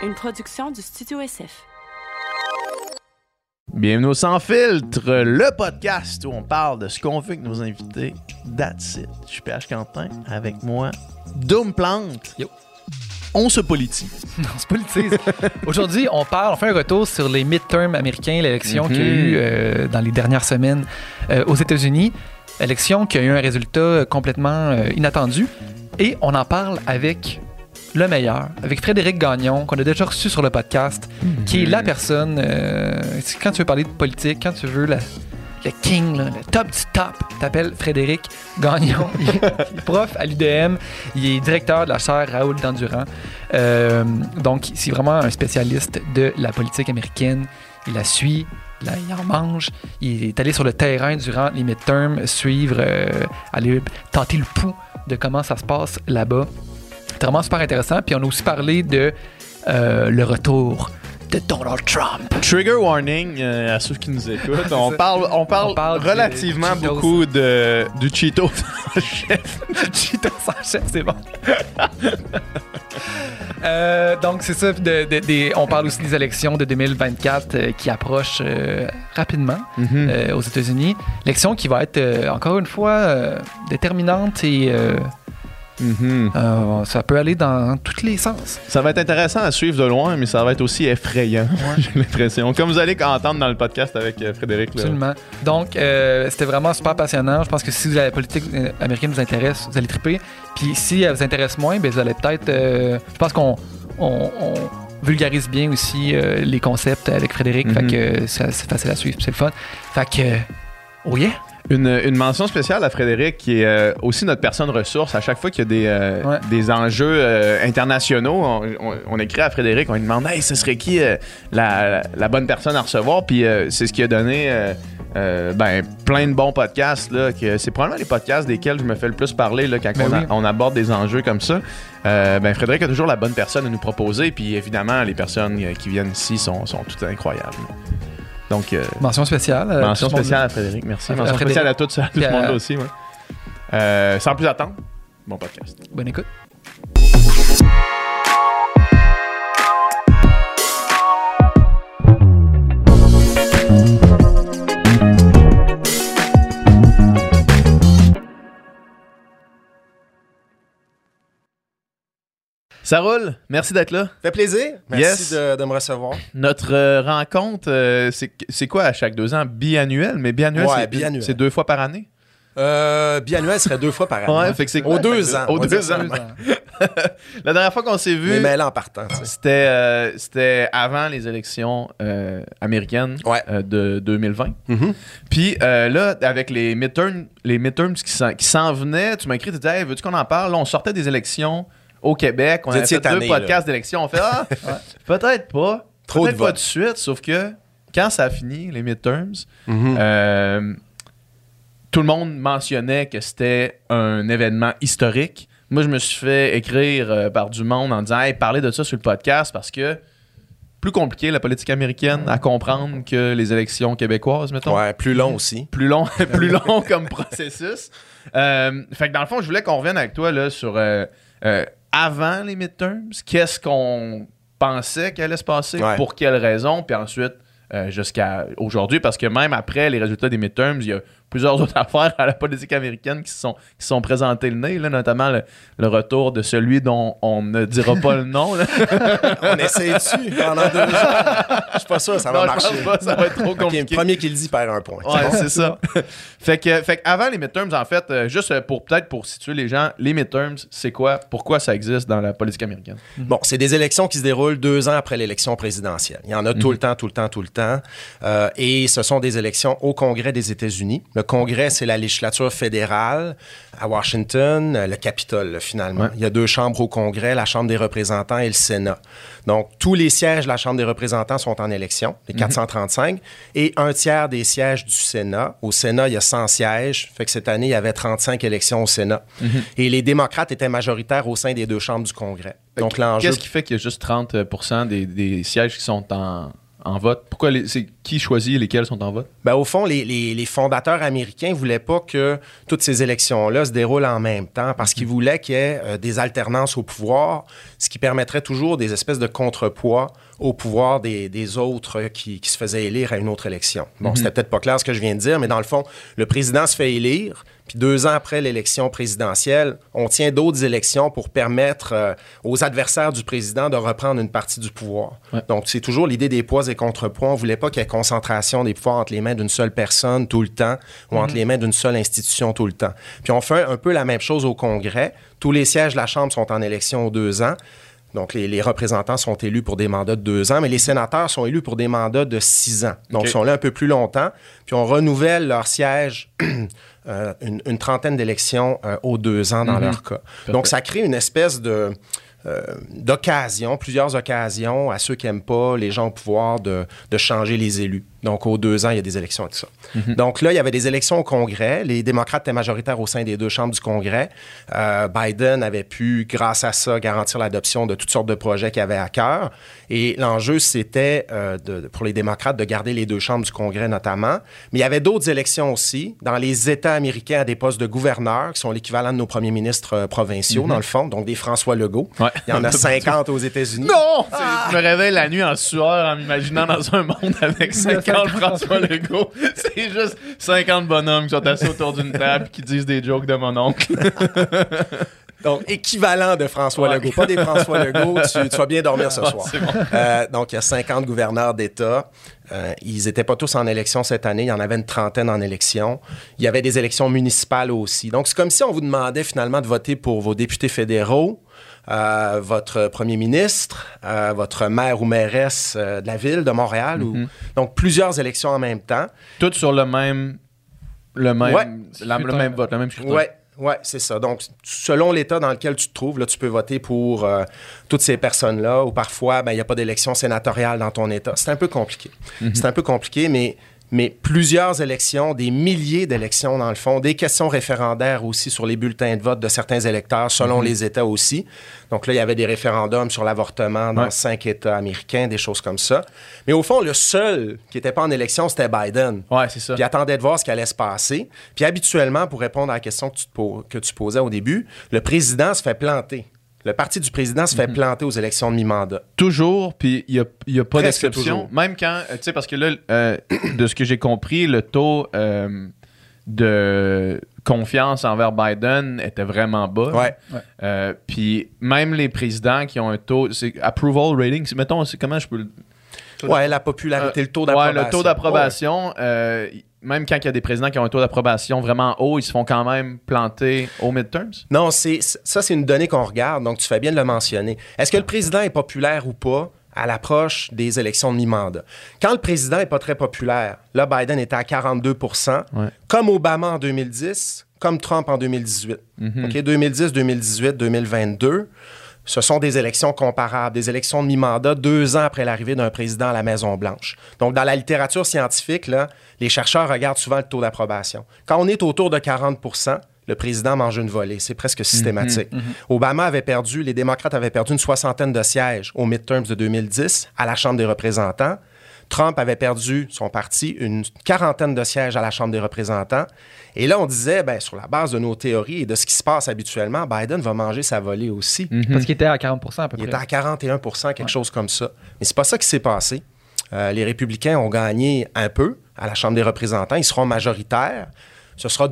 une production du Studio SF. Bienvenue au Sans Filtre, le podcast où on parle de ce qu'on veut avec nos invités. That's it. Je suis PH Quentin, avec moi, Doom Plante. Yo. On se politise. On se politise. Aujourd'hui, on fait un retour sur les midterms américains, l'élection qu'il y a eu dans les dernières semaines aux États-Unis. Élection qui a eu un résultat complètement inattendu. Et on en parle avec le meilleur, avec Frédéric Gagnon, qu'on a déjà reçu sur le podcast, qui est la personne, quand tu veux parler de politique, quand tu veux le king, là, le top du top, t'appelles Frédéric Gagnon. Il est prof à l'UDM, il est directeur de la chaire Raoul Dandurand. Donc, c'est vraiment un spécialiste de la politique américaine. Il la suit, là, il en mange. Il est allé sur le terrain durant les midterms, suivre, aller tâter le pouls de comment ça se passe là-bas. C'est vraiment super intéressant. Puis on a aussi parlé de le retour de Donald Trump. Trigger warning à ceux qui nous écoutent. On parle relativement beaucoup du Cheetos en chef. Cheetos en chef, c'est bon. Donc, c'est ça. On parle aussi des élections de 2024 qui approchent rapidement aux États-Unis. L'élection qui va être, encore une fois, déterminante et... ça peut aller dans tous les sens. Ça va être intéressant à suivre de loin, mais ça va être aussi effrayant, j'ai l'impression. Comme vous allez entendre dans le podcast avec Frédéric. Là. Absolument. Donc, c'était vraiment super passionnant. Je pense que si la politique américaine vous intéresse, vous allez triper. Puis si elle vous intéresse moins, bien, vous allez peut-être... je pense qu'on vulgarise bien aussi les concepts avec Frédéric. Fait que c'est facile à suivre, c'est le fun. Fait que... Oh yeah! Une mention spéciale à Frédéric, qui est aussi notre personne ressource. À chaque fois qu'il y a des enjeux internationaux, on écrit à Frédéric, on lui demande « Hey, ce serait qui la bonne personne à recevoir? » Puis c'est ce qui a donné plein de bons podcasts. Là, que c'est probablement les podcasts desquels je me fais le plus parler là, quand on aborde des enjeux comme ça. Frédéric a toujours la bonne personne à nous proposer. Puis évidemment, les personnes qui viennent ici sont toutes incroyables. Donc, mention spéciale. Mention spéciale à Frédéric, merci. Mention spéciale à tout ce monde-là aussi. Ouais. Sans plus attendre, bon podcast. Bonne écoute. Ça roule. Merci d'être là. Fait plaisir. Merci de me recevoir. Notre rencontre, c'est quoi à chaque 2 ans? Biannuel? Mais biannuel, biannuel. C'est 2 fois par année? Biannuel serait 2 fois par année. Ouais, fait que c'est aux 2 ans. Aux 2 ans. La dernière fois qu'on s'est vu... Mais mêlé en partant. C'était avant les élections américaines de 2020. Puis là, avec les midterms qui s'en venaient, tu m'as écrit, tu disais, hey, veux-tu qu'on en parle? Là, on sortait des élections au Québec, on avait fait 2 podcasts d'élections. On fait peut-être pas. Peut-être pas tout de suite, sauf que quand ça a fini, les midterms, tout le monde mentionnait que c'était un événement historique. Moi, je me suis fait écrire par du monde en disant « Hey, parlez de ça sur le podcast parce que plus compliqué la politique américaine à comprendre que les élections québécoises, mettons. » Ouais, plus long aussi. Plus long comme processus. Fait que dans le fond, je voulais qu'on revienne avec toi là, sur... avant les midterms, qu'est-ce qu'on pensait qu'elle allait se passer, pour quelles raisons, puis ensuite jusqu'à aujourd'hui, parce que même après les résultats des midterms, il y a plusieurs autres affaires à la politique américaine qui sont présentées le nez, là, notamment le retour de celui dont on ne dira pas le nom. Là. On essaie dessus pendant 2 ans. Je suis pas sûr, ça va marcher. Je pense pas, ça va être trop compliqué. Le premier qui le dit perd 1 point. Ouais, c'est ça. Fait que avant les midterms, en fait, juste pour situer les gens, les midterms, c'est quoi? Pourquoi ça existe dans la politique américaine? Bon, c'est des élections qui se déroulent 2 ans après l'élection présidentielle. Il y en a tout le temps. Et ce sont des élections au Congrès des États-Unis. Le Congrès, c'est la législature fédérale à Washington, le Capitole, finalement. Il y a 2 chambres au Congrès, la Chambre des représentants et le Sénat. Donc, tous les sièges de la Chambre des représentants sont en élection, les 435, et 1/3 des sièges du Sénat. Au Sénat, il y a 100 sièges, fait que cette année, il y avait 35 élections au Sénat. Et les démocrates étaient majoritaires au sein des 2 chambres du Congrès. Donc, l'enjeu... Qu'est-ce qui fait qu'il y a juste 30% des sièges qui sont en vote? Pourquoi c'est qui choisit lesquels sont en vote? Ben, au fond, les fondateurs américains ne voulaient pas que toutes ces élections-là se déroulent en même temps parce qu'ils voulaient qu'il y ait des alternances au pouvoir, ce qui permettrait toujours des espèces de contrepoids au pouvoir des autres qui se faisaient élire à une autre élection. Bon, c'était peut-être pas clair ce que je viens de dire, mais dans le fond, le président se fait élire, puis 2 ans après l'élection présidentielle, on tient d'autres élections pour permettre aux adversaires du président de reprendre une partie du pouvoir. Ouais. Donc, c'est toujours l'idée des poids et contrepoids. On ne voulait pas qu'il y ait concentration des pouvoirs entre les mains d'une seule personne tout le temps ou entre les mains d'une seule institution tout le temps. Puis on fait un peu la même chose au Congrès. Tous les sièges de la Chambre sont en élection aux 2 ans. Donc, les représentants sont élus pour des mandats de 2 ans, mais les sénateurs sont élus pour des mandats de 6 ans. Donc, ils sont là un peu plus longtemps. Puis, on renouvelle leur siège une trentaine d'élections aux 2 ans dans leur cas. Parfait. Donc, ça crée une espèce d'occasion, plusieurs occasions à ceux qui n'aiment pas les gens au pouvoir de changer les élus. Donc, aux 2 ans, il y a des élections et tout ça. Donc là, il y avait des élections au Congrès. Les démocrates étaient majoritaires au sein des 2 chambres du Congrès. Biden avait pu, grâce à ça, garantir l'adoption de toutes sortes de projets qu'il avait à cœur. Et l'enjeu, c'était pour les démocrates de garder les 2 chambres du Congrès notamment. Mais il y avait d'autres élections aussi dans les États américains à des postes de gouverneurs, qui sont l'équivalent de nos premiers ministres provinciaux, dans le fond, donc des François Legault. Ouais. Il y en a 50 aux États-Unis. Non! Je me réveille la nuit en sueur en m'imaginant dans un monde avec 50 François Legault. C'est juste 50 bonhommes qui sont assis autour d'une table et qui disent des jokes de mon oncle. Donc, équivalent de François Legault. Pas des François Legault, tu vas bien dormir ce soir. Bon. Donc, il y a 50 gouverneurs d'État. Ils n'étaient pas tous en élection cette année. Il y en avait une trentaine en élection. Il y avait des élections municipales aussi. Donc, c'est comme si on vous demandait finalement de voter pour vos députés fédéraux, votre premier ministre, votre maire ou mairesse de la ville de Montréal. Donc, plusieurs élections en même temps. Toutes sur le même vote, le même scrutin. Oui, c'est ça. Donc, selon l'État dans lequel tu te trouves, là, tu peux voter pour toutes ces personnes-là ou parfois, il n'y a pas d'élection sénatoriale dans ton État. C'est un peu compliqué. C'est un peu compliqué, mais plusieurs élections, des milliers d'élections dans le fond, des questions référendaires aussi sur les bulletins de vote de certains électeurs selon les États aussi. Donc là, il y avait des référendums sur l'avortement dans 5 États américains, des choses comme ça. Mais au fond, le seul qui n'était pas en élection, c'était Biden. Ouais, c'est ça. Puis il attendait de voir ce qui allait se passer. Puis habituellement, pour répondre à la question que tu posais au début, le président se fait planter. Le parti du président se fait planter aux élections de mi-mandat. Toujours, puis il n'y a pas Presque d'exception. toujours. Même quand, tu sais, parce que là, de ce que j'ai compris, le taux de confiance envers Biden était vraiment bas. Ouais. Puis même les présidents qui ont un taux, c'est approval rating, mettons, comment je peux le... Ouais, la popularité, le taux d'approbation. Ouais, le taux d'approbation... même quand il y a des présidents qui ont un taux d'approbation vraiment haut, ils se font quand même planter aux midterms? Non, ça, c'est une donnée qu'on regarde, donc tu fais bien de le mentionner. Est-ce que le président est populaire ou pas à l'approche des élections de mi-mandat? Quand le président n'est pas très populaire, là, Biden était à 42 %, comme Obama en 2010, comme Trump en 2018. OK, 2010, 2018, 2022... Ce sont des élections comparables, des élections de mi-mandat 2 ans après l'arrivée d'un président à la Maison-Blanche. Donc, dans la littérature scientifique, là, les chercheurs regardent souvent le taux d'approbation. Quand on est autour de 40 %, le président mange une volée. C'est presque systématique. Obama avait perdu, les démocrates avaient perdu une 60aine de sièges aux midterms de 2010 à la Chambre des représentants. Trump avait perdu, son parti, une 40aine de sièges à la Chambre des représentants. Et là, on disait, sur la base de nos théories et de ce qui se passe habituellement, Biden va manger sa volée aussi. Parce qu'il était à 40 % à peu près. Il était à 41 %, quelque chose comme ça. Mais c'est pas ça qui s'est passé. Les républicains ont gagné un peu à la Chambre des représentants. Ils seront majoritaires. Ce sera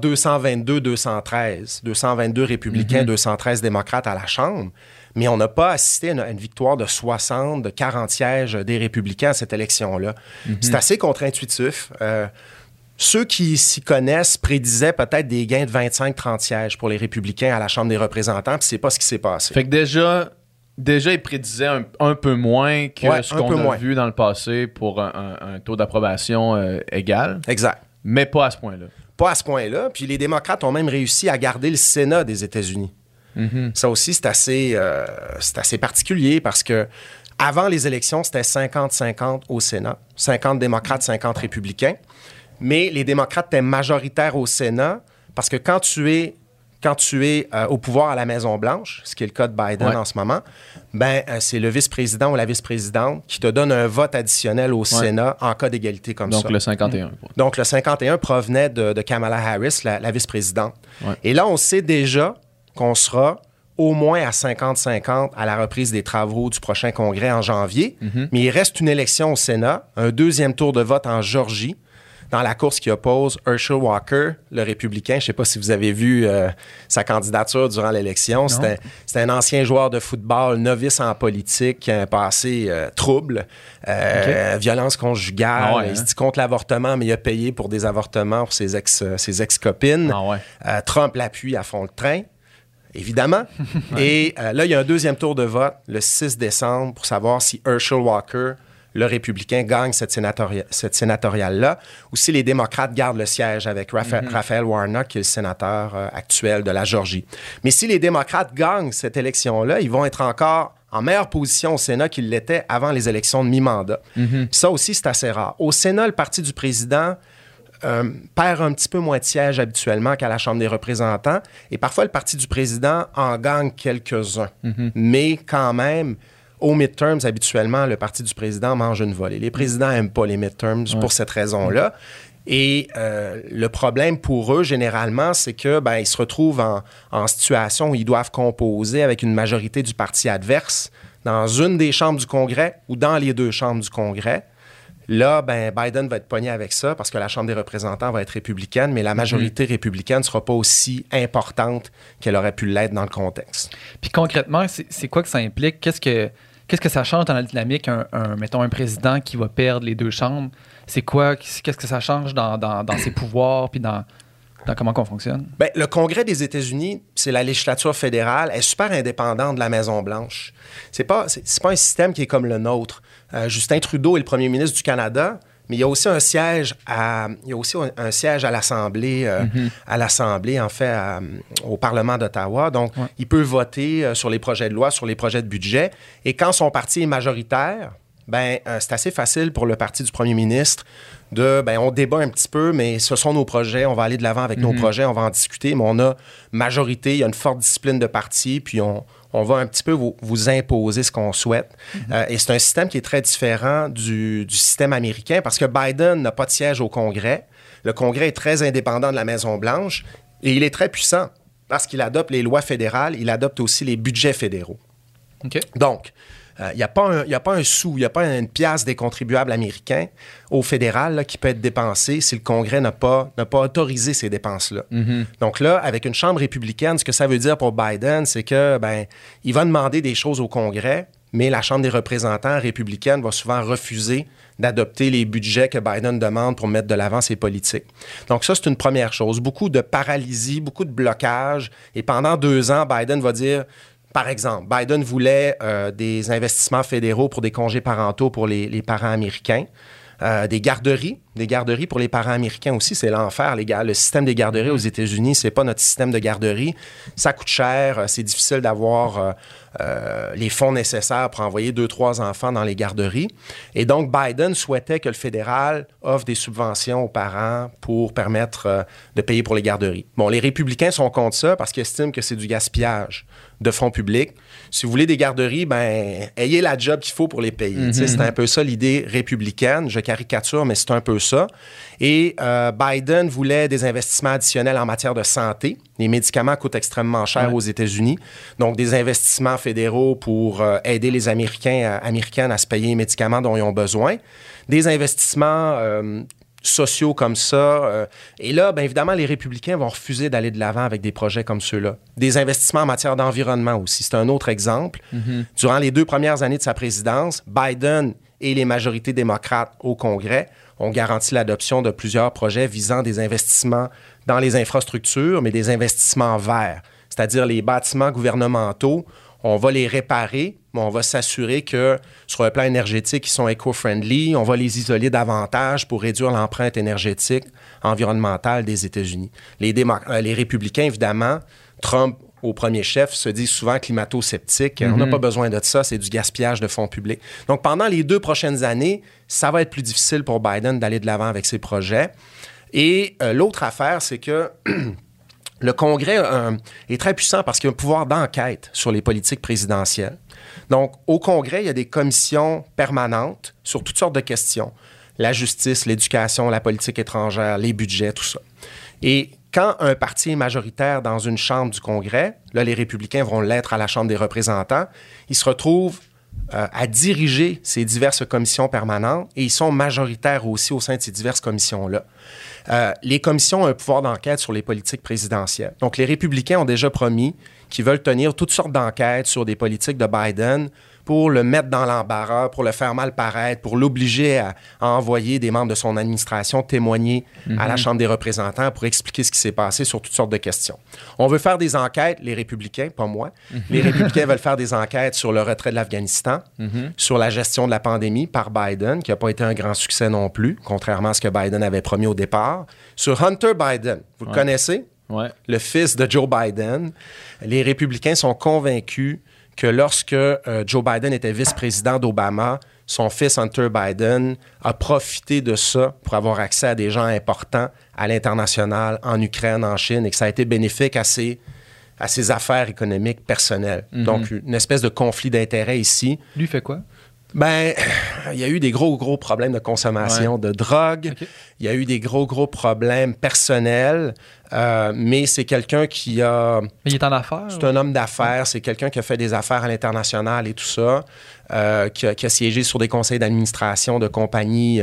222-213. 222 républicains, 213 démocrates à la Chambre. Mais on n'a pas assisté à une victoire de 60, de 40 sièges des républicains à cette élection-là. C'est assez contre-intuitif. Ceux qui s'y connaissent prédisaient peut-être des gains de 25-30 sièges pour les républicains à la Chambre des représentants, puis c'est pas ce qui s'est passé. Fait que déjà ils prédisaient un peu moins que ce qu'on a vu dans le passé pour un taux d'approbation égal. Exact. Mais pas à ce point-là. Pas à ce point-là. Puis les démocrates ont même réussi à garder le Sénat des États-Unis. Ça aussi, c'est assez particulier parce que avant les élections, c'était 50-50 au Sénat. 50 démocrates, 50 républicains. Mais les démocrates étaient majoritaires au Sénat parce que quand tu es quand tu es au pouvoir à la Maison-Blanche, ce qui est le cas de Biden en ce moment, c'est le vice-président ou la vice-présidente qui te donne un vote additionnel au Sénat en cas d'égalité comme ça. Donc le 51. Donc le 51 provenait de Kamala Harris, la vice-présidente. Ouais. Et là, on sait déjà qu'on sera au moins à 50-50 à la reprise des travaux du prochain congrès en janvier. Mais il reste une élection au Sénat, un deuxième tour de vote en Georgie, dans la course qui oppose Herschel Walker, le républicain. Je ne sais pas si vous avez vu sa candidature durant l'élection. C'était un ancien joueur de football, novice en politique, qui a un passé trouble, violence conjugale. Il se dit contre l'avortement, mais il a payé pour des avortements pour ses ex-copines. Trump l'appuie à fond le train, évidemment. Et là, il y a un deuxième tour de vote le 6 décembre pour savoir si Herschel Walker, le républicain, gagne cette sénatoriale-là, ou si les démocrates gardent le siège avec Raphaël Warnock, qui est le sénateur actuel de la Georgie. Mais si les démocrates gagnent cette élection-là, ils vont être encore en meilleure position au Sénat qu'ils l'étaient avant les élections de mi-mandat. Ça aussi, c'est assez rare. Au Sénat, le parti du président perd un petit peu moins de sièges habituellement qu'à la Chambre des représentants, et parfois le parti du président en gagne quelques-uns. Mais quand même, aux midterms, habituellement, le parti du président mange une volée. Les présidents n'aiment pas les midterms pour cette raison-là. Et le problème pour eux, généralement, c'est que ils se retrouvent en situation où ils doivent composer avec une majorité du parti adverse dans une des chambres du Congrès ou dans les deux chambres du Congrès. Là, Biden va être pogné avec ça parce que la Chambre des représentants va être républicaine, mais la majorité républicaine ne sera pas aussi importante qu'elle aurait pu l'être dans le contexte. Puis concrètement, c'est quoi que ça implique? Qu'est-ce que ça change dans la dynamique, mettons, un président qui va perdre les deux chambres? C'est quoi? Qu'est-ce que ça change dans ses pouvoirs puis dans comment qu'on fonctionne? Le Congrès des États-Unis, c'est la législature fédérale, elle est super indépendante de la Maison-Blanche. C'est pas un système qui est comme le nôtre. Justin Trudeau est le premier ministre du Canada, mais il y a aussi un siège à l'Assemblée, en fait, au Parlement d'Ottawa. Donc, il peut voter sur les projets de loi, sur les projets de budget. Et quand son parti est majoritaire, c'est assez facile pour le parti du premier ministre on débat un petit peu, mais ce sont nos projets, on va aller de l'avant avec nos projets, on va en discuter, mais on a majorité, il y a une forte discipline de parti, puis on va un petit peu vous imposer ce qu'on souhaite. Et c'est un système qui est très différent du système américain parce que Biden n'a pas de siège au Congrès. Le Congrès est très indépendant de la Maison-Blanche et il est très puissant parce qu'il adopte les lois fédérales, il adopte aussi les budgets fédéraux. Donc, il n'y a pas un sou, il n'y a pas une pièce des contribuables américains au fédéral là, qui peut être dépensée si le Congrès n'a pas autorisé ces dépenses-là. Donc là, avec une Chambre républicaine, ce que ça veut dire pour Biden, c'est que il va demander des choses au Congrès, mais la Chambre des représentants républicaine va souvent refuser d'adopter les budgets que Biden demande pour mettre de l'avant ses politiques. Donc ça, c'est une première chose. Beaucoup de paralysie, beaucoup de blocage. Et pendant 2 ans, Biden va dire... Par exemple, Biden voulait des investissements fédéraux pour des congés parentaux pour les parents américains, des garderies pour les parents américains aussi, c'est l'enfer. Le système des garderies aux États-Unis, c'est pas notre système de garderie. Ça coûte cher, c'est difficile d'avoir les fonds nécessaires pour envoyer 2-3 enfants dans les garderies. Et donc, Biden souhaitait que le fédéral offre des subventions aux parents pour permettre de payer pour les garderies. Bon, les républicains sont contre ça parce qu'ils estiment que c'est du gaspillage de fonds publics. Si vous voulez des garderies, ayez la job qu'il faut pour les payer. C'est un peu ça l'idée républicaine. Je caricature, mais c'est un peu ça. Et Biden voulait des investissements additionnels en matière de santé. Les médicaments coûtent extrêmement cher aux États-Unis. Donc, des investissements fédéraux pour aider les Américaines à se payer les médicaments dont ils ont besoin. Des investissements sociaux comme ça. Et là, évidemment, les républicains vont refuser d'aller de l'avant avec des projets comme ceux-là. Des investissements en matière d'environnement aussi. C'est un autre exemple. Durant les 2 premières années de sa présidence, Biden et les majorités démocrates au Congrès ont garanti l'adoption de plusieurs projets visant des investissements dans les infrastructures, mais des investissements verts. C'est-à-dire les bâtiments gouvernementaux, on va les réparer, mais on va s'assurer que sur le plan énergétique, ils sont éco-friendly. On va les isoler davantage pour réduire l'empreinte énergétique environnementale des États-Unis. Les républicains, évidemment, Trump au premier chef, se disent souvent climato-sceptiques. On n'a pas besoin de ça, c'est du gaspillage de fonds publics. Donc, pendant les 2 prochaines années, ça va être plus difficile pour Biden d'aller de l'avant avec ses projets. Et l'autre affaire, c'est que Le Congrès est très puissant parce qu'il y a un pouvoir d'enquête sur les politiques présidentielles. Donc, au Congrès, il y a des commissions permanentes sur toutes sortes de questions. La justice, l'éducation, la politique étrangère, les budgets, tout ça. Et quand un parti est majoritaire dans une chambre du Congrès, là, les républicains vont l'être à la Chambre des représentants, ils se retrouvent à diriger ces diverses commissions permanentes et ils sont majoritaires aussi au sein de ces diverses commissions-là. Les commissions ont un pouvoir d'enquête sur les politiques présidentielles. Donc, les républicains ont déjà promis qu'ils veulent tenir toutes sortes d'enquêtes sur des politiques de Biden pour le mettre dans l'embarras, pour le faire mal paraître, pour l'obliger à envoyer des membres de son administration témoigner à la Chambre des représentants pour expliquer ce qui s'est passé sur toutes sortes de questions. On veut faire des enquêtes, les républicains, pas moi. Les républicains veulent faire des enquêtes sur le retrait de l'Afghanistan, sur la gestion de la pandémie par Biden, qui n'a pas été un grand succès non plus, contrairement à ce que Biden avait promis au départ, sur Hunter Biden. Vous le connaissez? Ouais. Le fils de Joe Biden. Les républicains sont convaincus que lorsque Joe Biden était vice-président d'Obama, son fils Hunter Biden a profité de ça pour avoir accès à des gens importants à l'international, en Ukraine, en Chine, et que ça a été bénéfique à ses affaires économiques personnelles. Donc, une espèce de conflit d'intérêts ici. Lui fait quoi? Ben, il y a eu des gros problèmes de consommation de drogue. Okay. Il y a eu des gros problèmes personnels. Mais c'est quelqu'un qui a... Mais il est en affaires? C'est un homme d'affaires. C'est quelqu'un qui a fait des affaires à l'international et tout ça. Qui a siégé sur des conseils d'administration de compagnies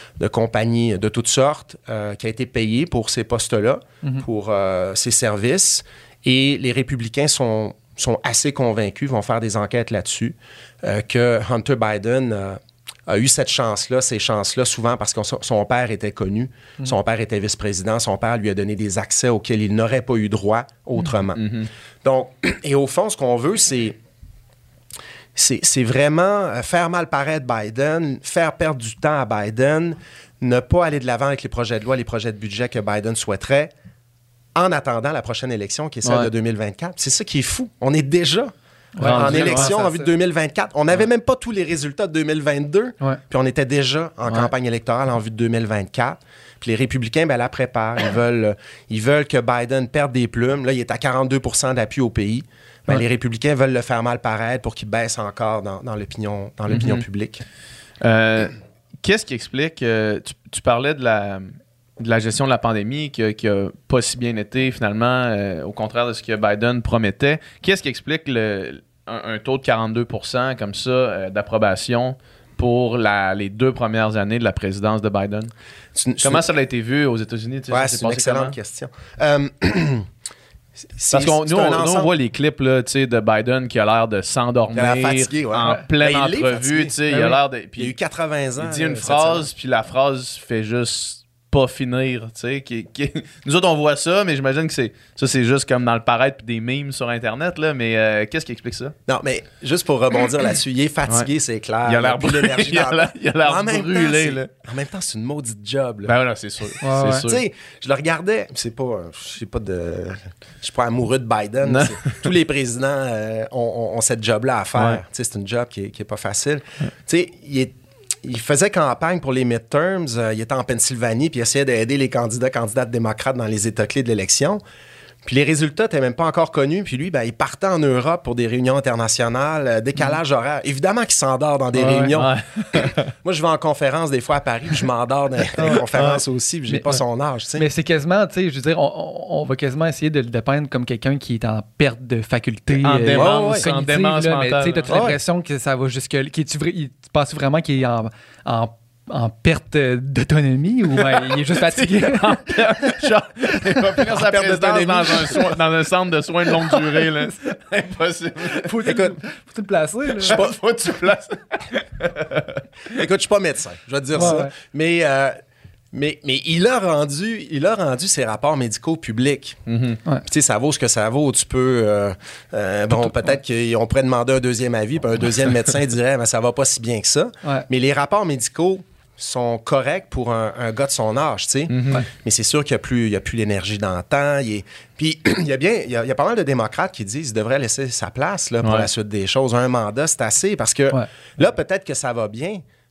de toutes sortes. Qui a été payé pour ces postes-là, pour ses services. Et les républicains sont assez convaincus, vont faire des enquêtes là-dessus, que Hunter Biden a eu cette chance-là, ces chances-là, souvent parce que son père était connu, son père était vice-président, son père lui a donné des accès auxquels il n'aurait pas eu droit autrement. Donc, et au fond, ce qu'on veut, c'est vraiment faire mal paraître Biden, faire perdre du temps à Biden, ne pas aller de l'avant avec les projets de loi, les projets de budget que Biden souhaiterait, en attendant la prochaine élection qui est celle de 2024. C'est ça qui est fou. On est déjà en élection en vue de 2024. On n'avait même pas tous les résultats de 2022, puis on était déjà en campagne électorale en vue de 2024. Puis les républicains, ben, la préparent. Ils veulent que Biden perde des plumes. Là, il est à 42 % d'appui au pays. Ben, les républicains veulent le faire mal paraître pour qu'il baisse encore dans l'opinion publique. Qu'est-ce qui explique... tu parlais de la gestion de la pandémie qui a pas si bien été finalement, au contraire de ce que Biden promettait. Qu'est-ce qui explique un taux de 42 % comme ça d'approbation pour les 2 premières années de la présidence de Biden? Comment ça a été vu aux États-Unis? C'est une excellente question. Parce qu'on on voit les clips là, de Biden qui a l'air de s'endormir en pleine entrevue. Il a l'air de... il a eu 80 ans. Il dit une phrase, puis la phrase fait juste... pas finir, tu sais. Nous autres, on voit ça, mais j'imagine que c'est juste comme dans le paraître puis des memes sur Internet, là, mais qu'est-ce qui explique ça? Non, mais juste pour rebondir là-dessus, il est fatigué, c'est clair. Il a l'air brûlé. Il a l'air brûlé, là. En même temps, c'est une maudite job, là. Ben là, c'est sûr. C'est sûr. Tu sais, je le regardais, je suis pas amoureux de Biden. Tous les présidents ont cette job-là à faire. Tu sais, c'est une job qui est pas facile. Tu sais, il faisait campagne pour les midterms. Il était en Pennsylvanie puis il essayait d'aider les candidates démocrates dans les États clés de l'élection. Puis les résultats n'étaient même pas encore connus. Puis lui, ben, il partait en Europe pour des réunions internationales, décalage horaire. Évidemment qu'il s'endort dans des réunions. Moi, je vais en conférence des fois à Paris, puis je m'endors dans les conférences aussi, puis j'ai pas son âge. T'sais. Mais c'est quasiment, tu sais, je veux dire, on va quasiment essayer de le dépeindre comme quelqu'un qui est en perte de faculté. En démence mentale. Mais tu sais, t'as l'impression que ça va jusque... Tu penses vraiment qu'il est en perte d'autonomie ou il est juste fatigué? Il va finir sa présidence dans un centre de soins de longue durée. Là. Impossible. Faut-tu le placer? Faut-tu le placer? Écoute, je suis pas médecin, je vais te dire ça. Ouais. Mais il a rendu ses rapports médicaux publics. Tu sais, ça vaut ce que ça vaut. Tu peux... peut-être qu'on pourrait demander un deuxième avis, puis un deuxième médecin dirait « mais ça va pas si bien que ça ». Mais les rapports médicaux sont corrects pour un gars de son âge, tu sais. Mais c'est sûr qu'il n'y a plus l'énergie dans le temps. Puis il y a pas mal de démocrates qui disent qu'il devrait laisser sa place là, pour la suite des choses. Un mandat, c'est assez parce que là, peut-être que ça va bien,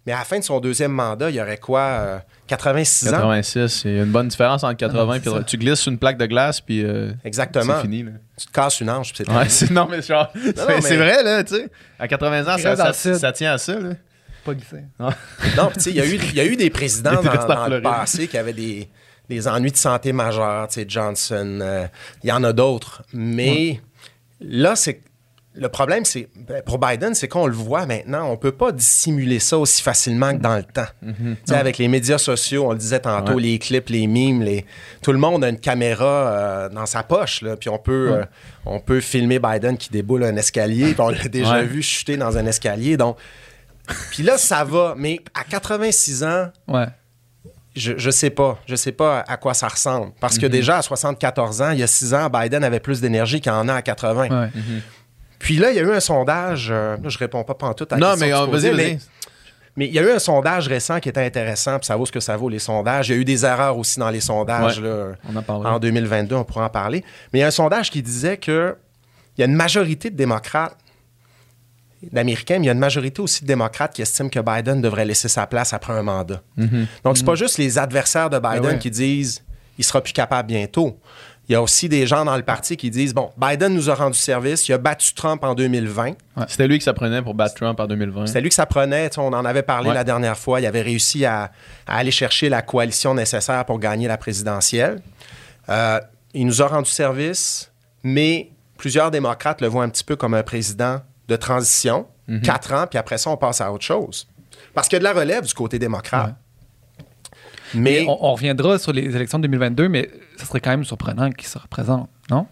Mais à la fin de son deuxième mandat, il y aurait quoi? 86 ans? 86. Il y a une bonne différence entre 80 et tu glisses sur une plaque de glace, puis exactement. c'est fini. Là. Tu te casses une hanche, puis c'est terminé. Non, mais genre, c'est vrai, là, tu sais. À 80 ans, ça tient à ça, là. Pas glissé. Non, puis tu sais, il y a eu des présidents dans le passé qui avaient des ennuis de santé majeurs, tu sais, Johnson, il y en a d'autres. Mais là, le problème, c'est pour Biden, c'est qu'on le voit maintenant, on peut pas dissimuler ça aussi facilement que dans le temps. Tu sais, avec les médias sociaux, on le disait tantôt, les clips, les mimes, tout le monde a une caméra dans sa poche, là, puis on peut filmer Biden qui déboule un escalier, puis on l'a déjà vu chuter dans un escalier, donc... Puis là, ça va, mais à 86 ans... Je sais pas à quoi ça ressemble. Parce que déjà, à 74 ans, il y a 6 ans, Biden avait plus d'énergie qu'il en a à 80. Puis là, il y a eu un sondage... là, je réponds pas pantoute à la question. Non, mais vas-y. Mais il y a eu un sondage récent qui était intéressant, puis ça vaut ce que ça vaut, les sondages. Il y a eu des erreurs aussi dans les sondages. Là, en 2022, on pourra en parler. Mais il y a un sondage qui disait qu'il y a une majorité de démocrates, d'Américains, mais il y a une majorité aussi de démocrates qui estiment que Biden devrait laisser sa place après un mandat. Donc, c'est pas juste les adversaires de Biden qui disent « il sera plus capable bientôt ». Il y a aussi des gens dans le parti qui disent « bon, Biden nous a rendu service, il a battu Trump en 2020 ». C'était lui qui s'apprenait pour battre Trump en 2020. C'était lui qui s'apprenait, on en avait parlé la dernière fois. Il avait réussi à aller chercher la coalition nécessaire pour gagner la présidentielle. Il nous a rendu service, mais plusieurs démocrates le voient un petit peu comme un président de transition, 4 ans, puis après ça, on passe à autre chose. Parce qu'il y a de la relève du côté démocrate. Mais on reviendra sur les élections de 2022, mais ce serait quand même surprenant qu'il se représente, non?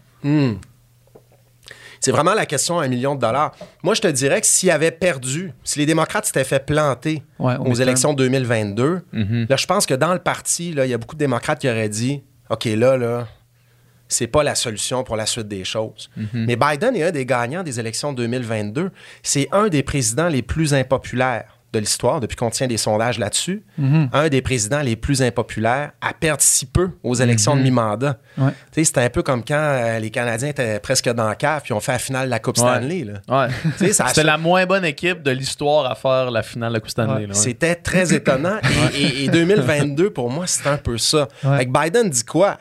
C'est vraiment la question à $1 million. Moi, je te dirais que s'il avait perdu, si les démocrates s'étaient fait planter aux élections de 2022, là, je pense que dans le parti, là, il y a beaucoup de démocrates qui auraient dit « OK, là, c'est pas la solution pour la suite des choses. Mais Biden est un des gagnants des élections de 2022. C'est un des présidents les plus impopulaires de l'histoire, depuis qu'on tient des sondages là-dessus. Un des présidents les plus impopulaires à perdre si peu aux élections de mi-mandat. C'était un peu comme quand les Canadiens étaient presque dans le cave puis ont fait la finale de la Coupe Stanley. Là. C'était la moins bonne équipe de l'histoire à faire la finale de la Coupe Stanley. Là, C'était très étonnant. Et 2022, pour moi, c'est un peu ça. Avec Biden dit quoi?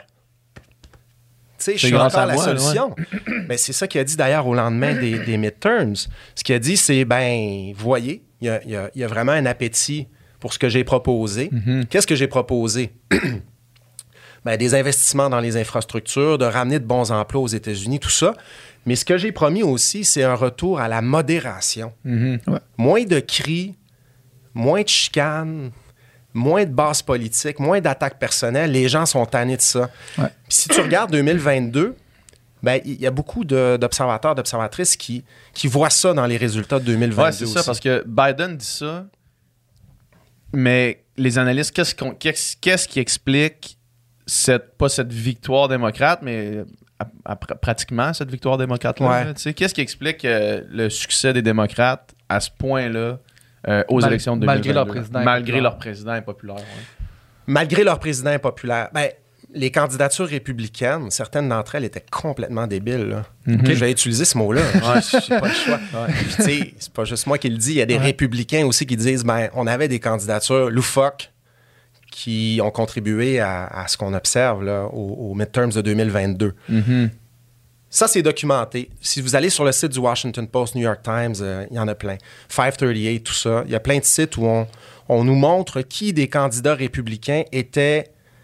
Je suis encore la solution. Ben, c'est ça qu'il a dit d'ailleurs au lendemain des midterms. Ce qu'il a dit, c'est, voyez, il y a vraiment un appétit pour ce que j'ai proposé. Qu'est-ce que j'ai proposé? Des investissements dans les infrastructures, de ramener de bons emplois aux États-Unis, tout ça. Mais ce que j'ai promis aussi, c'est un retour à la modération. Moins de cris, moins de chicanes, moins de bases politiques, moins d'attaques personnelles. Les gens sont tannés de ça. Puis si tu regardes 2022, il y a beaucoup d'observateurs, d'observatrices qui voient ça dans les résultats de 2022 c'est ça, parce que Biden dit ça, mais les analystes, qu'est-ce qui explique pas cette victoire démocrate, mais pratiquement cette victoire démocrate-là? Qu'est-ce qui explique le succès des démocrates à ce point-là aux élections de 2022? Malgré leur président impopulaire. Malgré leur président impopulaire. Les candidatures républicaines, certaines d'entre elles étaient complètement débiles. Là. Je vais utiliser ce mot-là. J'ai pas le choix. Puis, c'est pas juste moi qui le dis. Il y a des républicains aussi qui disent on avait des candidatures loufoques qui ont contribué à ce qu'on observe là, aux midterms de 2022. Ça, c'est documenté. Si vous allez sur le site du Washington Post, New York Times, il y en a plein. 538, tout ça. Il y a plein de sites où on nous montre qui des candidats républicains étaient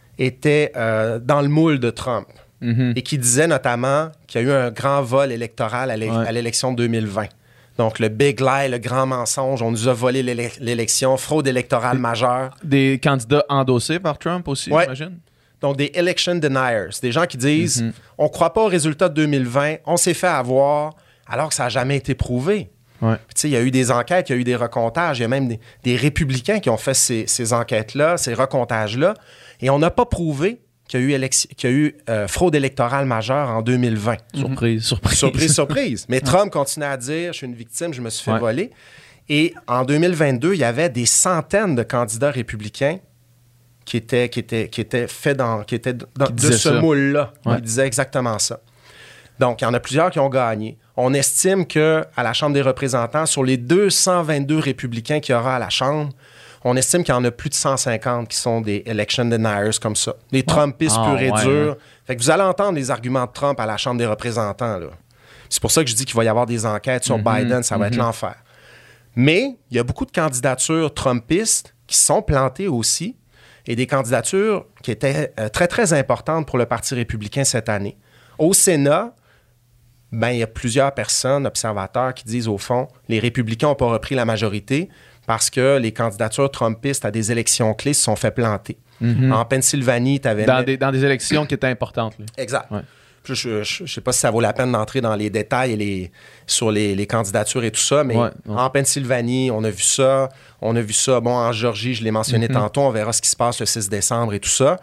dans le moule de Trump et qui disaient notamment qu'il y a eu un grand vol électoral à l'élection de 2020. Donc, le big lie, le grand mensonge, on nous a volé l'élection, fraude électorale majeure. Des candidats endossés par Trump aussi, j'imagine? Donc, des election deniers, des gens qui disent on ne croit pas aux résultats de 2020, on s'est fait avoir, alors que ça n'a jamais été prouvé. Il y a eu des enquêtes, il y a eu des recomptages, il y a même des républicains qui ont fait ces enquêtes-là, ces recomptages-là, et on n'a pas prouvé qu'il y a eu fraude électorale majeure en 2020. Surprise. Mais Trump continuait à dire « je suis une victime, je me suis fait voler ». Et en 2022, il y avait des centaines de candidats républicains qui étaient faits de ce moule-là. Il disait exactement ça. Donc, il y en a plusieurs qui ont gagné. On estime qu'à la Chambre des représentants, sur les 222 républicains qu'il y aura à la Chambre, on estime qu'il y en a plus de 150 qui sont des election deniers comme ça. Des Trumpistes purs et durs. Ouais. Fait que vous allez entendre les arguments de Trump à la Chambre des représentants, là. C'est pour ça que je dis qu'il va y avoir des enquêtes sur Biden. Ça va être l'enfer. Mais il y a beaucoup de candidatures trumpistes qui sont plantées aussi et des candidatures qui étaient très, très importantes pour le Parti républicain cette année. Au Sénat, il y a plusieurs personnes, observateurs, qui disent, au fond, les républicains n'ont pas repris la majorité parce que les candidatures trumpistes à des élections clés se sont fait planter. En Pennsylvanie, tu avais... Dans des élections qui étaient importantes. Là. Exact. Ouais. Je ne sais pas si ça vaut la peine d'entrer dans les détails sur les candidatures et tout ça, mais en Pennsylvanie, on a vu ça. On a vu ça, en Géorgie, je l'ai mentionné tantôt, on verra ce qui se passe le 6 décembre et tout ça.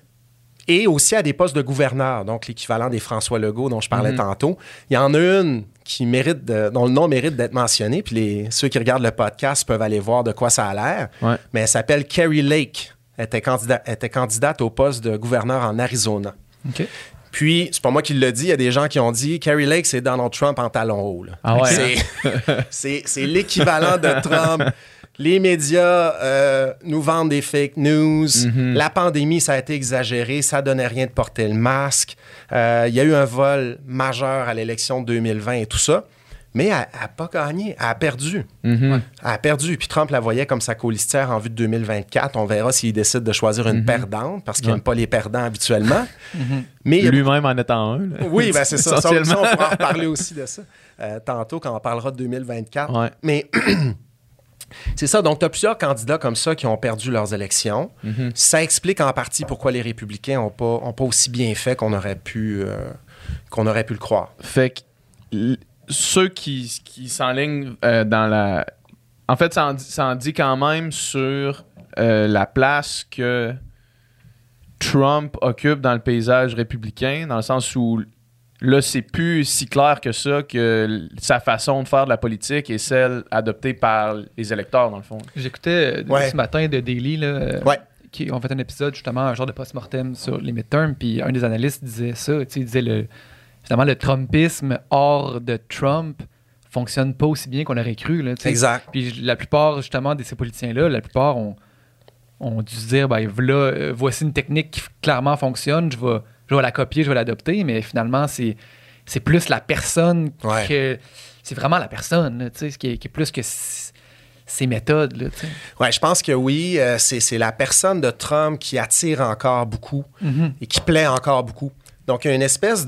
Et aussi à des postes de gouverneur, donc l'équivalent des François Legault dont je parlais tantôt. Il y en a une qui dont le nom mérite d'être mentionné, puis ceux qui regardent le podcast peuvent aller voir de quoi ça a l'air. Ouais. Mais elle s'appelle Kari Lake. Elle était candidate au poste de gouverneur en Arizona. OK. Puis, c'est pas moi qui le dis, il y a des gens qui ont dit Kari Lake, c'est Donald Trump en talons hauts. Là. Ah ouais? C'est l'équivalent de Trump. Les médias nous vendent des fake news. La pandémie, ça a été exagéré. Ça donnait rien de porter le masque. Il y a eu un vol majeur à l'élection de 2020 et tout ça. Mais elle n'a pas gagné. Elle a perdu. Elle a perdu. Puis Trump la voyait comme sa colistière en vue de 2024. On verra s'il décide de choisir une perdante, parce qu'il n'aime pas les perdants habituellement. Mais lui-même en étant un. Là. Oui, c'est ça. Ça, on pourra en reparler aussi de ça tantôt quand on parlera de 2024. Ouais. Mais c'est ça. Donc, tu as plusieurs candidats comme ça qui ont perdu leurs élections. Ça explique en partie pourquoi les républicains n'ont pas aussi bien fait qu'on aurait pu le croire. Fait que... Ceux qui s'enlignent dans la... En fait, ça en dit quand même sur la place que Trump occupe dans le paysage républicain, dans le sens où là, c'est plus si clair que ça que sa façon de faire de la politique est celle adoptée par les électeurs, dans le fond. J'écoutais ce matin de Daily, là, qui ont fait un épisode, justement, un genre de post-mortem sur les midterms, puis un des analystes disait ça, il disait finalement, le Trumpisme hors de Trump fonctionne pas aussi bien qu'on aurait cru. Là, exact. Puis la plupart, justement, de ces politiciens-là, ont dû se dire, voici une technique qui clairement fonctionne, je vais la copier, je vais l'adopter, mais finalement, c'est plus la personne que... C'est vraiment la personne, qui est plus que ses méthodes. Oui, je pense que oui. C'est la personne de Trump qui attire encore beaucoup et qui plaît encore beaucoup. Donc, il y a une espèce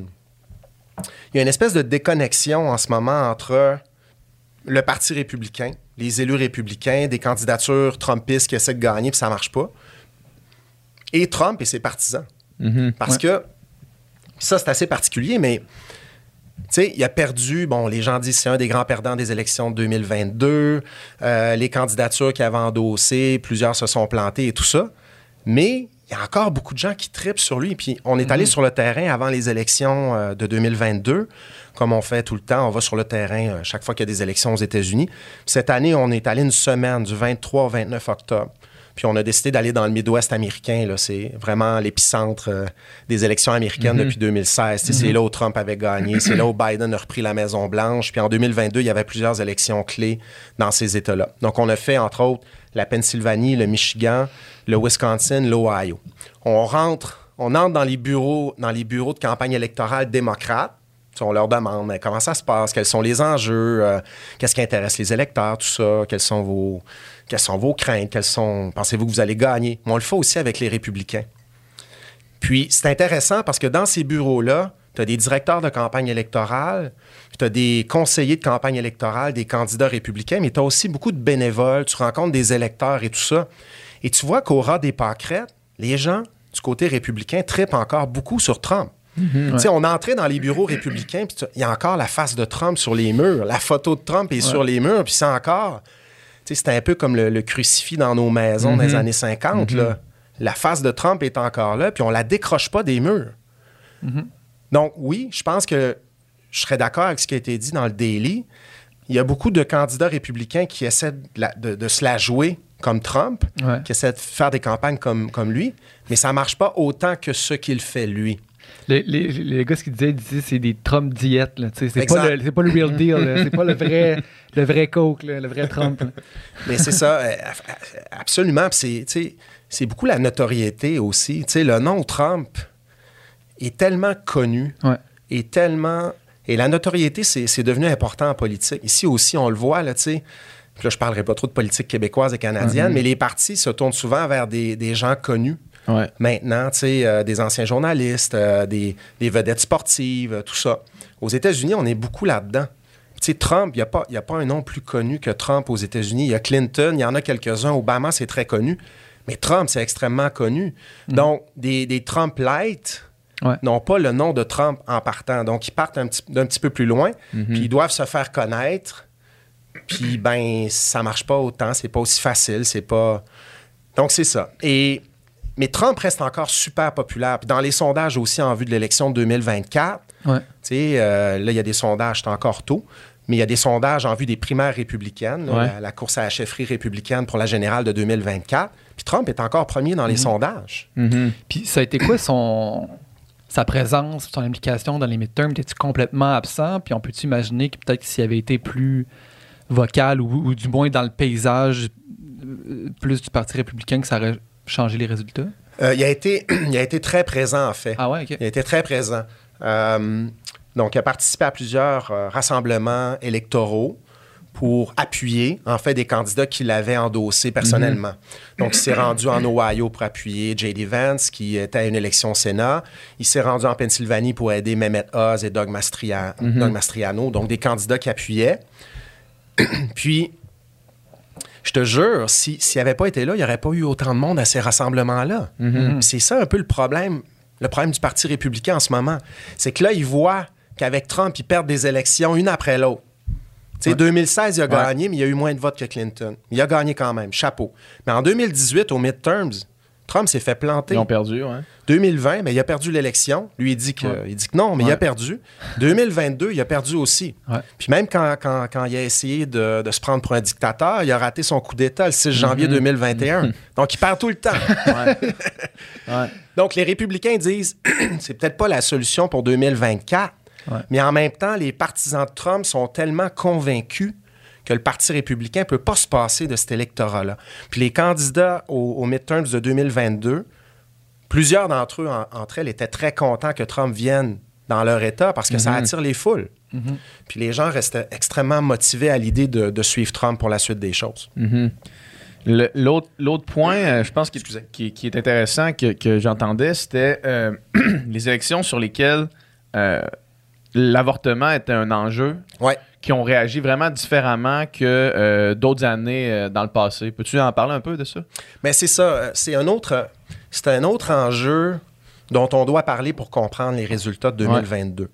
de déconnexion en ce moment entre le Parti républicain, les élus républicains, des candidatures trumpistes qui essaient de gagner puis ça marche pas, et Trump et ses partisans. Parce que, ça c'est assez particulier, mais il a perdu, les gens disent que c'est un des grands perdants des élections de 2022, les candidatures qu'il avait endossées, plusieurs se sont plantées et tout ça, mais... Il y a encore beaucoup de gens qui trippent sur lui. Puis on est allé sur le terrain avant les élections de 2022, comme on fait tout le temps. On va sur le terrain chaque fois qu'il y a des élections aux États-Unis. Puis cette année, on est allé une semaine, du 23 au 29 octobre. Puis on a décidé d'aller dans le Midwest américain. Là. C'est vraiment l'épicentre des élections américaines depuis 2016. C'est là où Trump avait gagné. C'est là où Biden a repris la Maison-Blanche. Puis en 2022, il y avait plusieurs élections clés dans ces États-là. Donc on a fait, entre autres, la Pennsylvanie, le Michigan, le Wisconsin, l'Ohio. On entre dans les bureaux de campagne électorale démocrates. On leur demande comment ça se passe, quels sont les enjeux, qu'est-ce qui intéresse les électeurs, tout ça, quelles sont vos craintes, pensez-vous que vous allez gagner. Mais on le fait aussi avec les républicains. Puis c'est intéressant parce que dans ces bureaux-là, tu as des directeurs de campagne électorale, tu as des conseillers de campagne électorale, des candidats républicains, mais tu as aussi beaucoup de bénévoles, tu rencontres des électeurs et tout ça. Et tu vois qu'au ras des pâquerettes, les gens du côté républicain trippent encore beaucoup sur Trump. On est entré dans les bureaux républicains, puis il y a encore la face de Trump sur les murs. La photo de Trump est sur les murs, puis c'est encore... C'était un peu comme le crucifix dans nos maisons dans les années 50. Là. La face de Trump est encore là, puis on la décroche pas des murs. Donc oui, je pense que je serais d'accord avec ce qui a été dit dans le Daily. Il y a beaucoup de candidats républicains qui essaient de se la jouer comme Trump, qui essaient de faire des campagnes comme lui, mais ça marche pas autant que ce qu'il fait lui. Les gars, ce qu'ils disaient, c'est des Trump diètes. C'est pas le real deal. Là. C'est pas le vrai Coke, là, le vrai Trump. Là. Mais c'est ça, absolument. C'est beaucoup la notoriété aussi. T'sais, le nom Trump est tellement connu, et la notoriété, c'est devenu important en politique. Ici aussi, on le voit, là, tu sais. Puis là, je ne parlerai pas trop de politique québécoise et canadienne, mais les partis se tournent souvent vers des gens connus. Ouais. Maintenant, tu sais, des anciens journalistes, des vedettes sportives, tout ça. Aux États-Unis, on est beaucoup là-dedans. Tu sais, Trump, il n'y a pas un nom plus connu que Trump aux États-Unis. Il y a Clinton, il y en a quelques-uns. Obama, c'est très connu. Mais Trump, c'est extrêmement connu. Donc, des Trump light n'ont pas le nom de Trump en partant. Donc, ils partent d'un petit peu plus loin, puis ils doivent se faire connaître. Puis, ben, ça marche pas autant, c'est pas aussi facile, c'est pas... Donc, c'est ça. Mais Trump reste encore super populaire. Puis dans les sondages aussi en vue de l'élection de 2024, tu sais, là, il y a des sondages, c'est encore tôt, mais il y a des sondages en vue des primaires républicaines, là, la course à la chefferie républicaine pour la générale de 2024. Puis Trump est encore premier dans les sondages. Puis ça a été quoi sa présence, son implication dans les midterms? Était-tu complètement absent? Puis on peut-tu imaginer que peut-être s'il avait été plus vocal ou du moins dans le paysage plus du Parti républicain que ça aurait changé les résultats? Il a été très présent, en fait. Ah ouais, OK. Il a été très présent. Donc, il a participé à plusieurs rassemblements électoraux pour appuyer, en fait, des candidats qu'il avait endossés personnellement. Donc, il s'est rendu en Ohio pour appuyer J.D. Vance, qui était à une élection au Sénat. Il s'est rendu en Pennsylvanie pour aider Mehmet Oz et Doug Mastriano, donc des candidats qui appuyaient. Puis, je te jure, s'il n'avait pas été là, il n'y aurait pas eu autant de monde à ces rassemblements-là. C'est ça un peu le problème du Parti républicain en ce moment. C'est que là, ils voient qu'avec Trump, ils perdent des élections une après l'autre. Tu sais, 2016, il a gagné, mais il y a eu moins de votes que Clinton. Il a gagné quand même, chapeau. Mais en 2018, aux midterms, Trump s'est fait planter. Ils ont perdu, oui. 2020, mais il a perdu l'élection. Lui, il dit que non, mais il a perdu. 2022, il a perdu aussi. Puis même quand il a essayé de se prendre pour un dictateur, il a raté son coup d'État le 6 janvier 2021. Donc, il perd tout le temps. Donc, les républicains disent c'est peut-être pas la solution pour 2024, mais en même temps, les partisans de Trump sont tellement convaincus que le Parti républicain ne peut pas se passer de cet électorat-là. Puis les candidats aux midterms de 2022, plusieurs d'entre eux, entre elles, étaient très contents que Trump vienne dans leur État parce que ça attire les foules. Puis les gens restaient extrêmement motivés à l'idée de suivre Trump pour la suite des choses. L'autre point, je pense, qui est intéressant que j'entendais, c'était les élections sur lesquelles l'avortement était un enjeu. Qui ont réagi vraiment différemment que d'autres années dans le passé. Peux-tu en parler un peu de ça? Bien, c'est ça. C'est un autre enjeu dont on doit parler pour comprendre les résultats de 2022.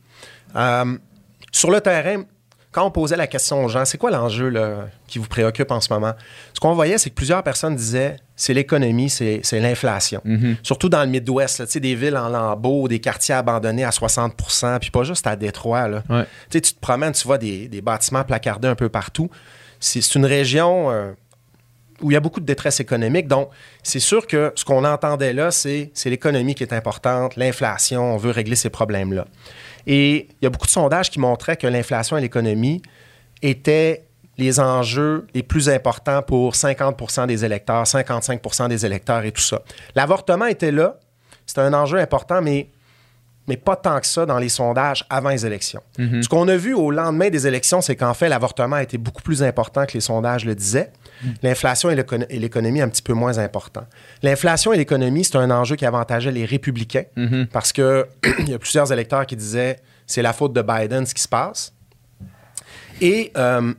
Sur le terrain, quand on posait la question aux gens, c'est quoi l'enjeu là, qui vous préoccupe en ce moment? Ce qu'on voyait, c'est que plusieurs personnes disaient, c'est l'économie, c'est l'inflation. Surtout dans le Midwest, là, des villes en lambeaux, des quartiers abandonnés à 60%, puis pas juste à Détroit. Là. Tu te promènes, tu vois des bâtiments placardés un peu partout. C'est une région où il y a beaucoup de détresse économique. Donc, c'est sûr que ce qu'on entendait là, c'est l'économie qui est importante, l'inflation, on veut régler ces problèmes-là. Et il y a beaucoup de sondages qui montraient que l'inflation et l'économie étaient les enjeux les plus importants pour 50% des électeurs, 55% des électeurs et tout ça. L'avortement était là. C'était un enjeu important, mais pas tant que ça dans les sondages avant les élections. Ce qu'on a vu au lendemain des élections, c'est qu'en fait, l'avortement a été beaucoup plus important que les sondages le disaient. L'inflation et l'économie, un petit peu moins important. L'inflation et l'économie, c'est un enjeu qui avantageait les républicains parce qu'il y a plusieurs électeurs qui disaient c'est la faute de Biden ce qui se passe. Et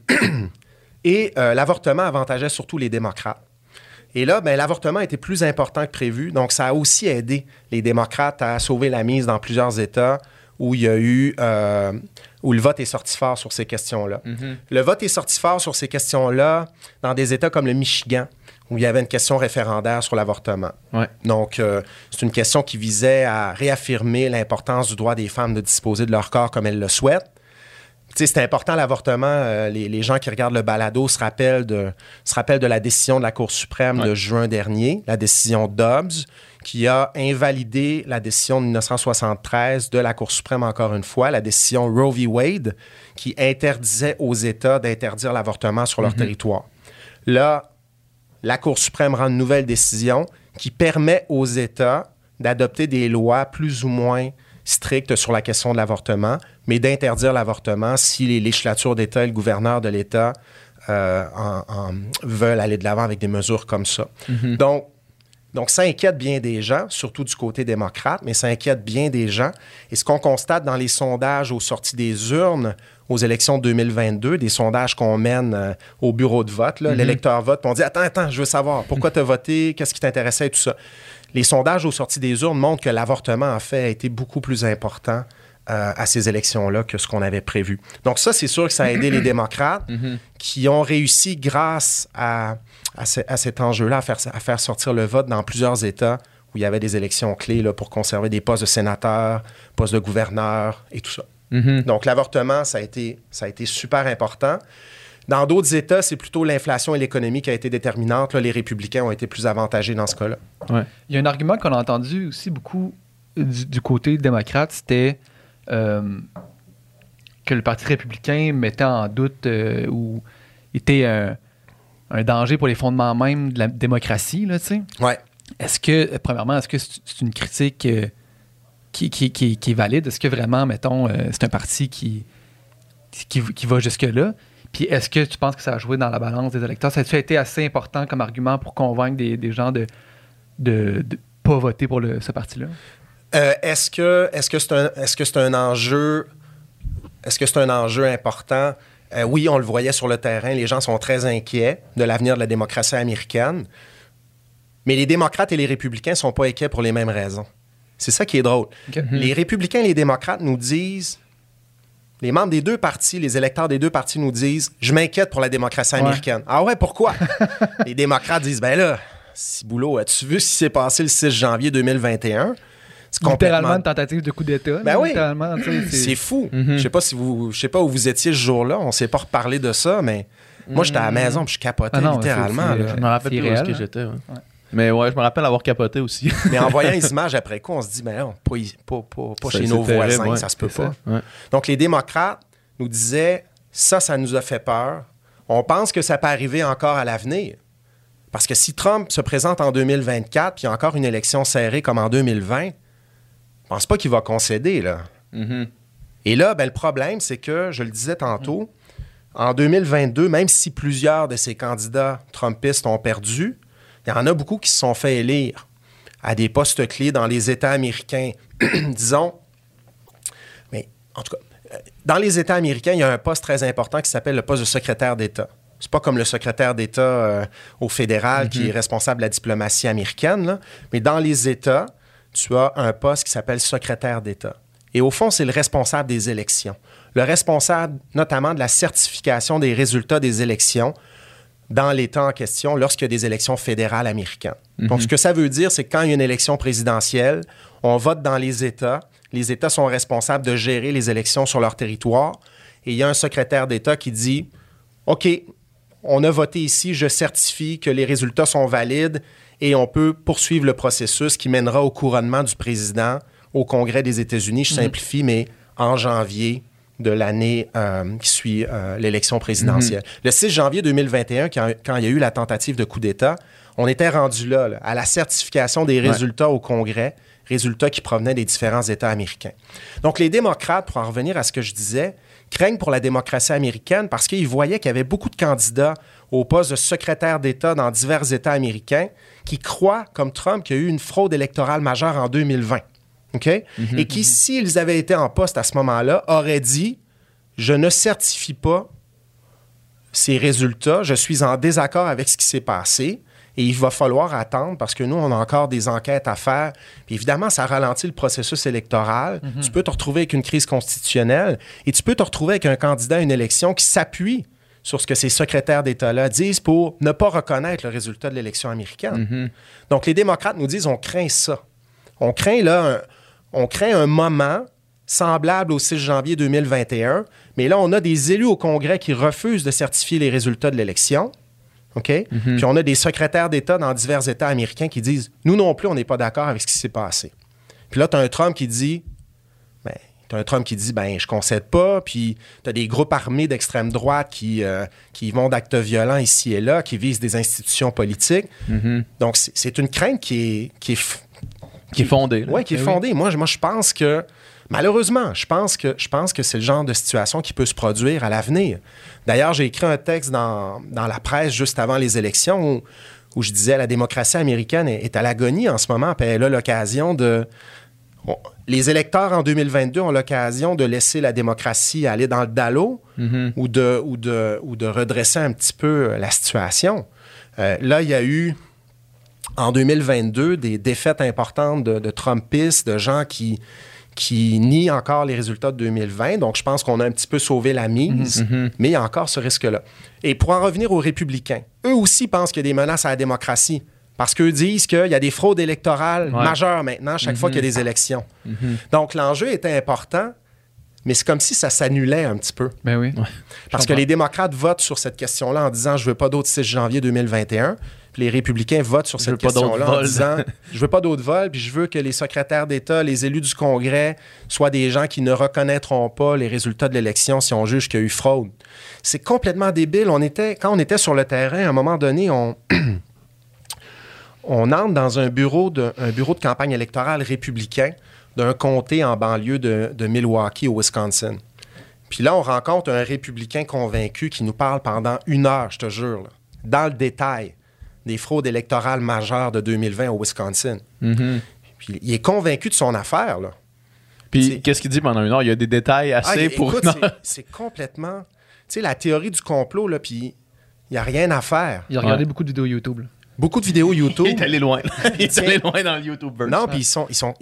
l'avortement avantageait surtout les démocrates. Et là, ben, l'avortement était plus important que prévu. Donc, ça a aussi aidé les démocrates à sauver la mise dans plusieurs États où il y a eu... où le vote est sorti fort sur ces questions-là. Le vote est sorti fort sur ces questions-là dans des États comme le Michigan, où il y avait une question référendaire sur l'avortement. Donc, c'est une question qui visait à réaffirmer l'importance du droit des femmes de disposer de leur corps comme elles le souhaitent. C'est important l'avortement. Les gens qui regardent le balado se rappellent de la décision de la Cour suprême de juin dernier, la décision Dobbs, qui a invalidé la décision de 1973 de la Cour suprême, encore une fois, la décision Roe v. Wade, qui interdisait aux États d'interdire l'avortement sur leur territoire. Là, la Cour suprême rend une nouvelle décision qui permet aux États d'adopter des lois plus ou moins strictes sur la question de l'avortement, mais d'interdire l'avortement si les législatures d'État et le gouverneur de l'État veulent aller de l'avant avec des mesures comme ça. Donc, ça inquiète bien des gens, surtout du côté démocrate, mais ça inquiète bien des gens. Et ce qu'on constate dans les sondages aux sorties des urnes aux élections de 2022, des sondages qu'on mène au bureau de vote, l'électeur vote, puis on dit « Attends, je veux savoir, pourquoi tu as voté, qu'est-ce qui t'intéressait et tout ça ». Les sondages aux sorties des urnes montrent que l'avortement, en fait, a été beaucoup plus important à ces élections-là que ce qu'on avait prévu. Donc ça, c'est sûr que ça a aidé les démocrates qui ont réussi, grâce à cet enjeu-là, à faire sortir le vote dans plusieurs États où il y avait des élections clés là, pour conserver des postes de sénateurs, postes de gouverneurs et tout ça. Donc l'avortement, ça a été super important. Dans d'autres États, c'est plutôt l'inflation et l'économie qui a été déterminante. Là, les républicains ont été plus avantagés dans ce cas-là. Ouais. Il y a un argument qu'on a entendu aussi beaucoup du côté démocrate, c'était que le Parti républicain mettait en doute ou était un danger pour les fondements même de la démocratie, là, tu sais. Ouais. Premièrement, est-ce que c'est une critique qui est valide? Est-ce que vraiment, mettons, c'est un parti qui va jusque-là? Puis est-ce que tu penses que ça a joué dans la balance des électeurs? Ça a été assez important comme argument pour convaincre des gens de pas voter pour ce parti-là? Est-ce que c'est un enjeu? Est-ce que c'est un enjeu important? Oui, on le voyait sur le terrain. Les gens sont très inquiets de l'avenir de la démocratie américaine. Mais les démocrates et les républicains ne sont pas inquiets pour les mêmes raisons. C'est ça qui est drôle. Okay. Les républicains et les démocrates nous disent, les membres des deux partis, les électeurs des deux partis nous disent, je m'inquiète pour la démocratie américaine. Ah ouais, pourquoi? Les démocrates disent, ben là, ciboulot, as-tu vu ce qui s'est passé le 6 janvier 2021? C'est littéralement une tentative de coup d'État. Ben oui, c'est fou. Je sais pas où vous étiez ce jour-là. On ne s'est pas reparlé de ça, mais moi, j'étais à la maison et je capotais littéralement. Je me rappelle plus où est-ce que j'étais. Ouais. Mais ouais, je me rappelle avoir capoté aussi. Mais en voyant les images après coup, on se dit, ben non, pas chez nos voisins, ça se peut pas. Ouais. Donc, les démocrates nous disaient, ça nous a fait peur. On pense que ça peut arriver encore à l'avenir. Parce que si Trump se présente en 2024, puis il y a encore une élection serrée comme en 2020, je pense pas qu'il va concéder, là. Et là, ben, le problème, c'est que, je le disais tantôt, en 2022, même si plusieurs de ces candidats trumpistes ont perdu, il y en a beaucoup qui se sont fait élire à des postes clés dans les États américains, disons. Mais en tout cas, dans les États américains, il y a un poste très important qui s'appelle le poste de secrétaire d'État. C'est pas comme le secrétaire d'État au fédéral qui est responsable de la diplomatie américaine, là. Mais dans les États, tu as un poste qui s'appelle secrétaire d'État. Et au fond, c'est le responsable des élections. Le responsable notamment de la certification des résultats des élections dans l'État en question lorsqu'il y a des élections fédérales américaines. Donc, ce que ça veut dire, c'est que quand il y a une élection présidentielle, on vote dans les États. Les États sont responsables de gérer les élections sur leur territoire. Et il y a un secrétaire d'État qui dit « OK, on a voté ici, je certifie que les résultats sont valides et on peut poursuivre le processus qui mènera au couronnement du président au Congrès des États-Unis. » Je simplifie, mais en janvier de l'année qui suit l'élection présidentielle. Le 6 janvier 2021, quand il y a eu la tentative de coup d'État, on était rendu là, à la certification des résultats au Congrès, résultats qui provenaient des différents États américains. Donc, les démocrates, pour en revenir à ce que je disais, craignent pour la démocratie américaine parce qu'ils voyaient qu'il y avait beaucoup de candidats au poste de secrétaire d'État dans divers États américains qui croient, comme Trump, qu'il y a eu une fraude électorale majeure en 2020. Okay? Et qui, s'ils avaient été en poste à ce moment-là, auraient dit « Je ne certifie pas ces résultats, je suis en désaccord avec ce qui s'est passé et il va falloir attendre parce que nous, on a encore des enquêtes à faire. » Puis évidemment, ça ralentit le processus électoral. Tu peux te retrouver avec une crise constitutionnelle et tu peux te retrouver avec un candidat à une élection qui s'appuie sur ce que ces secrétaires d'État-là disent pour ne pas reconnaître le résultat de l'élection américaine. Donc, les démocrates nous disent « On craint ça. On craint là... On craint un moment semblable au 6 janvier 2021, Mais là, on a des élus au Congrès qui refusent de certifier les résultats de l'élection. OK? Puis on a des secrétaires d'État dans divers États américains qui disent « Nous non plus, on n'est pas d'accord avec ce qui s'est passé. » Puis là, tu as un Trump qui dit « je concède pas. » Puis tu as des groupes armés d'extrême droite qui vont d'actes violents ici et là, qui visent des institutions politiques. Donc, c'est une crainte qui est fondée. Oui, qui est fondée. Moi, je pense que, malheureusement, je pense que c'est le genre de situation qui peut se produire à l'avenir. D'ailleurs, j'ai écrit un texte dans la presse juste avant les élections où je disais la démocratie américaine est à l'agonie en ce moment, puis elle a l'occasion de... les électeurs en 2022 ont l'occasion de laisser la démocratie aller dans le dallo ou de redresser un petit peu la situation. Là, il y a eu, en 2022, des défaites importantes de Trumpistes, de gens qui nient encore les résultats de 2020. Donc, je pense qu'on a un petit peu sauvé la mise, mais il y a encore ce risque-là. Et pour en revenir aux républicains, eux aussi pensent qu'il y a des menaces à la démocratie. Parce qu'eux disent qu'il y a des fraudes électorales majeures maintenant chaque fois qu'il y a des élections. Donc, l'enjeu était important, mais c'est comme si ça s'annulait un petit peu. Ben oui. Parce que les démocrates votent sur cette question-là en disant « Je veux pas d'autres 6 janvier 2021 ». Puis les républicains votent sur cette question-là en disant « Je veux pas d'autres vols, puis je veux que les secrétaires d'État, les élus du Congrès soient des gens qui ne reconnaîtront pas les résultats de l'élection si on juge qu'il y a eu fraude. » C'est complètement débile. Quand on était sur le terrain, à un moment donné, on entre dans un bureau de campagne électorale républicain d'un comté en banlieue de Milwaukee, au Wisconsin. Puis là, on rencontre un républicain convaincu qui nous parle pendant 1 heure, je te jure, là, dans le détail, des fraudes électorales majeures de 2020 au Wisconsin. Puis il est convaincu de son affaire, là. Puis qu'est-ce qu'il dit pendant 1 heure? Il y a des détails assez pour... Écoute, c'est complètement... Tu sais, la théorie du complot, là, puis il n'y a rien à faire. Il a regardé beaucoup de vidéos YouTube, là. Beaucoup de vidéos YouTube. Il est allé loin. Il est allé loin dans le YouTubeverse. Non, puis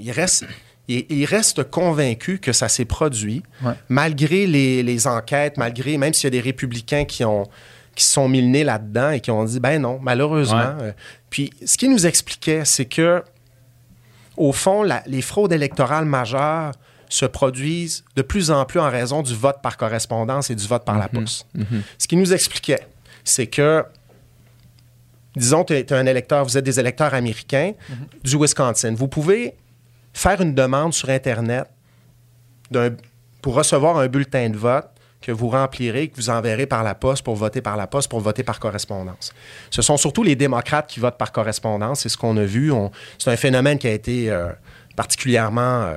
ils restent convaincus que ça s'est produit, malgré les enquêtes, même s'il y a des républicains qui se sont mis le nez là-dedans et qui ont dit, ben non, malheureusement. Puis ce qu'ils nous expliquaient, c'est que, au fond, les fraudes électorales majeures se produisent de plus en plus en raison du vote par correspondance et du vote par la poste. Ce qu'ils nous expliquaient, c'est que disons, tu es un électeur, vous êtes des électeurs américains du Wisconsin. Vous pouvez faire une demande sur Internet pour recevoir un bulletin de vote que vous remplirez, que vous enverrez par la poste, pour voter par correspondance. Ce sont surtout les démocrates qui votent par correspondance. C'est ce qu'on a vu. C'est un phénomène qui a été particulièrement...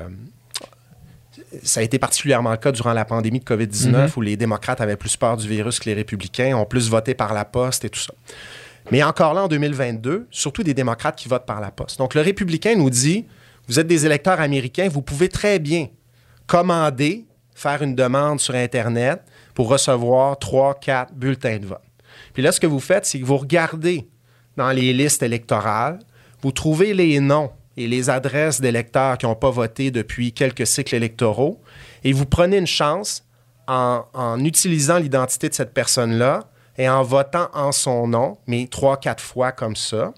ça a été particulièrement le cas durant la pandémie de COVID-19, où les démocrates avaient plus peur du virus que les républicains, ont plus voté par la poste et tout ça. Mais encore là, en 2022, surtout des démocrates qui votent par la poste. Donc, le républicain nous dit, vous êtes des électeurs américains, vous pouvez très bien commander, faire une demande sur Internet pour recevoir 3-4 bulletins de vote. Puis là, ce que vous faites, c'est que vous regardez dans les listes électorales, vous trouvez les noms et les adresses d'électeurs qui n'ont pas voté depuis quelques cycles électoraux, et vous prenez une chance en utilisant l'identité de cette personne-là et en votant en son nom, mais 3-4 fois comme ça.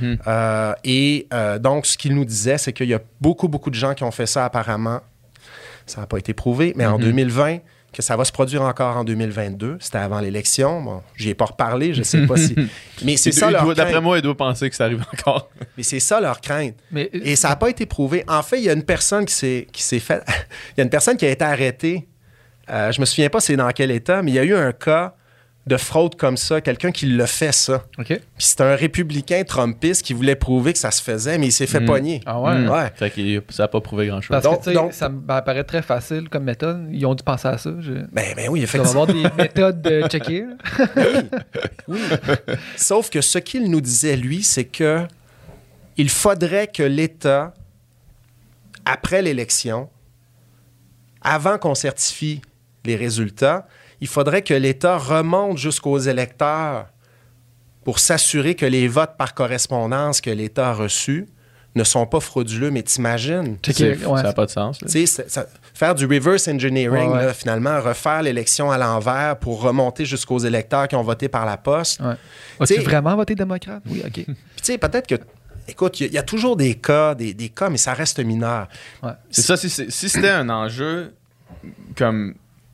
Donc, ce qu'il nous disait, c'est qu'il y a beaucoup, beaucoup de gens qui ont fait ça apparemment. Ça n'a pas été prouvé, mais en 2020, que ça va se produire encore en 2022. C'était avant l'élection. Bon, j'y ai pas reparlé, je sais pas si... Mais c'est ça leur crainte. D'après moi, il doit penser que ça arrive encore. Mais c'est ça leur crainte. Et ça n'a pas été prouvé. En fait, il y a une personne qui s'est fait... Il y a une personne qui a été arrêtée. Je me souviens pas c'est dans quel état, mais il y a eu un cas de fraude comme ça, quelqu'un qui l'a fait ça. Okay. Puis c'est un républicain trumpiste qui voulait prouver que ça se faisait, mais il s'est fait pogner. Ah ouais? Ouais. Fait que ça n'a pas prouvé grand-chose. Parce que, ça me paraît très facile comme méthode. Ils ont dû penser à ça. Ben oui, Il effectivement. doit y avoir des méthodes de checker. Oui. Sauf que ce qu'il nous disait, lui, c'est que il faudrait que l'État, après l'élection, avant qu'on certifie les résultats, il faudrait que l'État remonte jusqu'aux électeurs pour s'assurer que les votes par correspondance que l'État a reçus ne sont pas frauduleux. Mais t'imagines? Ça n'a pas de sens. Faire du reverse engineering, là, finalement, refaire l'élection à l'envers pour remonter jusqu'aux électeurs qui ont voté par la poste. Ouais. As-tu vraiment voté démocrate? Oui, OK. Puis tu sais, peut-être que... Écoute, il y a toujours des cas, mais ça reste mineur. Ouais. C'est ça, si c'était un enjeu comme...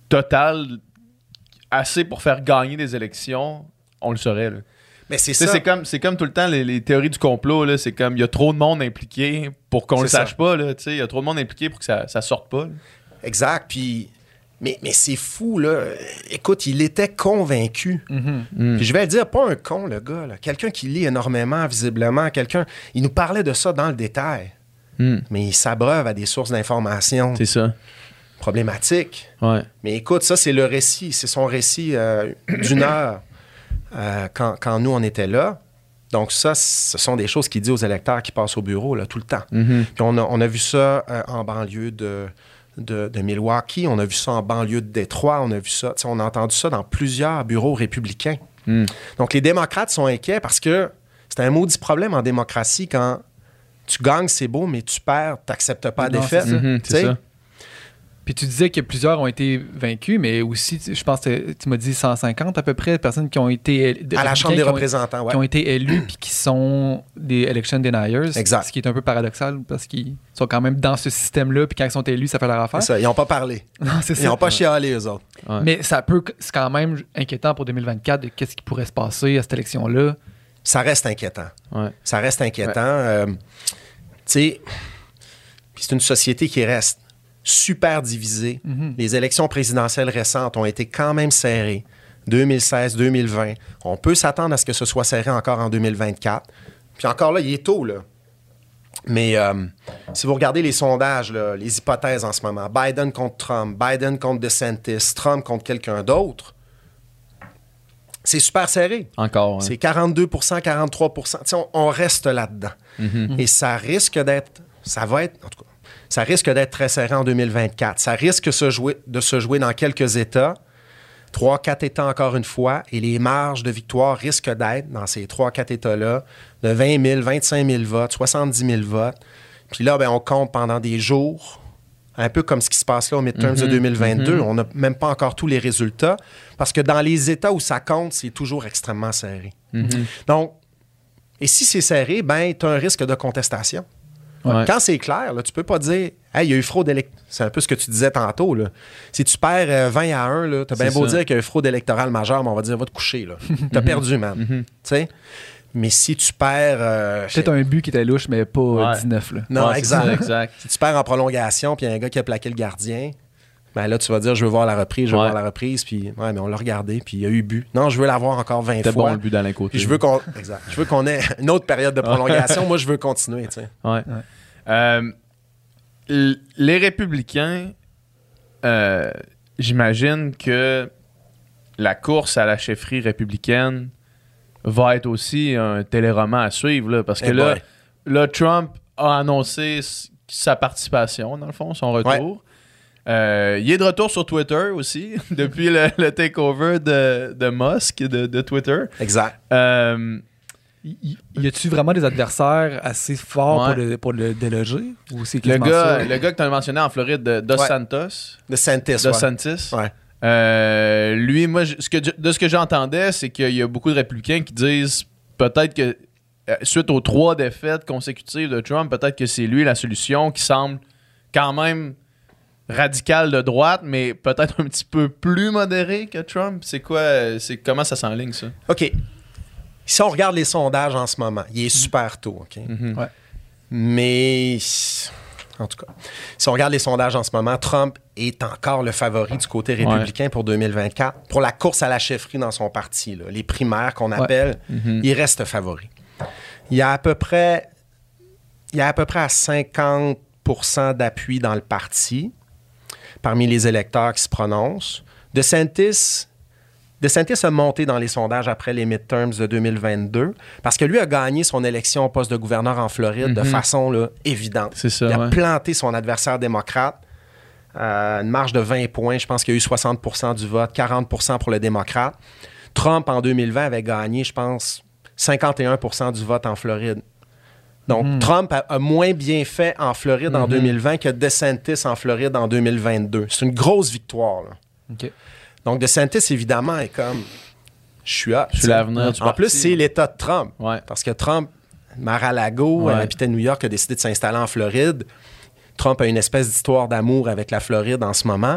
total assez pour faire gagner des élections, on le saurait. Là. Mais c'est ça. C'est comme tout le temps les théories du complot. Là, c'est comme il y a trop de monde impliqué pour qu'on le sache pas. Il y a trop de monde impliqué pour que ça sorte pas. Là. Exact. Puis, mais c'est fou, là. Écoute, il était convaincu. Puis je vais le dire, pas un con, le gars. Là. Quelqu'un qui lit énormément, visiblement. Il nous parlait de ça dans le détail. Mais il s'abreuve à des sources d'informations. C'est ça. Problématiques. Ouais. Mais écoute, ça, c'est le récit. C'est son récit d'une heure quand nous, on était là. Donc ça, ce sont des choses qu'il dit aux électeurs qui passent au bureau là, tout le temps. Puis on a vu ça en banlieue de Milwaukee, on a vu ça en banlieue de Détroit, on a vu ça, on a entendu ça dans plusieurs bureaux républicains. Donc les démocrates sont inquiets parce que c'est un maudit problème en démocratie quand tu gagnes, c'est beau, mais tu perds, tu n'acceptes pas la défaite. C'est ça. Puis tu disais que plusieurs ont été vaincus, mais aussi, je pense que tu m'as dit 150 à peu près de personnes qui ont été... À la Chambre des représentants, qui ont été élus puis qui sont des election deniers. Exact. Ce qui est un peu paradoxal parce qu'ils sont quand même dans ce système-là puis quand ils sont élus, ça fait leur affaire. C'est ça, ils n'ont pas parlé. Non, c'est ça. Ils n'ont pas chialé, eux autres. Ouais. Mais c'est quand même inquiétant pour 2024 de qu'est-ce qui pourrait se passer à cette élection-là. Ça reste inquiétant. Ouais. Ça reste inquiétant. Tu sais, c'est une société qui reste super divisée. Les élections présidentielles récentes ont été quand même serrées. 2016, 2020. On peut s'attendre à ce que ce soit serré encore en 2024. Puis encore là, il est tôt, là. Mais si vous regardez les sondages, là, les hypothèses en ce moment, Biden contre Trump, Biden contre DeSantis, Trump contre quelqu'un d'autre, c'est super serré. Encore. Ouais. C'est 42%, 43%. T'sais, on reste là-dedans. Et ça risque d'être... Ça va être... En tout cas, ça risque d'être très serré en 2024. Ça risque de se jouer dans quelques États, 3-4 États encore une fois, et les marges de victoire risquent d'être, dans ces 3-4 États-là, de 20 000, 25 000 votes, 70 000 votes. Puis là, ben, on compte pendant des jours, un peu comme ce qui se passe là au midterms de 2022. On n'a même pas encore tous les résultats, parce que dans les États où ça compte, c'est toujours extrêmement serré. Donc, et si c'est serré, ben, tu as un risque de contestation. Ouais. Quand c'est clair, là, tu peux pas dire « Hey, il y a eu fraude électorale. » C'est un peu ce que tu disais tantôt. Là. Si tu perds 20-1, tu as bien beau dire qu'il y a eu fraude électorale majeure, mais on va dire « Va te coucher. » Tu as perdu, man. Tu sais? Mais si tu perds... Peut-être un but qui était louche, mais pas 19. Là. Non, Ouais, exact. Si tu perds en prolongation, puis il y a un gars qui a plaqué le gardien, ben là, tu vas dire « Je veux voir la reprise, voir la reprise. » Puis, ouais, mais on l'a regardé, puis il y a eu but. Non, je veux l'avoir encore 20 C'était fois. bon le but d'Alain Côté. Puis je veux qu'on ait une autre période de prolongation. Moi, je veux continuer, tu sais. Ouais. Les républicains, j'imagine que la course à la chefferie républicaine va être aussi un téléroman à suivre, là, parce que là, Trump a annoncé sa participation, dans le fond, son retour. Ouais. Il est de retour sur Twitter aussi, depuis le takeover de Musk de Twitter. Exact. Y a-tu vraiment des adversaires assez forts pour le déloger? Ou c'est le gars que tu as mentionné en Floride, Dos Santos. DeSantis. Ouais. Lui, moi, de ce que j'entendais, c'est qu'il y a beaucoup de républicains qui disent peut-être que suite aux 3 défaites consécutives de Trump, peut-être que c'est lui la solution qui semble quand même radicale de droite, mais peut-être un petit peu plus modéré que Trump. Comment ça s'enligne, ça? OK. Si on regarde les sondages en ce moment, il est super tôt, OK? Ouais. Mais, en tout cas, si on regarde les sondages en ce moment, Trump est encore le favori du côté républicain pour 2024. Pour la course à la chefferie dans son parti, là, les primaires qu'on appelle, il reste favori. Il y a à peu près à 50% d'appui dans le parti parmi les électeurs qui se prononcent. DeSantis a monté dans les sondages après les midterms de 2022 parce que lui a gagné son élection au poste de gouverneur en Floride de façon là, évidente. C'est ça, il a planté son adversaire démocrate. Une marge de 20 points. Je pense qu'il y a eu 60% du vote, 40% pour le démocrate. Trump, en 2020, avait gagné, je pense, 51% du vote en Floride. Donc, Trump a moins bien fait en Floride en 2020 que DeSantis en Floride en 2022. C'est une grosse victoire, là. OK. Donc, DeSantis, évidemment, est comme... Je suis l'avenir du En parti. plus, c'est l'État de Trump. Ouais. Parce que Trump, Mar-a-Lago, puis New York a décidé de s'installer en Floride. Trump a une espèce d'histoire d'amour avec la Floride en ce moment.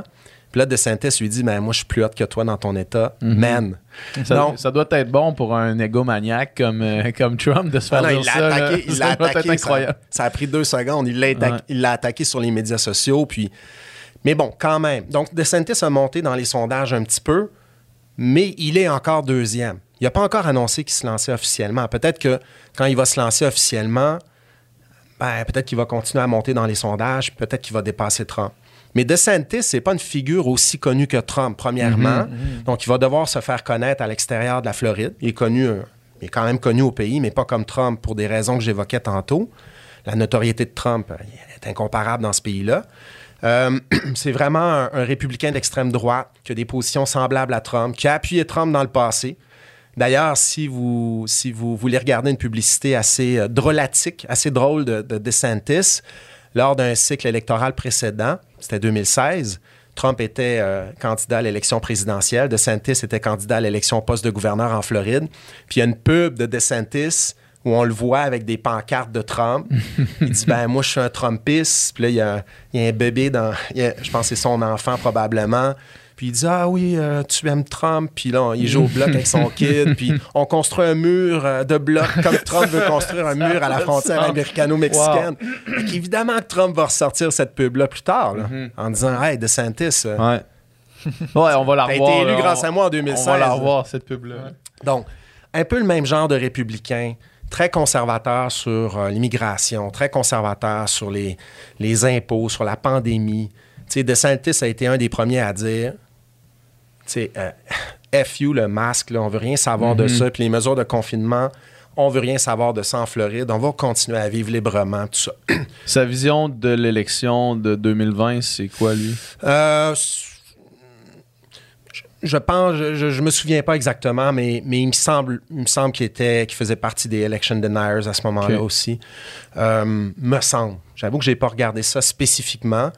Puis là, DeSantis lui dit, moi, je suis plus hot que toi dans ton État. Man. Ça doit être bon pour un égomaniaque comme Trump de se faire dire ça. Il l'a attaqué. Ça a pris 2 secondes. Il l'a attaqué sur les médias sociaux. Mais bon, quand même. Donc, DeSantis a monté dans les sondages un petit peu, mais il est encore 2e. Il n'a pas encore annoncé qu'il se lançait officiellement. Peut-être que quand il va se lancer officiellement, peut-être qu'il va continuer à monter dans les sondages, peut-être qu'il va dépasser Trump. Mais DeSantis, c'est pas une figure aussi connue que Trump, premièrement. Donc, il va devoir se faire connaître à l'extérieur de la Floride. Il est quand même connu au pays, mais pas comme Trump pour des raisons que j'évoquais tantôt. La notoriété de Trump est incomparable dans ce pays-là. C'est vraiment un républicain d'extrême droite qui a des positions semblables à Trump, qui a appuyé Trump dans le passé. D'ailleurs, si vous voulez regarder une publicité assez drôlatique, assez drôle de DeSantis, lors d'un cycle électoral précédent, c'était 2016, Trump était candidat à l'élection présidentielle, DeSantis était candidat à l'élection au poste de gouverneur en Floride. Puis il y a une pub de DeSantis où on le voit avec des pancartes de Trump. Il dit, moi, je suis un Trumpiste. Puis là, il y a un bébé je pense que c'est son enfant probablement. Puis il dit, ah oui, tu aimes Trump. Puis là, il joue au bloc avec son kid. Puis on construit un mur de bloc comme Trump veut construire un mur à la frontière américano-mexicaine. Wow. Évidemment que Trump va ressortir cette pub-là plus tard, là, en disant, hey, DeSantis. Ouais, on va la revoir. T'as été élu grâce à moi en 2016. On va la revoir, cette pub-là. Ouais. Donc, un peu le même genre de républicain, très conservateur sur l'immigration, très conservateur sur les impôts, sur la pandémie. Tu sais, DeSantis a été un des premiers à dire, tu sais, F you, le masque, là, on veut rien savoir de ça. Puis les mesures de confinement, on veut rien savoir de ça en Floride. On va continuer à vivre librement, tout ça. Sa vision de l'élection de 2020, c'est quoi, lui? Je pense, je me souviens pas exactement, mais il me semble qu'il faisait partie des election deniers à ce moment-là aussi. Me semble. J'avoue que j'ai pas regardé ça spécifiquement,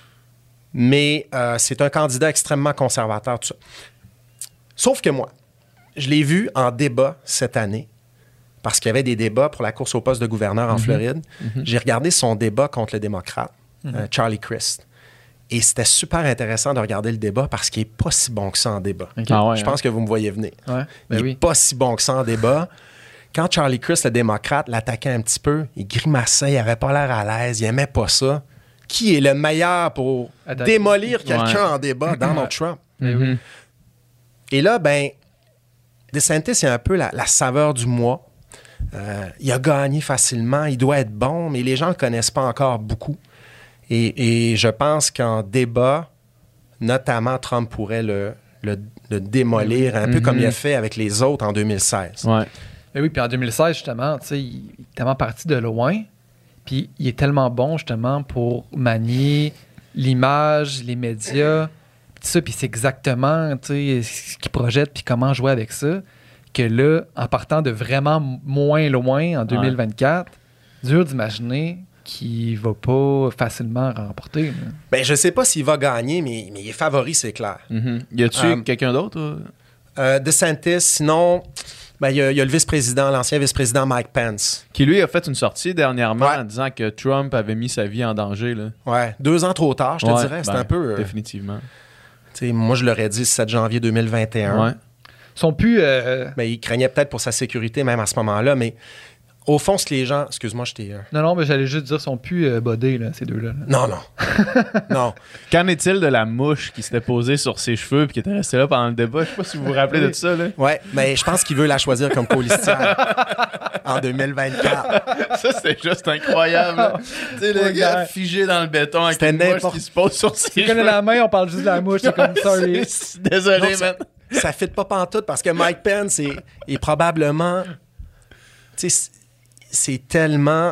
mais c'est un candidat extrêmement conservateur, tout ça. Sauf que moi, je l'ai vu en débat cette année, parce qu'il y avait des débats pour la course au poste de gouverneur en Floride. J'ai regardé son débat contre le démocrate, Charlie Crist. Et c'était super intéressant de regarder le débat parce qu'il n'est pas si bon que ça en débat. Okay. Je pense que vous me voyez venir. Ouais, il n'est pas si bon que ça en débat. Quand Charlie Crist, le démocrate, l'attaquait un petit peu, il grimaçait, il n'avait pas l'air à l'aise, il n'aimait pas ça. Qui est le meilleur pour démolir quelqu'un en débat? Donald Trump. Et là, DeSantis, c'est un peu la saveur du mois. Il a gagné facilement, il doit être bon, mais les gens ne le connaissent pas encore beaucoup. Et je pense qu'en débat, notamment, Trump pourrait le démolir, un peu comme il a fait avec les autres en 2016. Ouais. Mais oui, puis en 2016, justement, tu sais, il est tellement parti de loin, puis il est tellement bon, justement, pour manier l'image, les médias, tout ça, puis c'est exactement, tu sais, ce qu'il projette, puis comment jouer avec ça, que là, en partant de vraiment moins loin en 2024, dur d'imaginer qui va pas facilement remporter. Je sais pas s'il va gagner, mais il est favori, c'est clair. Y a-tu quelqu'un d'autre? DeSantis, sinon, il y a le vice-président, l'ancien vice-président Mike Pence. Qui, lui, a fait une sortie dernièrement en disant que Trump avait mis sa vie en danger. Là. Ouais, 2 ans trop tard, je te dirais. C'est un peu... définitivement. Moi, je l'aurais dit le 7 janvier 2021. Ouais. Sont plus... il craignait peut-être pour sa sécurité, même à ce moment-là, mais... Au fond, ce que les gens... Excuse-moi, je t'ai... Non, mais j'allais juste dire, ils sont plus bodés, là, ces deux-là. Non. Non. Qu'en est-il de la mouche qui s'était posée sur ses cheveux et qui était restée là pendant le débat? Je sais pas si vous vous rappelez de ça, là. Ouais, mais je pense qu'il veut la choisir comme colistière en 2024. Ça, c'était juste incroyable. Tu sais, le gars figé dans le béton avec une mouche qui se pose sur ses cheveux. Tu connais la main, on parle juste de la mouche. C'est comme, sorry. Désolé, man. Ça fit pas pantoute parce que Mike Pence est probablement... Tu sais, c'est tellement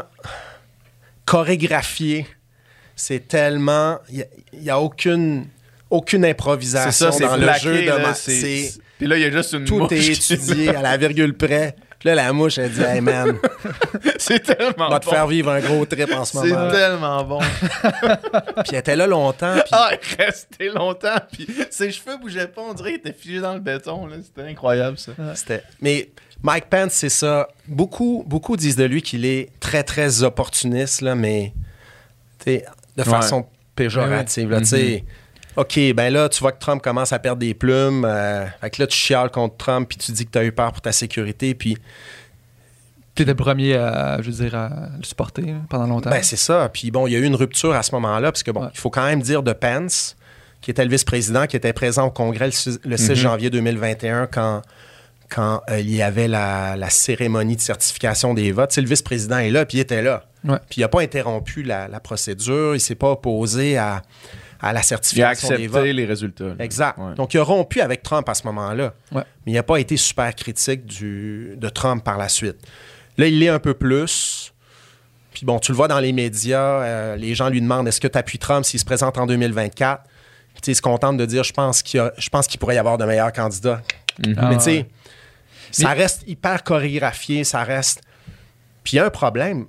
chorégraphié, c'est tellement... Il n'y a aucune improvisation dans le jeu. Puis là, il y a juste une mouche. Tout est étudié à la virgule près. Puis là, la mouche, elle dit « Hey man, c'est tellement bon. On va te faire vivre un gros trip en ce moment. » C'est tellement bon. Puis elle était là longtemps. Puis... elle restait longtemps. Puis ses cheveux bougeaient pas. On dirait qu'il était figé dans le béton. Là. C'était incroyable, ça. Mais... Mike Pence, c'est ça. Beaucoup disent de lui qu'il est très, très opportuniste, là, mais de façon péjorative. Là, OK, ben là, tu vois que Trump commence à perdre des plumes. Fait que là, tu chiales contre Trump, puis tu dis que tu as eu peur pour ta sécurité, puis... Tu étais le premier à le supporter pendant longtemps. Ben, c'est ça. Puis bon, il y a eu une rupture à ce moment-là, parce que bon, il faut quand même dire de Pence, qui était le vice-président, qui était présent au Congrès le 6 janvier 2021 quand il y avait la cérémonie de certification des votes. Le vice-président est là, puis il était là. Ouais. Puis il n'a pas interrompu la procédure, il ne s'est pas opposé à la certification des votes. Il a accepté les résultats. Là. Exact. Ouais. Donc, il a rompu avec Trump à ce moment-là. Ouais. Mais il n'a pas été super critique de Trump par la suite. Là, il l'est un peu plus. Puis bon, tu le vois dans les médias, les gens lui demandent est-ce que tu appuies Trump s'il se présente en 2024? Puis il se contente de dire je pense qu'il pourrait y avoir de meilleurs candidats. Mais tu sais, ça reste hyper chorégraphié, ça reste... Puis il y a un problème,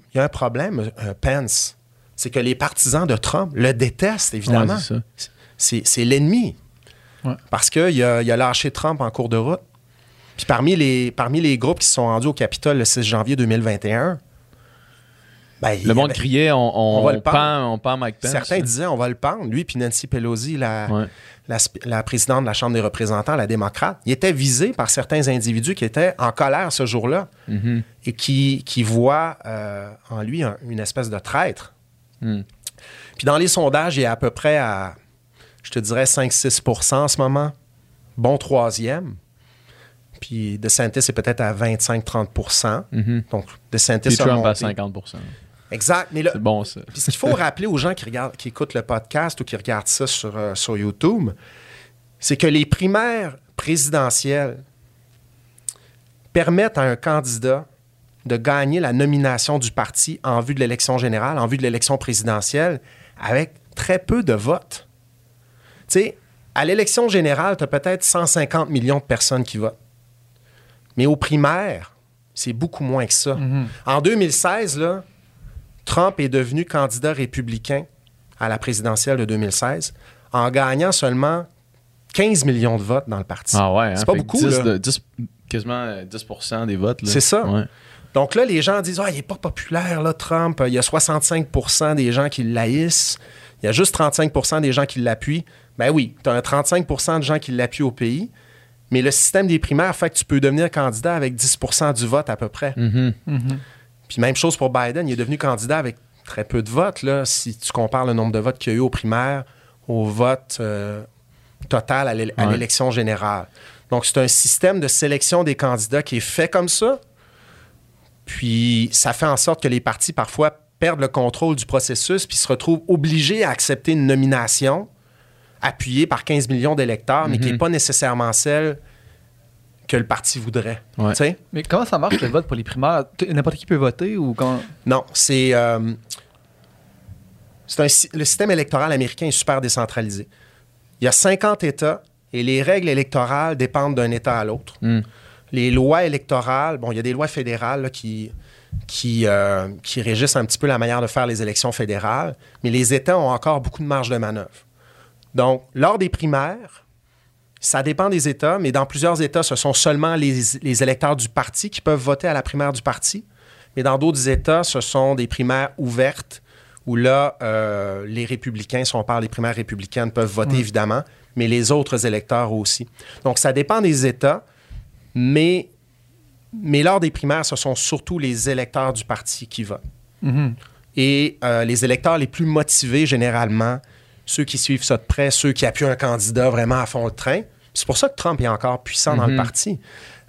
Pence. C'est que les partisans de Trump le détestent, évidemment. Ouais, c'est l'ennemi. Ouais. Parce qu'il a lâché Trump en cours de route. Puis parmi les groupes qui se sont rendus au Capitole le 6 janvier 2021, ben, le monde criait on va le pendre. on pend Mike Pence. Certains disaient on va le pendre. Lui puis Nancy Pelosi, la présidente de la Chambre des représentants, la démocrate, il était visé par certains individus qui étaient en colère ce jour-là et qui voient en lui une espèce de traître. Puis dans les sondages, il est à peu près à, je te dirais, 5-6 % en ce moment. Bon troisième. Puis DeSantis est peut-être à 25-30 %. Donc, DeSantis puis a Trump monté. à 50 %. Exact. Mais là, c'est bon, ça. Puis ce qu'il faut rappeler aux gens qui écoutent le podcast ou qui regardent ça sur YouTube, c'est que les primaires présidentielles permettent à un candidat de gagner la nomination du parti en vue de l'élection générale, en vue de l'élection présidentielle, avec très peu de votes. Tu sais, à l'élection générale, tu as peut-être 150 millions de personnes qui votent. Mais aux primaires, c'est beaucoup moins que ça. En 2016, là, Trump est devenu candidat républicain à la présidentielle de 2016 en gagnant seulement 15 millions de votes dans le parti. Ah ouais, hein? C'est pas beaucoup, là. Quasiment 10 % des votes. Là. C'est ça. Ouais. Donc là, les gens disent « Ah, il n'est pas populaire, là, Trump. Il y a 65 % des gens qui l'haïssent. Il y a juste 35 % des gens qui l'appuient. » Ben oui, tu as un 35 % de gens qui l'appuient au pays, mais le système des primaires fait que tu peux devenir candidat avec 10 % du vote à peu près. Puis même chose pour Biden, il est devenu candidat avec très peu de votes, là, si tu compares le nombre de votes qu'il y a eu aux primaires au vote total à l'élection générale. Donc, c'est un système de sélection des candidats qui est fait comme ça. Puis, ça fait en sorte que les partis, parfois, perdent le contrôle du processus puis se retrouvent obligés à accepter une nomination appuyée par 15 millions d'électeurs, mais qui n'est pas nécessairement celle que le parti voudrait. Ouais. T'sais? Mais comment ça marche le vote pour les primaires? N'importe qui peut voter ou quand... Non, le système électoral américain est super décentralisé. Il y a 50 États et les règles électorales dépendent d'un État à l'autre. Les lois électorales, bon, il y a des lois fédérales là, qui régissent un petit peu la manière de faire les élections fédérales, mais les États ont encore beaucoup de marge de manœuvre. Donc, lors des primaires, ça dépend des États, mais dans plusieurs États, ce sont seulement les électeurs du parti qui peuvent voter à la primaire du parti. Mais dans d'autres États, ce sont des primaires ouvertes où là, les républicains, si on parle des primaires républicaines, peuvent voter évidemment, mais les autres électeurs aussi. Donc, ça dépend des États, mais lors des primaires, ce sont surtout les électeurs du parti qui votent. Et les électeurs les plus motivés, généralement, ceux qui suivent ça de près, ceux qui appuient un candidat vraiment à fond le train. C'est pour ça que Trump est encore puissant dans le parti.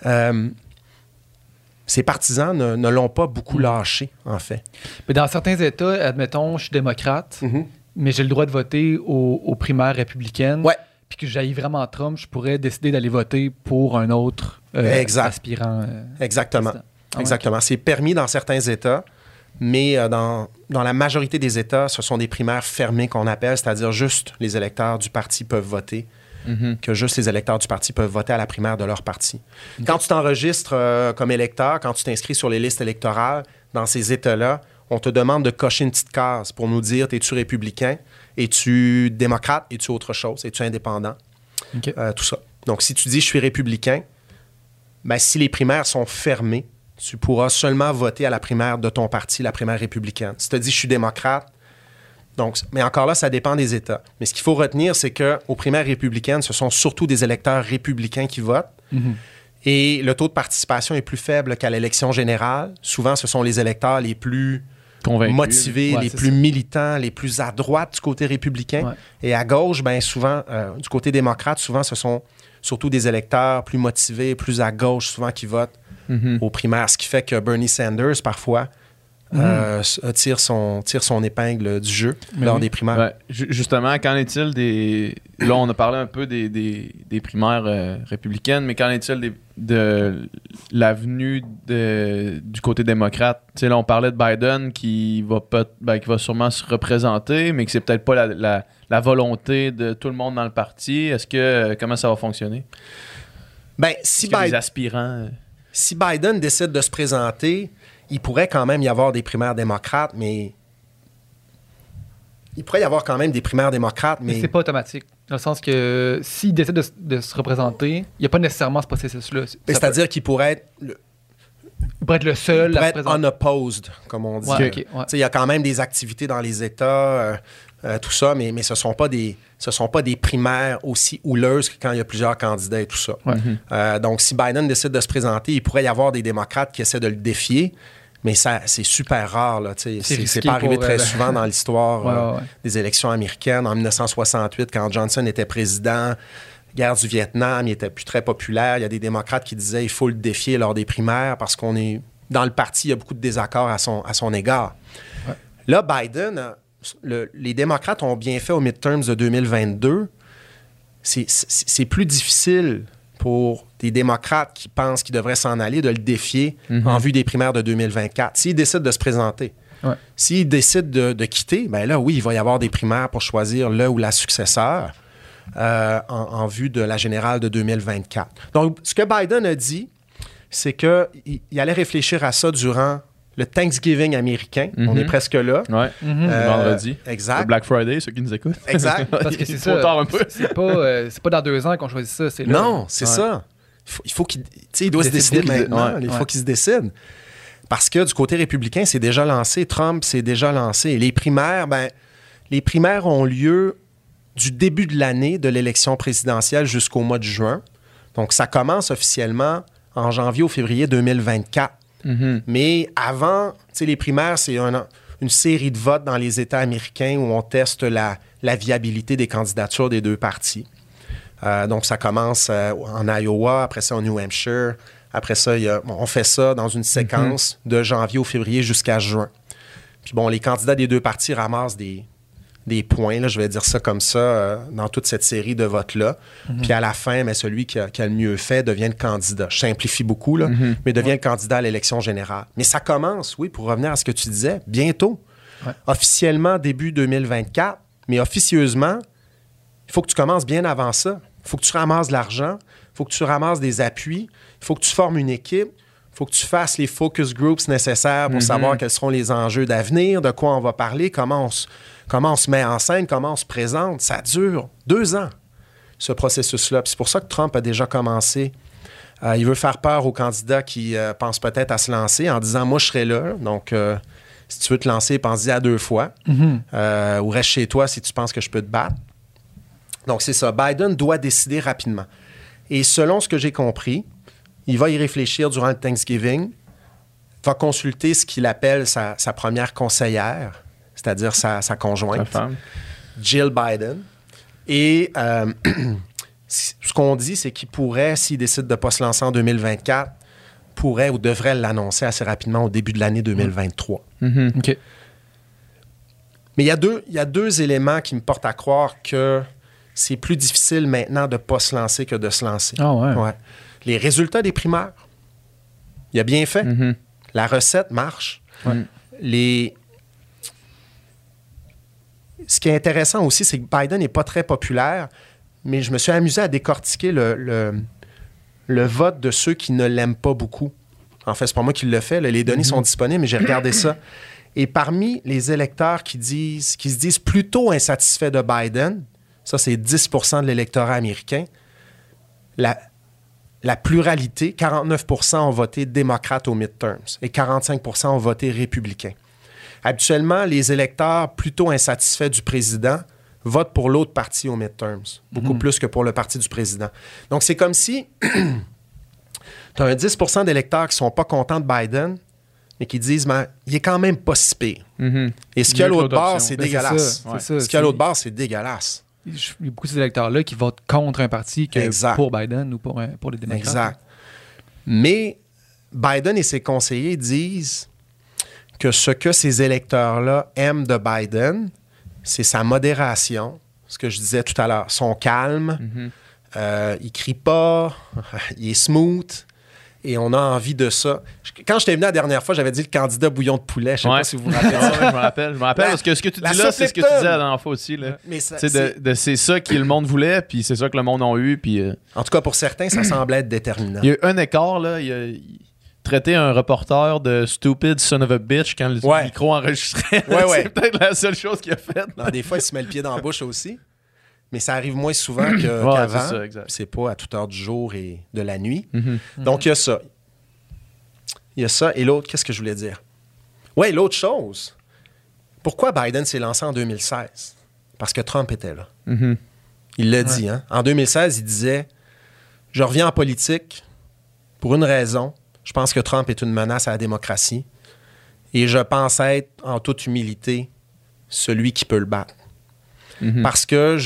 Ses partisans ne l'ont pas beaucoup lâché, en fait. Mais dans certains États, admettons, je suis démocrate, mais j'ai le droit de voter aux primaires républicaines. Ouais. Puis que j'haïs vraiment Trump, je pourrais décider d'aller voter pour un autre aspirant. Exactement. Exactement. C'est permis dans certains États, mais dans la majorité des États, ce sont des primaires fermées qu'on appelle, c'est-à-dire juste les électeurs du parti peuvent voter, que juste les électeurs du parti peuvent voter à la primaire de leur parti. Quand tu t'enregistres comme électeur, quand tu t'inscris sur les listes électorales, dans ces États-là, on te demande de cocher une petite case pour nous dire, es-tu républicain, es-tu démocrate, es-tu autre chose, es-tu indépendant, tout ça. Donc, si tu dis, je suis républicain, ben, si les primaires sont fermées, tu pourras seulement voter à la primaire de ton parti, la primaire républicaine. Si tu dis, je suis démocrate, Donc, mais encore là, ça dépend des États. Mais ce qu'il faut retenir, c'est qu'aux primaires républicaines, ce sont surtout des électeurs républicains qui votent. Et le taux de participation est plus faible qu'à l'élection générale. Souvent, ce sont les électeurs les plus motivés, les plus militants, les plus à droite du côté républicain. Ouais. Et à gauche, bien souvent, du côté démocrate, souvent, ce sont surtout des électeurs plus motivés, plus à gauche, souvent, qui votent aux primaires. Ce qui fait que Bernie Sanders, parfois, tire son épingle du jeu lors des primaires. Ouais. Justement, qu'en est-il des... Là, on a parlé un peu des primaires républicaines, mais qu'en est-il de l'avenue du côté démocrate? T'sais, là, on parlait de Biden qui va sûrement se représenter, mais que c'est peut-être pas la volonté de tout le monde dans le parti. Comment ça va fonctionner? Ben, si les aspirants... Si Biden décide de se présenter, il pourrait quand même y avoir des primaires démocrates, mais... Il pourrait y avoir quand même des primaires démocrates, mais... c'est pas automatique. Dans le sens que s'il décide de se représenter, il n'y a pas nécessairement ce processus-là. C'est-à-dire qu'il pourrait être... Il pourrait être le seul à se présenter. Unopposed, comme on dit. Ouais, okay, il y a quand même des activités dans les États, tout ça, mais ce ne sont pas des primaires aussi houleuses que quand il y a plusieurs candidats et tout ça. Ouais. Donc, si Biden décide de se présenter, il pourrait y avoir des démocrates qui essaient de le défier, mais ça, c'est super rare. Là, c'est pas arrivé très souvent dans l'histoire des élections américaines. En 1968, quand Johnson était président, guerre du Vietnam, il était plus très populaire. Il y a des démocrates qui disaient qu'il faut le défier lors des primaires parce qu'on est... Dans le parti, il y a beaucoup de désaccords à son égard. Ouais. Là, Biden... les démocrates ont bien fait aux midterms de 2022. C'est plus difficile pour des démocrates qui pensent qu'ils devraient s'en aller de le défier en vue des primaires de 2024. S'ils décident de se présenter, s'ils décident de quitter, bien là, oui, il va y avoir des primaires pour choisir le ou la successeur en vue de la générale de 2024. Donc, ce que Biden a dit, c'est qu'il allait réfléchir à ça durant le Thanksgiving américain. On est presque là. Ouais. Vendredi. Exact. Le Black Friday, ceux qui nous écoutent. Exact. Parce que c'est trop tard un peu. C'est pas dans 2 ans qu'on choisit ça. C'est là. Non, c'est ça. Il faut qu'il... il doit se décider maintenant. Il faut qu'il se décide. Parce que du côté républicain, c'est déjà lancé. Trump s'est déjà lancé. Et les primaires ont lieu du début de l'année de l'élection présidentielle jusqu'au mois de juin. Donc, ça commence officiellement en janvier ou février 2024. Mais avant, les primaires, c'est une série de votes dans les États américains où on teste la viabilité des candidatures des deux partis. Donc, ça commence en Iowa, après ça au New Hampshire. Après ça, on fait ça dans une séquence de janvier au février jusqu'à juin. Puis bon, les candidats des deux partis ramassent des points, là, je vais dire ça comme ça, dans toute cette série de votes-là. Puis à la fin, mais celui qui a le mieux fait devient le candidat. Je simplifie beaucoup, là, mais devient le candidat à l'élection générale. Mais ça commence, oui, pour revenir à ce que tu disais, bientôt. Ouais. Officiellement, début 2024, mais officieusement, il faut que tu commences bien avant ça. Il faut que tu ramasses de l'argent, il faut que tu ramasses des appuis, il faut que tu formes une équipe, il faut que tu fasses les focus groups nécessaires pour savoir quels seront les enjeux d'avenir, de quoi on va parler, comment on se met en scène, comment on se présente. Ça dure 2 ans, ce processus-là. Puis c'est pour ça que Trump a déjà commencé. Il veut faire peur aux candidats qui pensent peut-être à se lancer en disant « Moi, je serai là. » Donc, si tu veux te lancer, pense-y à 2 fois. Ou reste chez toi si tu penses que je peux te battre. Donc, c'est ça. Biden doit décider rapidement. Et selon ce que j'ai compris, il va y réfléchir durant le Thanksgiving, va consulter ce qu'il appelle sa première conseillère, c'est-à-dire sa conjointe, Jill Biden. Et ce qu'on dit, c'est qu'il pourrait, s'il décide de ne pas se lancer en 2024, pourrait ou devrait l'annoncer assez rapidement au début de l'année 2023. OK. Mais il y a deux éléments qui me portent à croire que c'est plus difficile maintenant de ne pas se lancer que de se lancer. Ah ouais. Les résultats des primaires, il a bien fait. La recette marche. Ce qui est intéressant aussi, c'est que Biden n'est pas très populaire, mais je me suis amusé à décortiquer le vote de ceux qui ne l'aiment pas beaucoup. En fait, c'est pas moi qui le fais. Là. Les données sont disponibles, mais j'ai regardé ça. Et parmi les électeurs qui se disent plutôt insatisfaits de Biden, ça, c'est 10 % de l'électorat américain, la pluralité, 49 % ont voté démocrate aux midterms et 45 % ont voté républicain. Habituellement, les électeurs plutôt insatisfaits du président votent pour l'autre parti aux midterms, beaucoup plus que pour le parti du président. Donc, c'est comme si tu as un 10 % d'électeurs qui ne sont pas contents de Biden, mais qui disent, mais il est quand même pas si pire. Et ce qu'il y a à l'autre bord, c'est dégueulasse. Ce qu'il y a à l'autre bord, c'est dégueulasse. Il y a beaucoup de ces électeurs-là qui votent contre un parti que pour Biden ou pour les démocrates. Exact. Mais Biden et ses conseillers disent que ce que ces électeurs-là aiment de Biden, c'est sa modération, ce que je disais tout à l'heure, son calme, il crie pas, il est smooth. Et on a envie de ça. Quand j'étais venu la dernière fois, j'avais dit le candidat bouillon de poulet. Je sais pas si vous vous rappelez ça. Je me rappelle. Parce que ce que tu dis là, c'est ce que tu disais la dernière fois aussi. Là. Mais ça, c'est ça que le monde voulait, puis c'est ça que le monde a eu. Puis, En tout cas, pour certains, ça semblait être déterminant. Il y a eu un écart, là. Il traitait un reporter de stupid son of a bitch quand le micro enregistrait. C'est peut-être la seule chose qu'il a faite. Non, des fois, il se met le pied dans la bouche aussi. Mais ça arrive moins souvent qu'avant. C'est pas à toute heure du jour et de la nuit. Donc, il y a ça. Il y a ça. Et l'autre, qu'est-ce que je voulais dire? Oui, l'autre chose. Pourquoi Biden s'est lancé en 2016? Parce que Trump était là. Il l'a dit. Hein? En 2016, il disait, je reviens en politique pour une raison. Je pense que Trump est une menace à la démocratie. Et je pense être, en toute humilité, celui qui peut le battre. Parce que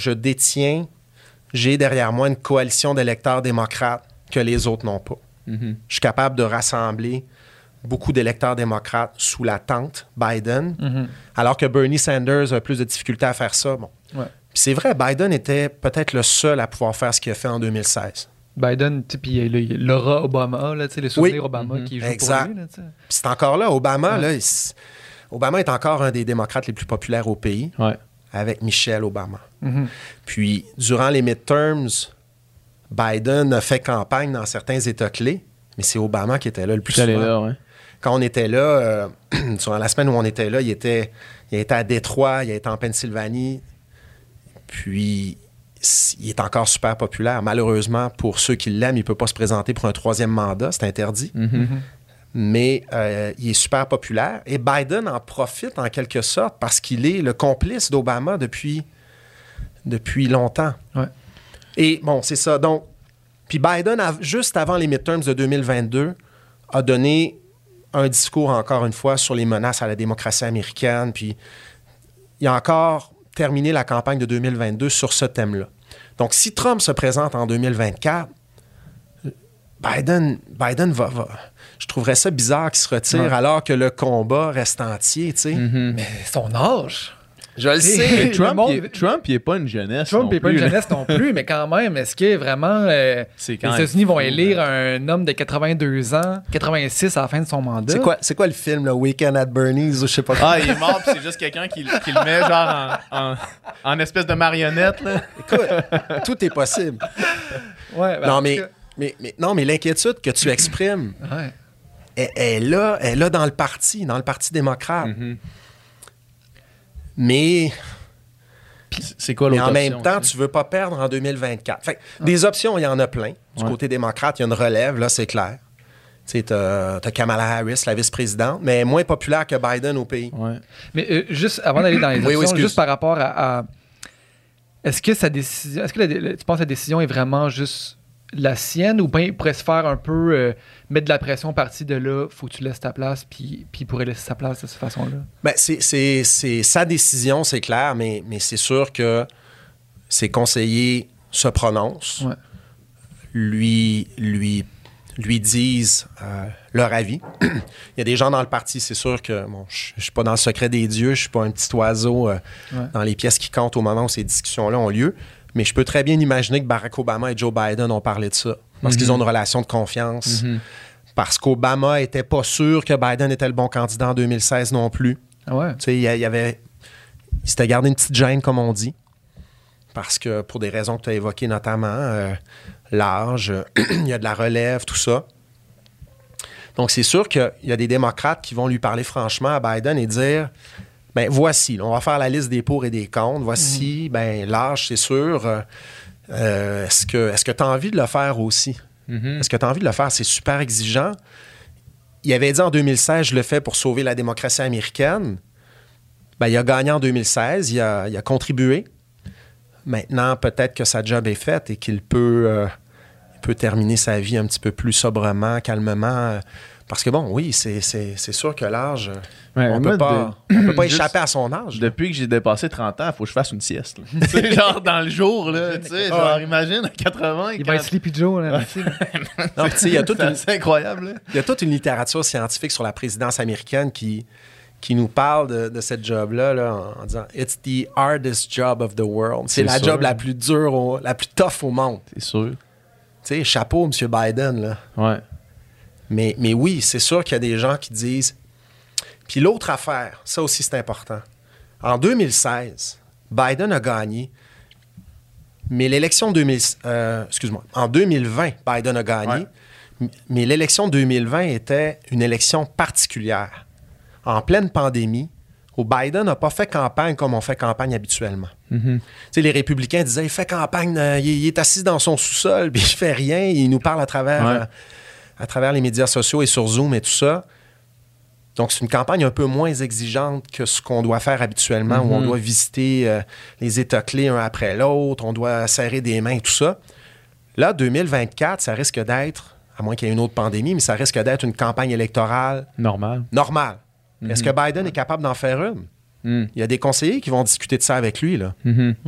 j'ai derrière moi une coalition d'électeurs démocrates que les autres n'ont pas. Je suis capable de rassembler beaucoup d'électeurs démocrates sous la tente Biden, alors que Bernie Sanders a plus de difficultés à faire ça. Bon. Puis c'est vrai, Biden était peut-être le seul à pouvoir faire ce qu'il a fait en Biden, puis l'aura Obama, là, le souvenir Obama qui joue pour lui. Là, puis c'est encore là, Obama, Obama est encore un des démocrates les plus populaires au pays. Avec Michelle Obama. Puis, durant les midterms, Biden a fait campagne dans certains États clés, mais c'est Obama qui était là le plus souvent. Quand on était là, sur la semaine où on était là, il était à Détroit, il était en Pennsylvanie, puis il est encore super populaire. Malheureusement, pour ceux qui l'aiment, il ne peut pas se présenter pour un 3e mandat, c'est interdit. Mais il est super populaire. Et Biden en profite en quelque sorte parce qu'il est le complice d'Obama depuis longtemps. Et bon, c'est ça. Donc, puis Biden, juste avant les midterms de 2022, a donné un discours, encore une fois, sur les menaces à la démocratie américaine. Puis il a encore terminé la campagne de 2022 sur ce thème-là. Donc, si Trump se présente en 2024, Biden va. Je trouverais ça bizarre qu'il se retire alors que le combat reste entier, tu sais. Mais son âge. Je le sais. Trump, il n'est pas une jeunesse. Trump n'est pas une jeunesse non plus, mais quand même, est-ce que vraiment les États-Unis vont élire un homme de 82 ans, 86 à la fin de son mandat? C'est quoi le film, là, Weekend at Bernie's ou je sais pas quoi? Il est mort, puis c'est juste quelqu'un qui le met genre en espèce de marionnette. Là. Écoute, tout est possible. Non, mais l'inquiétude que tu exprimes, elle est là dans le parti démocrate. Mais c'est quoi l'autre en même option, temps, tu veux pas perdre en 2024. Fait, des options, il y en a plein. Du côté démocrate, il y a une relève, là, c'est clair. Tu sais, t'as Kamala Harris, la vice-présidente, mais moins populaire que Biden au pays. Mais juste avant d'aller dans les options, juste par rapport à est-ce que tu penses que la décision est vraiment juste la sienne ou bien il pourrait se faire un peu mettre de la pression au parti de là, faut que tu laisses ta place, puis il pourrait laisser sa place de cette façon-là? Ben, c'est sa décision, c'est clair, mais c'est sûr que ses conseillers se prononcent, lui disent leur avis. Il y a des gens dans le parti, c'est sûr que je ne suis pas dans le secret des dieux, je ne suis pas un petit oiseau dans les pièces qui comptent au moment où ces discussions-là ont lieu. Mais je peux très bien imaginer que Barack Obama et Joe Biden ont parlé de ça. Parce qu'ils ont une relation de confiance. Parce qu'Obama n'était pas sûr que Biden était le bon candidat en 2016 non plus. Tu sais, il s'était gardé une petite gêne, comme on dit. Parce que pour des raisons que tu as évoquées, notamment l'âge, il y a de la relève, tout ça. Donc, c'est sûr qu'il y a des démocrates qui vont lui parler franchement à Biden et dire... Ben voici, là, on va faire la liste des pour et des contre. Voici, l'âge, c'est sûr. Est-ce que tu as envie de le faire aussi? Est-ce que tu as envie de le faire? C'est super exigeant. il avait dit en 2016, je le fais pour sauver la démocratie américaine. Ben, il a gagné en 2016, il a contribué. Maintenant, peut-être que sa job est faite et qu'il peut terminer sa vie un petit peu plus sobrement, calmement. Parce que bon, oui, c'est sûr que l'âge, on peut pas échapper à son âge. Depuis que j'ai dépassé 30 ans, il faut que je fasse une sieste. Tu sais, genre dans le jour, là, tu sais, genre imagine à 80. Il va être Sleepy Joe, là. Non, tu sais, il y a toute c'est incroyable. Là. Il y a toute une littérature scientifique sur la présidence américaine qui nous parle de cette job-là là, en disant « It's the hardest job of the world ». C'est la job la plus dure, la plus tough au monde. C'est sûr. Tu sais, chapeau, M. Biden, là. Ouais. Mais oui, c'est sûr qu'il y a des gens qui disent... Puis l'autre affaire, ça aussi, c'est important. En 2016, Biden a gagné, mais l'élection en 2020, Biden a gagné, mais l'élection 2020 était une élection particulière. En pleine pandémie, où Biden n'a pas fait campagne comme on fait campagne habituellement. Mm-hmm. Tu sais, les républicains disaient, il fait campagne, il est assis dans son sous-sol, puis il fait rien, il nous parle à travers les médias sociaux et sur Zoom et tout ça. Donc, c'est une campagne un peu moins exigeante que ce qu'on doit faire habituellement, où on doit visiter les États clés un après l'autre, on doit serrer des mains et tout ça. Là, 2024, ça risque d'être, à moins qu'il y ait une autre pandémie, mais ça risque d'être une campagne électorale normale. Est-ce que Biden est capable d'en faire une? Il y a des conseillers qui vont discuter de ça avec lui, là.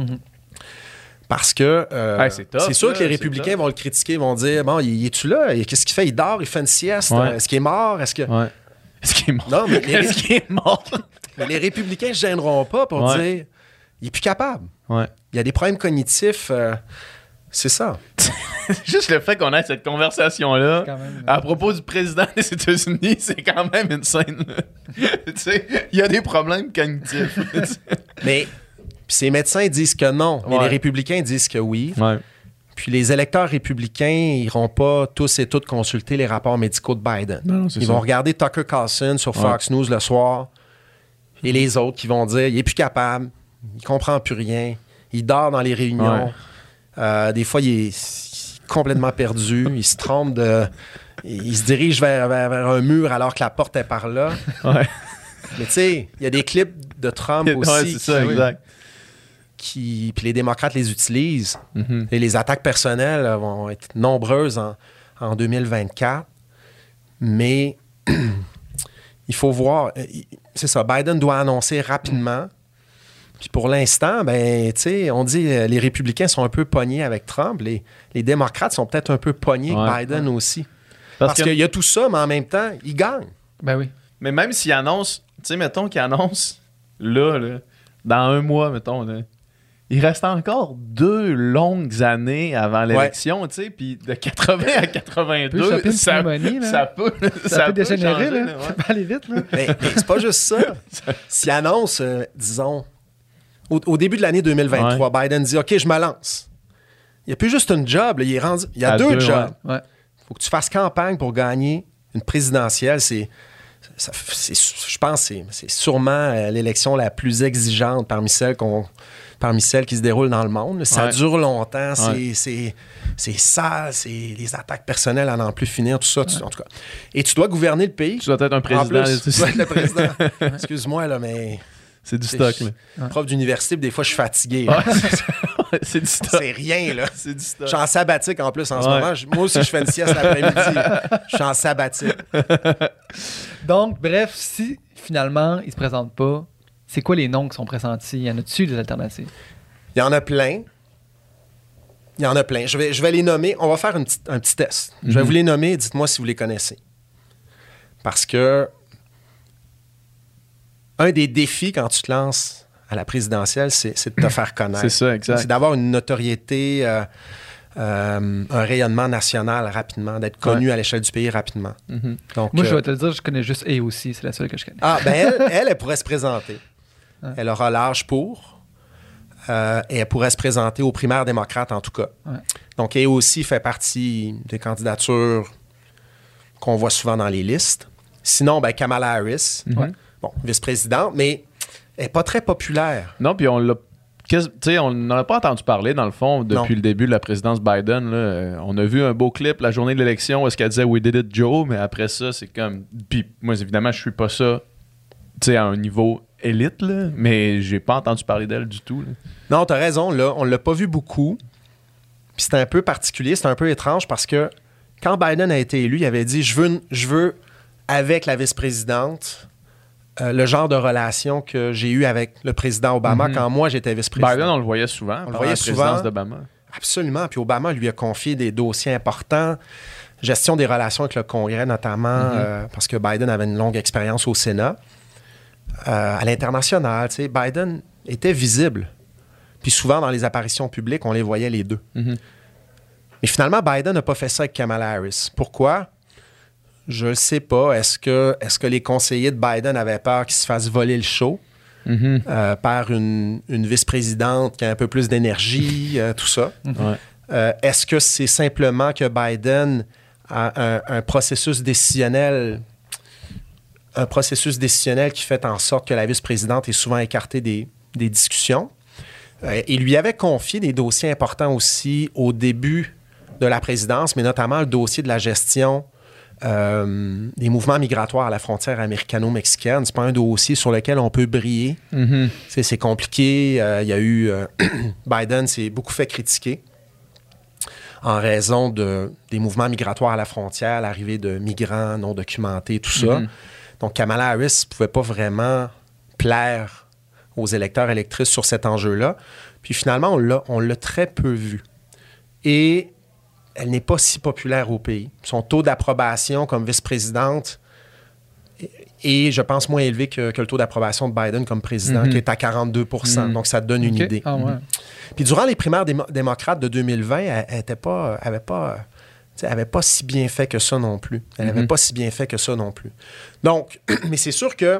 Parce que c'est sûr que les républicains vont le critiquer, vont dire, bon, il est-tu là? Qu'est-ce qu'il fait? Il dort, il fait une sieste? Est-ce qu'il est mort? Est-ce qu'il est mort? Non, mais est-ce qu'il est mort? Mais les républicains ne se gêneront pas pour dire, il est plus capable. Il y a des problèmes cognitifs. C'est ça. Juste le fait qu'on ait cette conversation-là à propos du président des États-Unis, c'est quand même une scène. Tu sais, il y a des problèmes cognitifs. Mais ces médecins disent que non, mais les républicains disent que oui. Puis les électeurs républicains n'iront pas tous et toutes consulter les rapports médicaux de Biden. Non, Ils vont regarder Tucker Carlson sur Fox News le soir et les autres qui vont dire, il est plus capable, il comprend plus rien, il dort dans les réunions. Des fois, il est complètement perdu. Il se trompe il se dirige vers un mur alors que la porte est par là. Mais tu sais, il y a des clips de Trump aussi. C'est ça, exact. Puis les démocrates les utilisent. Et les attaques personnelles vont être nombreuses en 2024. Mais il faut voir. C'est ça, Biden doit annoncer rapidement. Puis pour l'instant, ben, tu sais, on dit les républicains sont un peu pognés avec Trump. Les démocrates sont peut-être un peu pognés avec Biden aussi. Parce qu'il y a tout ça, mais en même temps, ils gagnent. Ben oui. Mais même s'ils annoncent, tu sais, mettons qu'ils annoncent là, dans un mois, mettons, là, il reste encore 2 longues années avant l'élection, tu sais, puis de 80 à 82, ça peut dégénérer, changer, là. Ça peut aller vite, là. Mais c'est pas juste ça. S'il annonce, disons, au début de l'année 2023, Biden dit « OK, je me lance ». Il n'y a plus juste une job, là, il y a 2 jobs. Il faut que tu fasses campagne pour gagner une présidentielle. Je pense que c'est sûrement l'élection la plus exigeante parmi celles qui se déroulent dans le monde. Ça dure longtemps, c'est sale, c'est les attaques personnelles à n'en plus finir, tout ça, en tout cas. Et tu dois gouverner le pays. Tu dois être un président. En plus, tu dois être le président. Excuse-moi, là, mais... C'est du stock, là. Prof d'université, des fois, je suis fatigué. C'est du stock. C'est rien, là. C'est du stock. Je suis en sabbatique, en plus, en ce moment. Moi aussi, je fais une sieste l'après-midi. Je suis en sabbatique. Donc, bref, si, finalement, ils se présentent pas, c'est quoi les noms qui sont pressentis? Y en a-tu des alternatives? Il y en a plein. Je vais les nommer. On va faire un petit test. Je vais vous les nommer. Dites-moi si vous les connaissez. Parce que un des défis quand tu te lances à la présidentielle, c'est de te faire connaître. C'est ça, exact. C'est d'avoir une notoriété, un rayonnement national rapidement, d'être connu à l'échelle du pays rapidement. Donc, moi, je vais te le dire, je connais juste A aussi. C'est la seule que je connais. Ah, ben elle pourrait se présenter. Elle aura l'âge pour. Et elle pourrait se présenter aux primaires démocrates, en tout cas. Donc, elle aussi fait partie des candidatures qu'on voit souvent dans les listes. Sinon, ben, Kamala Harris, bon, vice-présidente, mais elle n'est pas très populaire. Non, puis on l'a On n'en a pas entendu parler, dans le fond, depuis le début de la présidence Biden. Là. On a vu un beau clip la journée de l'élection où est-ce qu'elle disait « We did it, Joe », mais après ça, c'est comme... Puis moi, évidemment, je suis pas ça à un niveau élite, là, mais j'ai pas entendu parler d'elle du tout. Là. Non, t'as raison, là, on l'a pas vu beaucoup. Puis c'était un peu particulier, c'était un peu étrange parce que quand Biden a été élu, il avait dit « Je veux avec la vice-présidente... » le genre de relation que j'ai eu avec le président Obama quand moi j'étais vice-président. Biden, on le voyait souvent. On le voyait souvent. Présidence d'Obama. Absolument. Puis Obama lui a confié des dossiers importants, gestion des relations avec le Congrès notamment, parce que Biden avait une longue expérience au Sénat. À l'international, tu sais, Biden était visible. Puis souvent dans les apparitions publiques, on les voyait les deux. Mais finalement, Biden n'a pas fait ça avec Kamala Harris. Pourquoi? Je ne sais pas. Est-ce que les conseillers de Biden avaient peur qu'il se fasse voler le show par une vice-présidente qui a un peu plus d'énergie, tout ça? Est-ce que c'est simplement que Biden a un processus décisionnel qui fait en sorte que la vice-présidente est souvent écartée des discussions? Il lui avait confié des dossiers importants aussi au début de la présidence, mais notamment le dossier de la gestion des mouvements migratoires à la frontière américano-mexicaine. C'est pas un dossier sur lequel on peut briller. C'est compliqué. Il y a eu... Biden s'est beaucoup fait critiquer en raison des mouvements migratoires à la frontière, l'arrivée de migrants non documentés, tout ça. Donc, Kamala Harris ne pouvait pas vraiment plaire aux électeurs et électrices sur cet enjeu-là. Puis finalement, on l'a très peu vu. Et elle n'est pas si populaire au pays. Son taux d'approbation comme vice-présidente est, je pense, moins élevé que le taux d'approbation de Biden comme président, qui est à 42 %. Donc, ça te donne une idée. Puis durant les primaires démocrates de 2020, elle n'avait pas si bien fait que ça non plus. Donc, mais c'est sûr que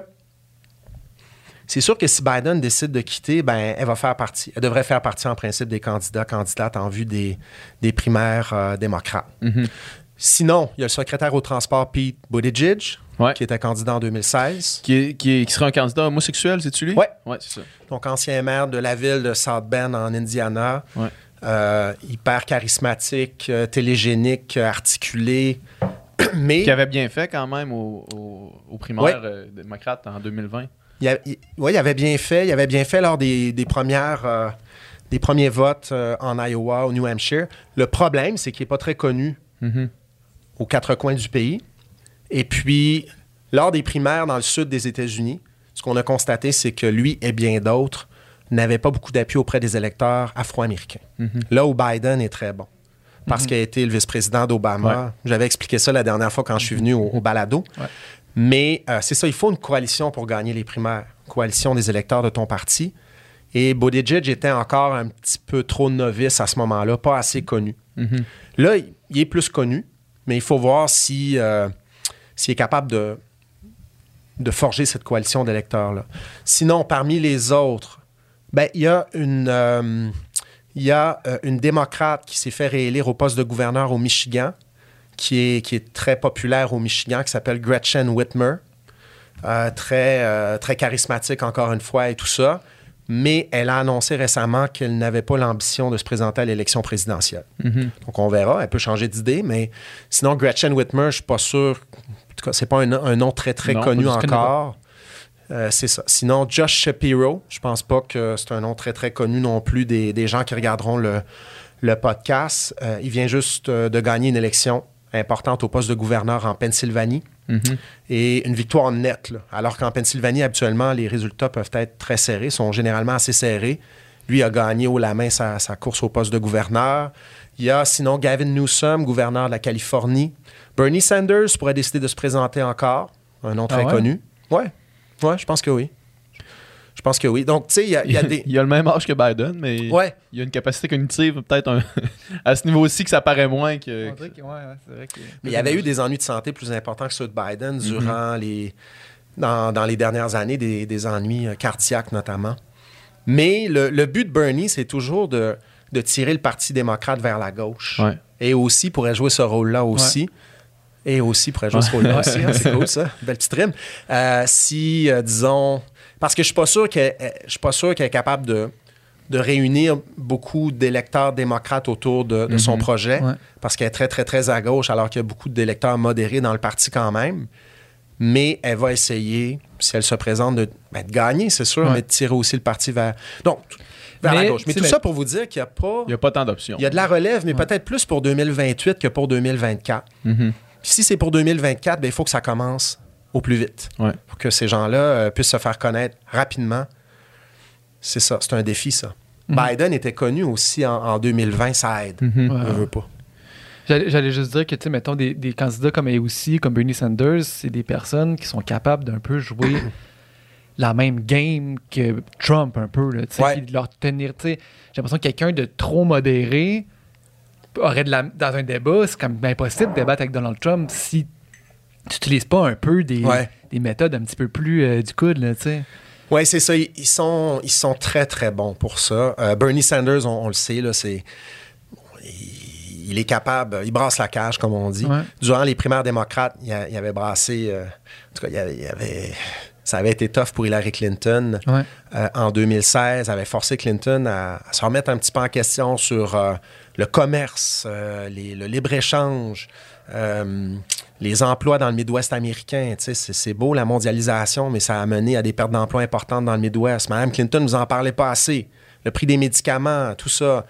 si Biden décide de quitter, ben elle va faire partie. Elle devrait faire partie en principe des candidates en vue des primaires démocrates. Sinon, il y a le secrétaire au transport Pete Buttigieg, qui était candidat en 2016. Qui serait un candidat homosexuel, c'est-tu lui? Oui, c'est ça. Donc, ancien maire de la ville de South Bend en Indiana. Hyper charismatique, télégénique, articulé. Mais... Qui avait bien fait quand même aux primaires démocrates en 2020. Il avait bien fait. Il avait bien fait lors des premiers votes en Iowa, au New Hampshire. Le problème, c'est qu'il n'est pas très connu aux quatre coins du pays. Et puis, lors des primaires dans le sud des États-Unis, ce qu'on a constaté, c'est que lui et bien d'autres n'avaient pas beaucoup d'appui auprès des électeurs afro-américains. Là où Biden est très bon, parce qu'il a été le vice-président d'Obama. J'avais expliqué ça la dernière fois quand je suis venu au balado. Mais c'est ça, il faut une coalition pour gagner les primaires. Coalition des électeurs de ton parti. Et Buttigieg était encore un petit peu trop novice à ce moment-là, pas assez connu. Là, il est plus connu, mais il faut voir s'il est capable de forger cette coalition d'électeurs-là. Sinon, parmi les autres, ben, il y a une démocrate qui s'est fait réélire au poste de gouverneur au Michigan, qui est très populaire au Michigan, qui s'appelle Gretchen Whitmer. Très charismatique, encore une fois, et tout ça. Mais elle a annoncé récemment qu'elle n'avait pas l'ambition de se présenter à l'élection présidentielle. Donc, on verra. Elle peut changer d'idée, mais sinon, Gretchen Whitmer, je ne suis pas sûr. En tout cas, c'est pas un nom très, très connu encore. C'est ça. Sinon, Josh Shapiro, je pense pas que c'est un nom très, très connu non plus des gens qui regarderont le podcast. Il vient juste de gagner une élection importante au poste de gouverneur en Pennsylvanie. Et une victoire nette, là. Alors qu'en Pennsylvanie, habituellement, les résultats peuvent être très serrés, sont généralement assez serrés. Lui a gagné haut la main sa course au poste de gouverneur. Il y a sinon Gavin Newsom, gouverneur de la Californie. Bernie Sanders pourrait décider de se présenter encore, un nom très connu. Ouais, je pense que oui. Je pense que oui. Donc, tu sais, il y a des... Il a le même âge que Biden, mais il y a une capacité cognitive peut-être à ce niveau-ci que ça paraît moins que... On dirait que, c'est vrai que... Mais il y avait eu des ennuis de santé plus importants que ceux de Biden durant dans les dernières années, des ennuis cardiaques notamment. Mais le but de Bernie, c'est toujours de tirer le Parti démocrate vers la gauche. Et aussi pourrait jouer ce rôle-là aussi. Et aussi pourrait jouer ce rôle-là aussi. Hein, c'est cool, ça. Belle petite rime. Disons... Parce que je suis pas sûr qu'elle est capable de réunir beaucoup d'électeurs démocrates autour de son projet, parce qu'elle est très, très, très à gauche, alors qu'il y a beaucoup d'électeurs modérés dans le parti quand même. Mais elle va essayer, si elle se présente, de gagner, c'est sûr, mais de tirer aussi le parti vers la gauche. Mais tout ça pour vous dire qu'il n'y a pas... Il n'y a pas tant d'options. Il y a de la relève, mais peut-être plus pour 2028 que pour 2024. Puis si c'est pour 2024, il faut que ça commence au plus vite. Pour que ces gens-là puissent se faire connaître rapidement. C'est ça, c'est un défi, ça. Biden était connu aussi en 2020, ça aide. Je veux pas. J'allais juste dire que, tu sais, mettons, des candidats comme AOC, comme Bernie Sanders, c'est des personnes qui sont capables d'un peu jouer la même game que Trump, un peu, là, tu sais, puis de leur tenir, tu sais. J'ai l'impression que quelqu'un de trop modéré aurait dans un débat, c'est comme impossible de débattre avec Donald Trump si tu n'utilises pas un peu des méthodes un petit peu plus du coude, là, tu sais. Oui, c'est ça. Ils sont très, très bons pour ça. Bernie Sanders, on le sait, là, il est capable, il brasse la cage, comme on dit. Durant les primaires démocrates, il avait brassé... en tout cas, ça avait été tough pour Hillary Clinton. En 2016, avait forcé Clinton à se remettre un petit peu en question sur le commerce, le libre-échange, les emplois dans le Midwest américain. C'est beau, la mondialisation, mais ça a mené à des pertes d'emplois importantes dans le Midwest. Mme Clinton ne vous en parlait pas assez. Le prix des médicaments, tout ça.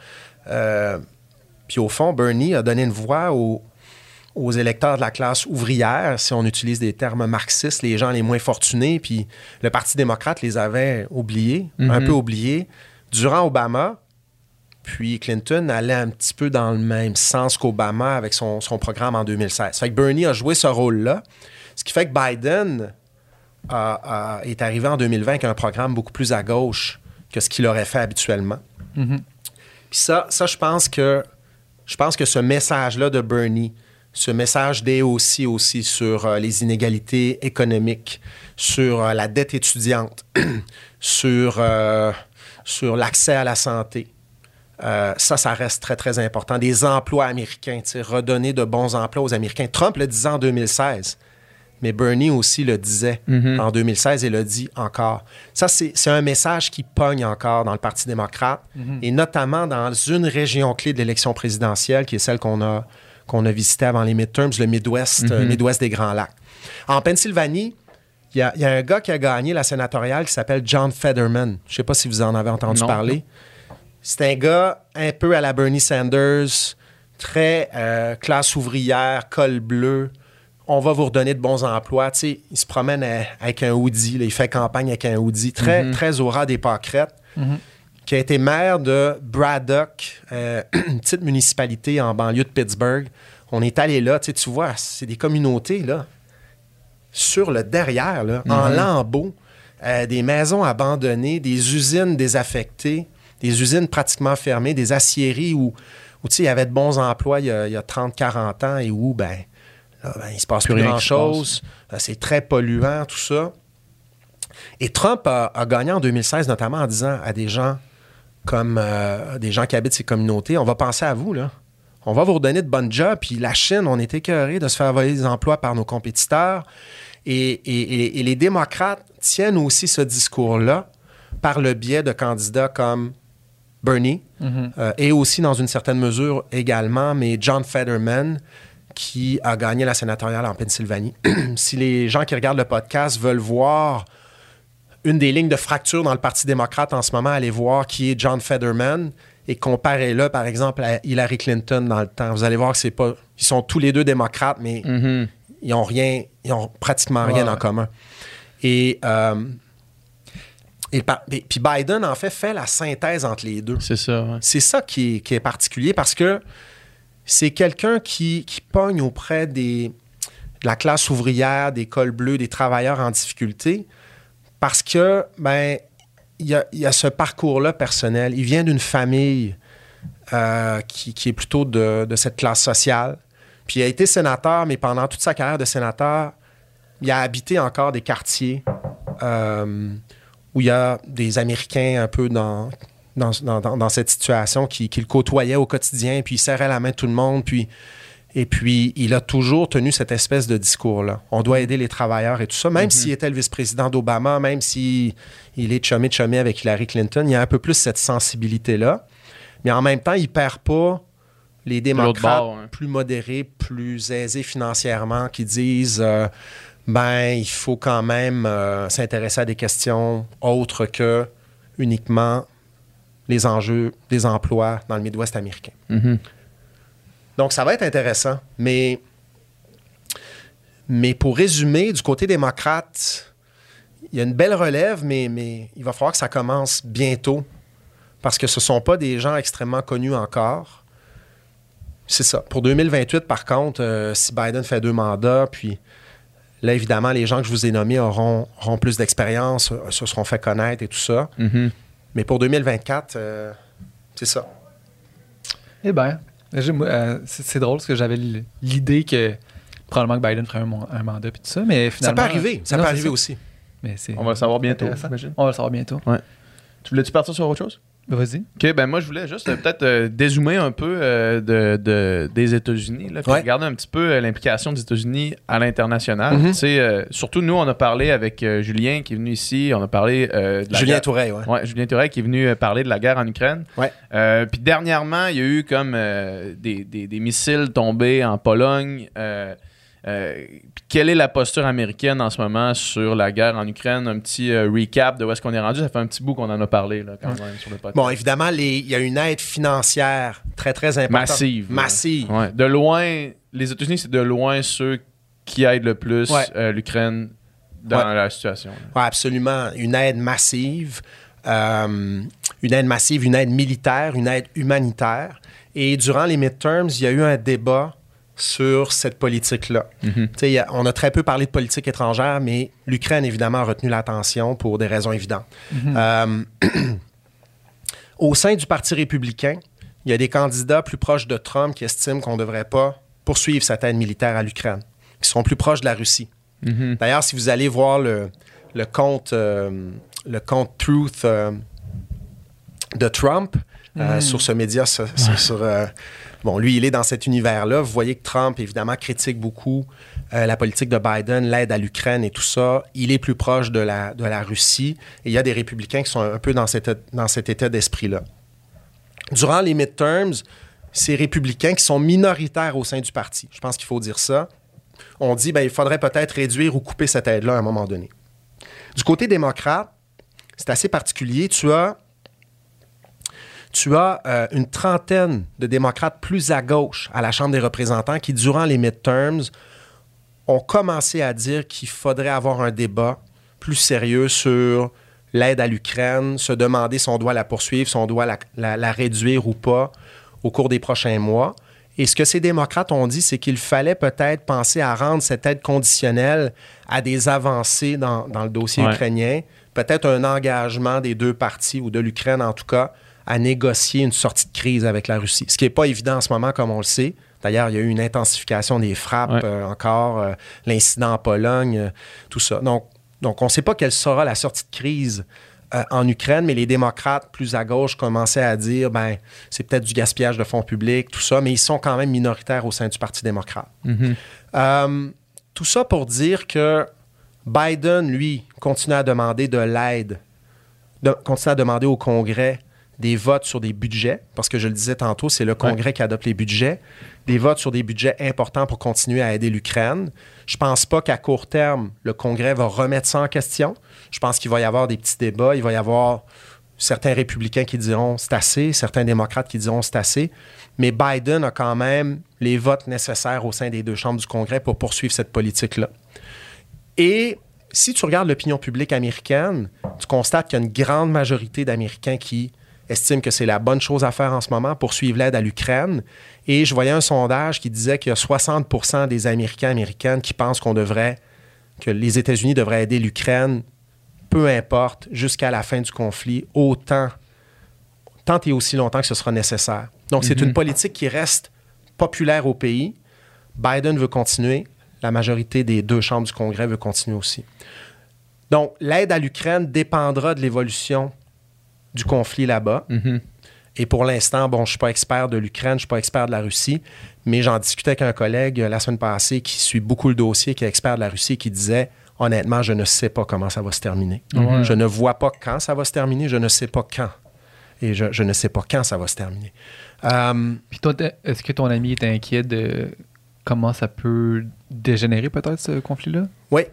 Puis au fond, Bernie a donné une voix aux électeurs de la classe ouvrière, si on utilise des termes marxistes, les gens les moins fortunés. Puis le Parti démocrate les avait oubliés, un peu oubliés. Durant Obama, puis Clinton allait un petit peu dans le même sens qu'Obama avec son programme en 2016. Fait que Bernie a joué ce rôle-là, ce qui fait que Biden est arrivé en 2020 avec un programme beaucoup plus à gauche que ce qu'il aurait fait habituellement. Puis ça, je pense que ce message-là de Bernie, ce message d'AOC aussi sur les inégalités économiques, sur la dette étudiante, sur l'accès à la santé, ça reste très, très important. Des emplois américains, redonner de bons emplois aux Américains. Trump le disait en 2016, mais Bernie aussi le disait en 2016 et le dit encore. Ça, c'est un message qui pogne encore dans le Parti démocrate, et notamment dans une région clé de l'élection présidentielle, qui est celle qu'on a visitée avant les midterms, le Midwest, Midwest des Grands Lacs. En Pennsylvanie, il y a un gars qui a gagné la sénatoriale qui s'appelle John Fetterman. Je ne sais pas si vous en avez entendu parler. C'est un gars un peu à la Bernie Sanders, très classe ouvrière, col bleu. On va vous redonner de bons emplois. Tu sais, il se promène avec un hoodie. Là, il fait campagne avec un hoodie. Très, très au ras des pâquerettes. Qui a été maire de Braddock, une petite municipalité en banlieue de Pittsburgh. On est allé là. Tu vois, c'est des communautés, là, sur le derrière, là, en lambeaux. Des maisons abandonnées, des usines désaffectées, des usines pratiquement fermées, des aciéries où il y avait de bons emplois il y a 30-40 ans et où, il se passe plus grand-chose. C'est très polluant, tout ça. Et Trump a gagné en 2016, notamment en disant à des gens comme des gens qui habitent ces communautés, on va penser à vous, là. On va vous redonner de bonnes jobs. Puis la Chine, on est écœurés de se faire voler des emplois par nos compétiteurs. Et les démocrates tiennent aussi ce discours-là par le biais de candidats comme Bernie et aussi, dans une certaine mesure, également, mais John Fetterman, qui a gagné la sénatoriale en Pennsylvanie. Si les gens qui regardent le podcast veulent voir une des lignes de fracture dans le Parti démocrate en ce moment, allez voir qui est John Fetterman et comparez-le, par exemple, à Hillary Clinton dans le temps. Vous allez voir que c'est pas... Ils sont tous les deux démocrates, mais ils ont pratiquement rien en commun. Et puis Biden, en fait la synthèse entre les deux. C'est ça, ouais. C'est ça qui est particulier parce que c'est quelqu'un qui pogne auprès de la classe ouvrière, des cols bleus, des travailleurs en difficulté, parce que, il y a ce parcours-là personnel. Il vient d'une famille qui est plutôt de cette classe sociale. Puis il a été sénateur, mais pendant toute sa carrière de sénateur, il a habité encore des quartiers où il y a des Américains un peu dans cette situation qui le côtoyaient au quotidien, puis il serrait la main de tout le monde, puis Et puis, il a toujours tenu cette espèce de discours-là. On doit aider les travailleurs et tout ça. Même s'il était le vice-président d'Obama, même s'il est chumé avec Hillary Clinton, il y a un peu plus cette sensibilité-là. Mais en même temps, il ne perd pas les démocrates plus modérés, plus aisés financièrement, qui disent il faut quand même s'intéresser à des questions autres que uniquement les enjeux des emplois dans le Midwest américain. Mm-hmm. Donc, ça va être intéressant. Mais pour résumer, du côté démocrate, il y a une belle relève, mais il va falloir que ça commence bientôt parce que ce ne sont pas des gens extrêmement connus encore. C'est ça. Pour 2028, par contre, si Biden fait 2 mandats, puis là, évidemment, les gens que je vous ai nommés auront plus d'expérience, se seront fait connaître et tout ça. Mm-hmm. Mais pour 2024, c'est ça. Eh bien... c'est drôle parce que j'avais l'idée que probablement que Biden ferait un mandat puis tout ça, mais finalement... Ça peut arriver, ça peut arriver aussi. Mais on va le savoir bientôt, j'imagine. On va le savoir bientôt. Ouais. Tu voulais-tu partir sur autre chose? Vas-y. OK, ben moi, je voulais juste peut-être dézoomer un peu des États-Unis, là, puis regarder un petit peu l'implication des États-Unis à l'international. Mm-hmm. Surtout, nous, on a parlé avec Julien qui est venu ici, on a parlé de la Julien Touret, oui. Ouais, Julien Touret qui est venu parler de la guerre en Ukraine. Ouais. Puis dernièrement, il y a eu comme des missiles tombés en Pologne. Quelle est la posture américaine en ce moment sur la guerre en Ukraine? Un petit recap de où est-ce qu'on est rendu. Ça fait un petit bout qu'on en a parlé là, quand même sur le podcast. Bon, évidemment, il y a une aide financière très, très importante. Massive. Ouais. De loin, les États-Unis, c'est de loin ceux qui aident le plus l'Ukraine dans la situation. Oui, absolument. Une aide massive. Une aide militaire, une aide humanitaire. Et durant les midterms, il y a eu un débat sur cette politique-là. Mm-hmm. On a très peu parlé de politique étrangère, mais l'Ukraine, évidemment, a retenu l'attention pour des raisons évidentes. Mm-hmm. Au sein du Parti républicain, il y a des candidats plus proches de Trump qui estiment qu'on ne devrait pas poursuivre cette aide militaire à l'Ukraine, qui sont plus proches de la Russie. Mm-hmm. D'ailleurs, si vous allez voir le compte Truth de Trump sur ce média, bon, lui, il est dans cet univers-là. Vous voyez que Trump, évidemment, critique beaucoup la politique de Biden, l'aide à l'Ukraine et tout ça. Il est plus proche de la Russie. Et il y a des républicains qui sont un peu dans cet état d'esprit-là. Durant les midterms, ces républicains qui sont minoritaires au sein du parti, je pense qu'il faut dire ça, on dit il faudrait peut-être réduire ou couper cette aide-là à un moment donné. Du côté démocrate, c'est assez particulier. Tu as une trentaine de démocrates plus à gauche à la Chambre des représentants qui, durant les midterms, ont commencé à dire qu'il faudrait avoir un débat plus sérieux sur l'aide à l'Ukraine, se demander si on doit la poursuivre, si on doit la réduire ou pas au cours des prochains mois. Et ce que ces démocrates ont dit, c'est qu'il fallait peut-être penser à rendre cette aide conditionnelle à des avancées dans le dossier ukrainien, peut-être un engagement des deux parties, ou de l'Ukraine en tout cas, à négocier une sortie de crise avec la Russie. Ce qui n'est pas évident en ce moment, comme on le sait. D'ailleurs, il y a eu une intensification des frappes encore, l'incident en Pologne, tout ça. Donc on ne sait pas quelle sera la sortie de crise en Ukraine, mais les démocrates plus à gauche commençaient à dire c'est peut-être du gaspillage de fonds publics, tout ça, mais ils sont quand même minoritaires au sein du Parti démocrate. Mm-hmm. Tout ça pour dire que Biden, lui, continue à demander de l'aide, continue à demander au Congrès des votes sur des budgets, parce que je le disais tantôt, c'est le Congrès qui adopte les budgets, des votes sur des budgets importants pour continuer à aider l'Ukraine. Je ne pense pas qu'à court terme, le Congrès va remettre ça en question. Je pense qu'il va y avoir des petits débats, il va y avoir certains républicains qui diront c'est assez, certains démocrates qui diront c'est assez, mais Biden a quand même les votes nécessaires au sein des deux chambres du Congrès pour poursuivre cette politique-là. Et si tu regardes l'opinion publique américaine, tu constates qu'il y a une grande majorité d'Américains qui estiment que c'est la bonne chose à faire en ce moment, poursuivre l'aide à l'Ukraine. Et je voyais un sondage qui disait qu'il y a 60% des Américaines qui pensent que les États-Unis devraient aider l'Ukraine, peu importe, jusqu'à la fin du conflit, tant et aussi longtemps que ce sera nécessaire. Donc, c'est une politique qui reste populaire au pays. Biden veut continuer. La majorité des deux chambres du Congrès veut continuer aussi. Donc, l'aide à l'Ukraine dépendra de l'évolution du conflit là-bas. Mm-hmm. Et pour l'instant, je ne suis pas expert de l'Ukraine, je ne suis pas expert de la Russie, Mais j'en discutais avec un collègue la semaine passée qui suit beaucoup le dossier, qui est expert de la Russie, qui disait « Honnêtement, je ne sais pas comment ça va se terminer. Je ne vois pas quand ça va se terminer, je ne sais pas quand. Et je ne sais pas quand ça va se terminer. » Puis toi, est-ce que ton ami est inquiet de comment ça peut dégénérer peut-être, ce conflit-là? Oui.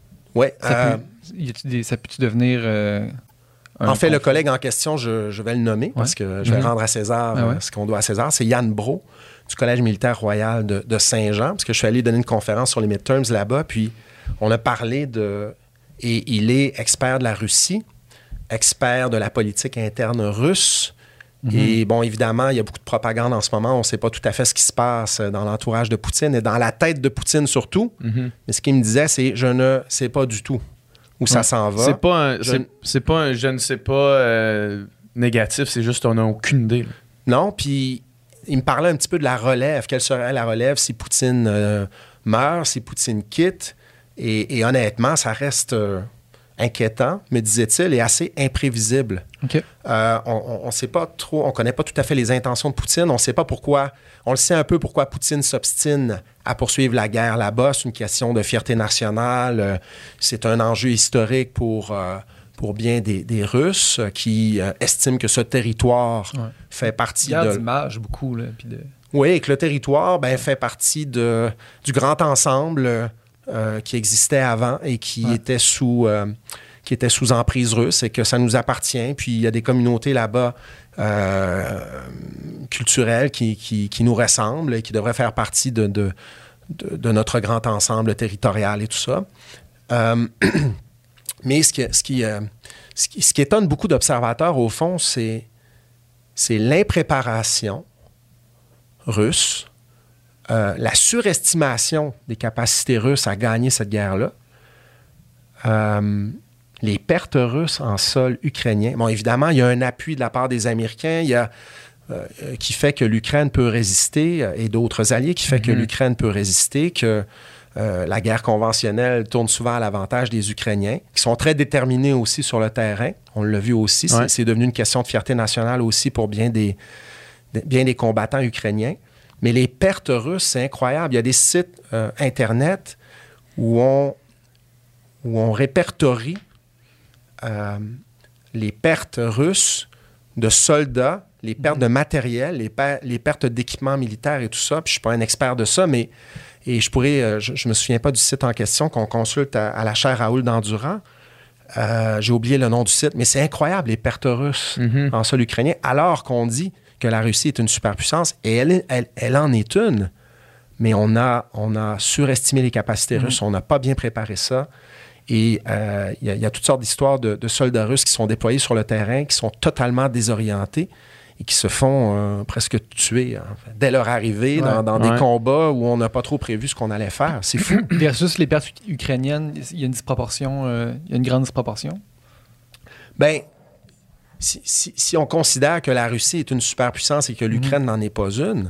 Ça peut-tu devenir... en fait, le collègue en question, je vais le nommer parce que je vais rendre à César ce qu'on doit à César. C'est Yann Brault du Collège militaire royal de Saint-Jean, parce que je suis allé donner une conférence sur les midterms là-bas, puis on a parlé de... Et il est expert de la Russie, expert de la politique interne russe. Et bon, évidemment, il y a beaucoup de propagande en ce moment. On ne sait pas tout à fait ce qui se passe dans l'entourage de Poutine et dans la tête de Poutine surtout. Mais ce qu'il me disait, c'est « je ne sais pas du tout où ça s'en va. » C'est pas un je ne sais pas négatif, c'est juste on n'a aucune idée. Là. Non, puis il me parlait un petit peu de la relève. Quelle serait la relève si Poutine meurt, si Poutine quitte? Et honnêtement, ça reste... inquiétant, me disait-il, et assez imprévisible. Okay. On sait pas trop, on connaît pas tout à fait les intentions de Poutine, on sait pas pourquoi, on le sait un peu pourquoi Poutine s'obstine à poursuivre la guerre là-bas, c'est une question de fierté nationale, c'est un enjeu historique pour bien des Russes qui estiment que ce territoire fait partie de... Il y a d'image beaucoup, là, puis de... Oui, et que le territoire fait partie du grand ensemble qui existait avant et qui était sous emprise russe et que ça nous appartient. Puis il y a des communautés là-bas culturelles qui nous ressemblent et qui devraient faire partie de notre grand ensemble territorial et tout ça. Mais ce qui étonne beaucoup d'observateurs, au fond, c'est l'impréparation russe, la surestimation des capacités russes à gagner cette guerre-là, les pertes russes en sol ukrainien. Bon, évidemment, il y a un appui de la part des Américains qui fait que l'Ukraine peut résister et d'autres alliés qui fait que l'Ukraine peut résister, que la guerre conventionnelle tourne souvent à l'avantage des Ukrainiens, qui sont très déterminés aussi sur le terrain. On l'a vu aussi. C'est devenu une question de fierté nationale aussi pour bien des combattants ukrainiens. Mais les pertes russes, c'est incroyable. Il y a des sites Internet où on répertorie les pertes russes de soldats, les pertes de matériel, les pertes d'équipements militaires et tout ça. Puis je ne suis pas un expert de ça, mais je me souviens pas du site en question qu'on consulte à la chaire Raoul d'Endurant. J'ai oublié le nom du site, mais c'est incroyable, les pertes russes en sol ukrainien, alors qu'on dit que la Russie est une superpuissance, et elle en est une, mais on a surestimé les capacités russes, on n'a pas bien préparé ça, et il y a toutes sortes d'histoires de soldats russes qui sont déployés sur le terrain, qui sont totalement désorientés, et qui se font presque tuer dès leur arrivée dans des combats où on n'a pas trop prévu ce qu'on allait faire. C'est fou. Versus les pertes ukrainiennes, il y a une disproportion, il y a une grande disproportion? Bien, si on considère que la Russie est une superpuissance et que l'Ukraine n'en est pas une,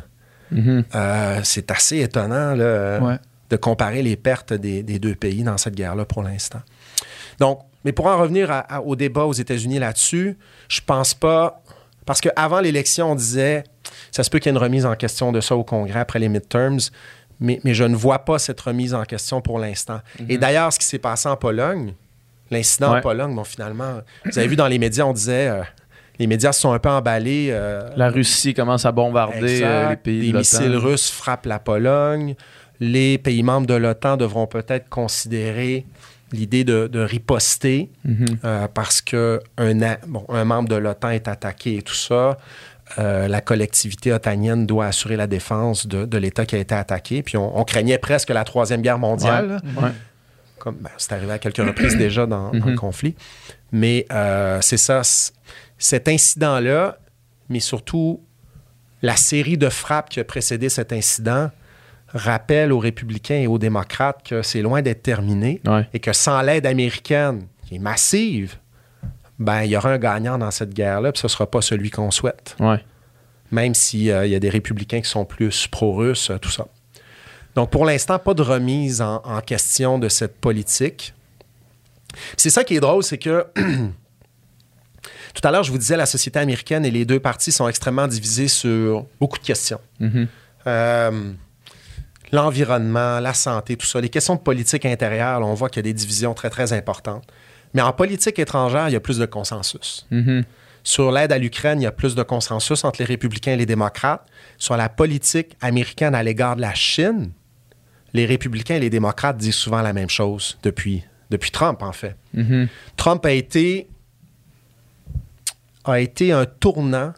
c'est assez étonnant là, de comparer les pertes des deux pays dans cette guerre-là pour l'instant. Donc, mais pour en revenir au débat aux États-Unis là-dessus, je pense pas... Parce qu'avant l'élection, on disait, ça se peut qu'il y ait une remise en question de ça au Congrès après les midterms, mais je ne vois pas cette remise en question pour l'instant. Et d'ailleurs, ce qui s'est passé en Pologne, l'incident en Pologne, bon, finalement, vous avez vu dans les médias, on disait, les médias se sont un peu emballés. La Russie commence à bombarder les pays de l'OTAN. Les missiles russes frappent la Pologne. Les pays membres de l'OTAN devront peut-être considérer l'idée de riposter parce qu'un membre de l'OTAN est attaqué et tout ça. La collectivité otanienne doit assurer la défense de l'État qui a été attaqué. Puis on craignait presque la Troisième Guerre mondiale. Comme, c'est arrivé à quelques reprises déjà dans le conflit. Mais c'est ça, cet incident-là, mais surtout la série de frappes qui a précédé cet incident, rappelle aux républicains et aux démocrates que c'est loin d'être terminé et que sans l'aide américaine, qui est massive, il y aura un gagnant dans cette guerre-là, puis ce ne sera pas celui qu'on souhaite. Même s'il y a des républicains qui sont plus pro-russes, tout ça. Donc, pour l'instant, pas de remise en question de cette politique. C'est ça qui est drôle, c'est que tout à l'heure, je vous disais, la société américaine et les deux partis sont extrêmement divisés sur beaucoup de questions. l'environnement, la santé, tout ça. Les questions de politique intérieure, là, on voit qu'il y a des divisions très, très importantes. Mais en politique étrangère, il y a plus de consensus. Mm-hmm. Sur l'aide à l'Ukraine, il y a plus de consensus entre les républicains et les démocrates. Sur la politique américaine à l'égard de la Chine, les républicains et les démocrates disent souvent la même chose depuis Trump, en fait. Mm-hmm. Trump a été un tournant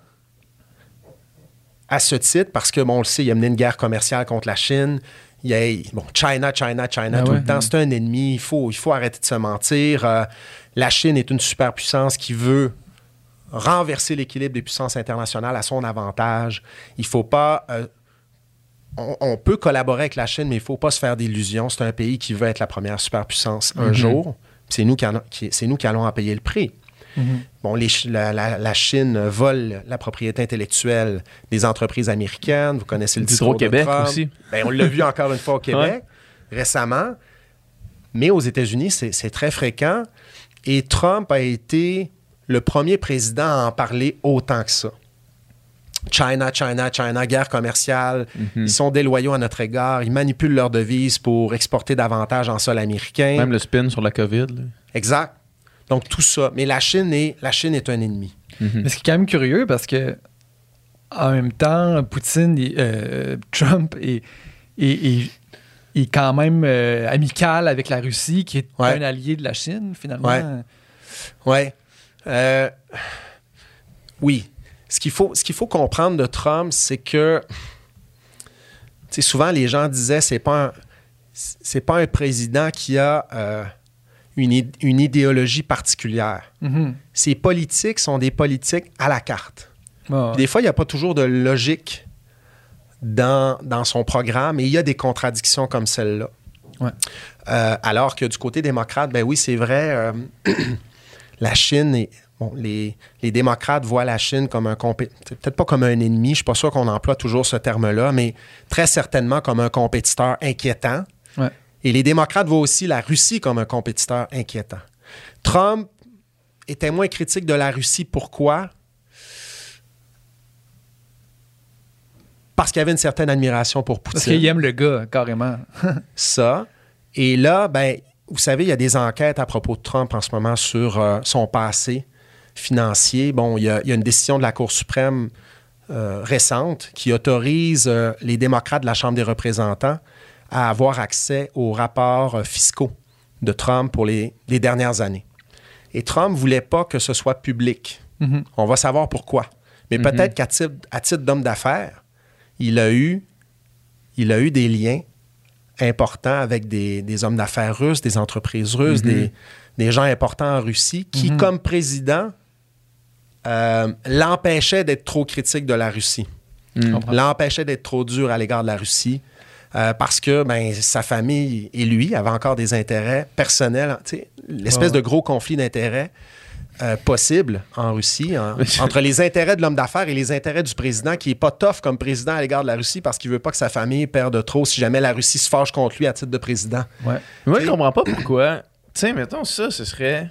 à ce titre parce que, bon, on le sait, il a mené une guerre commerciale contre la Chine. China tout le temps. C'est un ennemi. Il faut arrêter de se mentir. La Chine est une superpuissance qui veut renverser l'équilibre des puissances internationales à son avantage. Il faut pas... on peut collaborer avec la Chine, mais il ne faut pas se faire d'illusions. C'est un pays qui veut être la première superpuissance un jour. C'est nous qui allons en payer le prix. Mm-hmm. Bon, la Chine vole la propriété intellectuelle des entreprises américaines. Vous connaissez le discours de Trump. Aussi. On l'a vu encore une fois au Québec récemment. Mais aux États-Unis, c'est très fréquent. Et Trump a été le premier président à en parler autant que ça. China, guerre commerciale. Mm-hmm. Ils sont déloyaux à notre égard. Ils manipulent leurs devises pour exporter davantage en sol américain. Même le spin sur la COVID. Là. Exact. Donc, tout ça. Mais la Chine est un ennemi. Mm-hmm. Mais ce qui est quand même curieux, parce que en même temps, Trump est quand même amical avec la Russie, qui est un allié de la Chine, finalement. Oui. Ce qu'il faut comprendre de Trump, c'est que souvent, les gens disaient c'est pas un président qui a... une idéologie particulière. Mm-hmm. Ses politiques sont des politiques à la carte. Des fois, il n'y a pas toujours de logique dans son programme et il y a des contradictions comme celle-là. Ouais. Alors que du côté démocrate, ben oui, c'est vrai, la Chine, les démocrates voient la Chine comme peut-être pas comme un ennemi, je ne suis pas sûr qu'on emploie toujours ce terme-là, mais très certainement comme un compétiteur inquiétant. Ouais. Et les démocrates voient aussi la Russie comme un compétiteur inquiétant. Trump était moins critique de la Russie. Pourquoi? Parce qu'il y avait une certaine admiration pour Poutine. Parce qu'il aime le gars, carrément. Ça. Et là, vous savez, il y a des enquêtes à propos de Trump en ce moment sur son passé financier. Bon, il y a une décision de la Cour suprême récente qui autorise les démocrates de la Chambre des représentants à avoir accès aux rapports fiscaux de Trump pour les dernières années. Et Trump ne voulait pas que ce soit public. Mm-hmm. On va savoir pourquoi. Mais peut-être qu'à titre d'homme d'affaires, il a eu des liens importants avec des hommes d'affaires russes, des entreprises russes, des gens importants en Russie qui, comme président, l'empêchaient d'être trop critique de la Russie. L'empêchaient d'être trop dur à l'égard de la Russie. Parce que sa famille et lui avaient encore des intérêts personnels, l'espèce de gros conflit d'intérêts possible en Russie, entre les intérêts de l'homme d'affaires et les intérêts du président, qui n'est pas tough comme président à l'égard de la Russie parce qu'il ne veut pas que sa famille perde trop si jamais la Russie se fâche contre lui à titre de président. Ouais. Moi, je ne comprends pas pourquoi. Mettons ça, ce serait...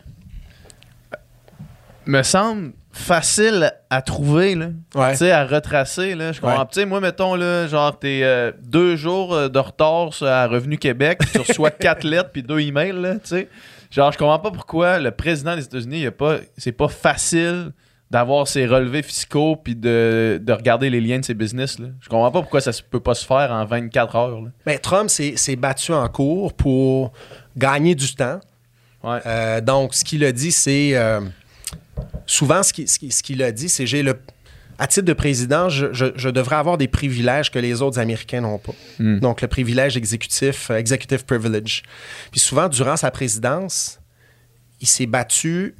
me semble facile à trouver, là. Ouais. À retracer, là. Je comprends. Ouais. Moi, mettons, là, genre, t'es 2 jours de retard à Revenu Québec, tu reçois 4 lettres puis 2 emails, là, tu sais. Genre, je comprends pas pourquoi le président des États-Unis, c'est pas facile d'avoir ses relevés fiscaux puis de regarder les liens de ses business, là. Je comprends pas pourquoi ça peut pas se faire en 24 heures, là. Mais Trump s'est battu en cours pour gagner du temps. Ouais. Donc, ce qu'il a dit, c'est... souvent, ce qu'il a dit, c'est à titre de président, je devrais avoir des privilèges que les autres Américains n'ont pas. Donc, le privilège executive privilege. Puis souvent, durant sa présidence, il s'est battu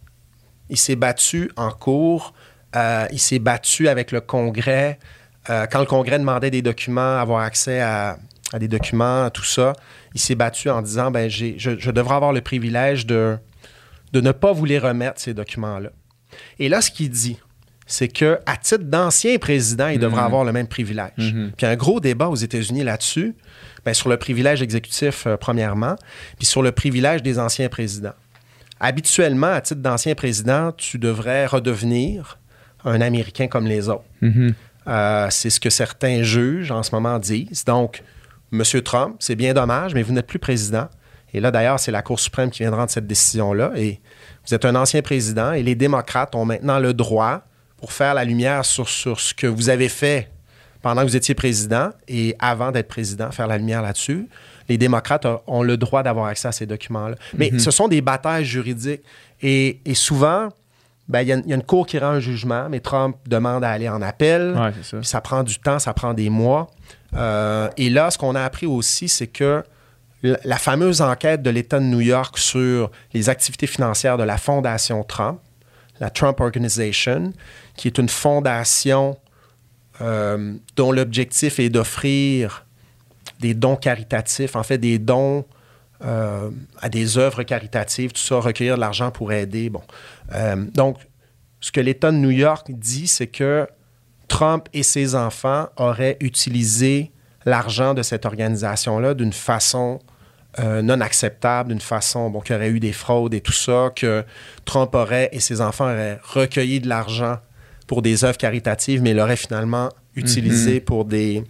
en cours, il s'est battu avec le Congrès. Quand le Congrès demandait des documents, avoir accès à des documents, tout ça, il s'est battu en disant, je devrais avoir le privilège de ne pas vous les remettre, ces documents-là. Et là, ce qu'il dit, c'est qu'à titre d'ancien président, il devrait avoir le même privilège. Puis il y a un gros débat aux États-Unis là-dessus, sur le privilège exécutif, premièrement, puis sur le privilège des anciens présidents. Habituellement, à titre d'ancien président, tu devrais redevenir un Américain comme les autres. C'est ce que certains juges en ce moment disent. Donc, M. Trump, c'est bien dommage, mais vous n'êtes plus président. Et là, d'ailleurs, c'est la Cour suprême qui vient de rendre cette décision-là. Et vous êtes un ancien président et les démocrates ont maintenant le droit pour faire la lumière sur ce que vous avez fait pendant que vous étiez président et avant d'être président, faire la lumière là-dessus. Les démocrates ont le droit d'avoir accès à ces documents-là. Mais ce sont des batailles juridiques. Et souvent, il y a une cour qui rend un jugement, mais Trump demande à aller en appel. Ouais, c'est ça. Puis ça prend du temps, ça prend des mois. Et là, ce qu'on a appris aussi, c'est que la fameuse enquête de l'État de New York sur les activités financières de la Fondation Trump, la Trump Organization, qui est une fondation dont l'objectif est d'offrir des dons caritatifs, en fait des dons à des œuvres caritatives, tout ça, recueillir de l'argent pour aider. Bon. Donc, ce que l'État de New York dit, c'est que Trump et ses enfants auraient utilisé l'argent de cette organisation-là d'une façon non acceptable, d'une façon qu'il y aurait eu des fraudes et tout ça, que Trump et ses enfants auraient recueilli de l'argent pour des œuvres caritatives, mais l'auraient finalement utilisé pour des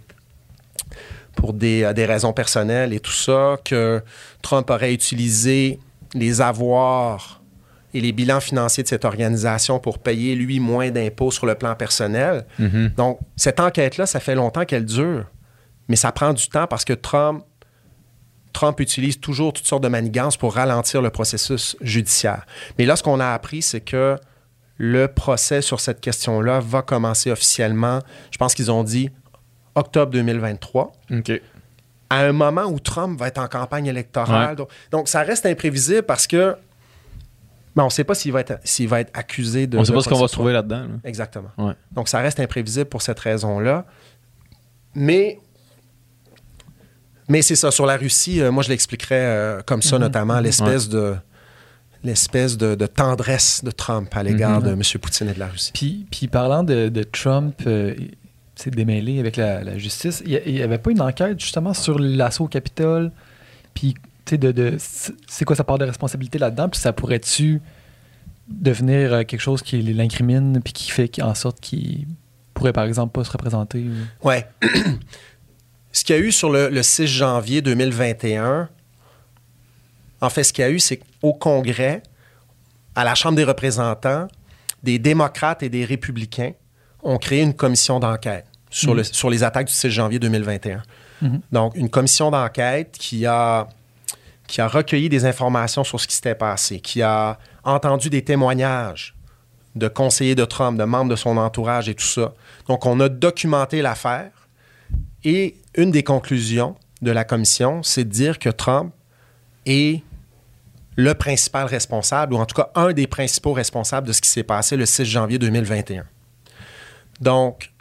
raisons personnelles et tout ça, que Trump aurait utilisé les avoirs et les bilans financiers de cette organisation pour payer, lui, moins d'impôts sur le plan personnel. Donc, cette enquête-là, ça fait longtemps qu'elle dure, mais ça prend du temps parce que Trump utilise toujours toutes sortes de manigances pour ralentir le processus judiciaire. Mais là, ce qu'on a appris, c'est que le procès sur cette question-là va commencer officiellement, je pense qu'ils ont dit octobre 2023, à un moment où Trump va être en campagne électorale. Ouais. Donc, ça reste imprévisible parce que on ne sait pas s'il va être accusé de... On ne sait pas ce qu'on va se trouver là-dedans. Là. Exactement. Ouais. Donc, ça reste imprévisible pour cette raison-là. Mais c'est ça. Sur la Russie, moi, je l'expliquerais comme ça, notamment l'espèce de tendresse de Trump à l'égard de M. Poutine et de la Russie. Puis parlant de Trump s'est démêlé avec la justice, il n'y avait pas une enquête justement sur l'assaut au Capitole, puis c'est quoi sa part de responsabilité là-dedans, puis ça pourrait-tu devenir quelque chose qui l'incrimine, puis qui fait en sorte qu'il pourrait par exemple pas se représenter? Ouais. Ce qu'il y a eu sur le 6 janvier 2021, en fait, ce qu'il y a eu, c'est qu'au Congrès, à la Chambre des représentants, des démocrates et des républicains ont créé une commission d'enquête sur les attaques du 6 janvier 2021. Donc, une commission d'enquête qui a recueilli des informations sur ce qui s'était passé, qui a entendu des témoignages de conseillers de Trump, de membres de son entourage et tout ça. Donc, on a documenté l'affaire et une des conclusions de la commission, c'est de dire que Trump est le principal responsable, ou en tout cas un des principaux responsables de ce qui s'est passé le 6 janvier 2021. Donc,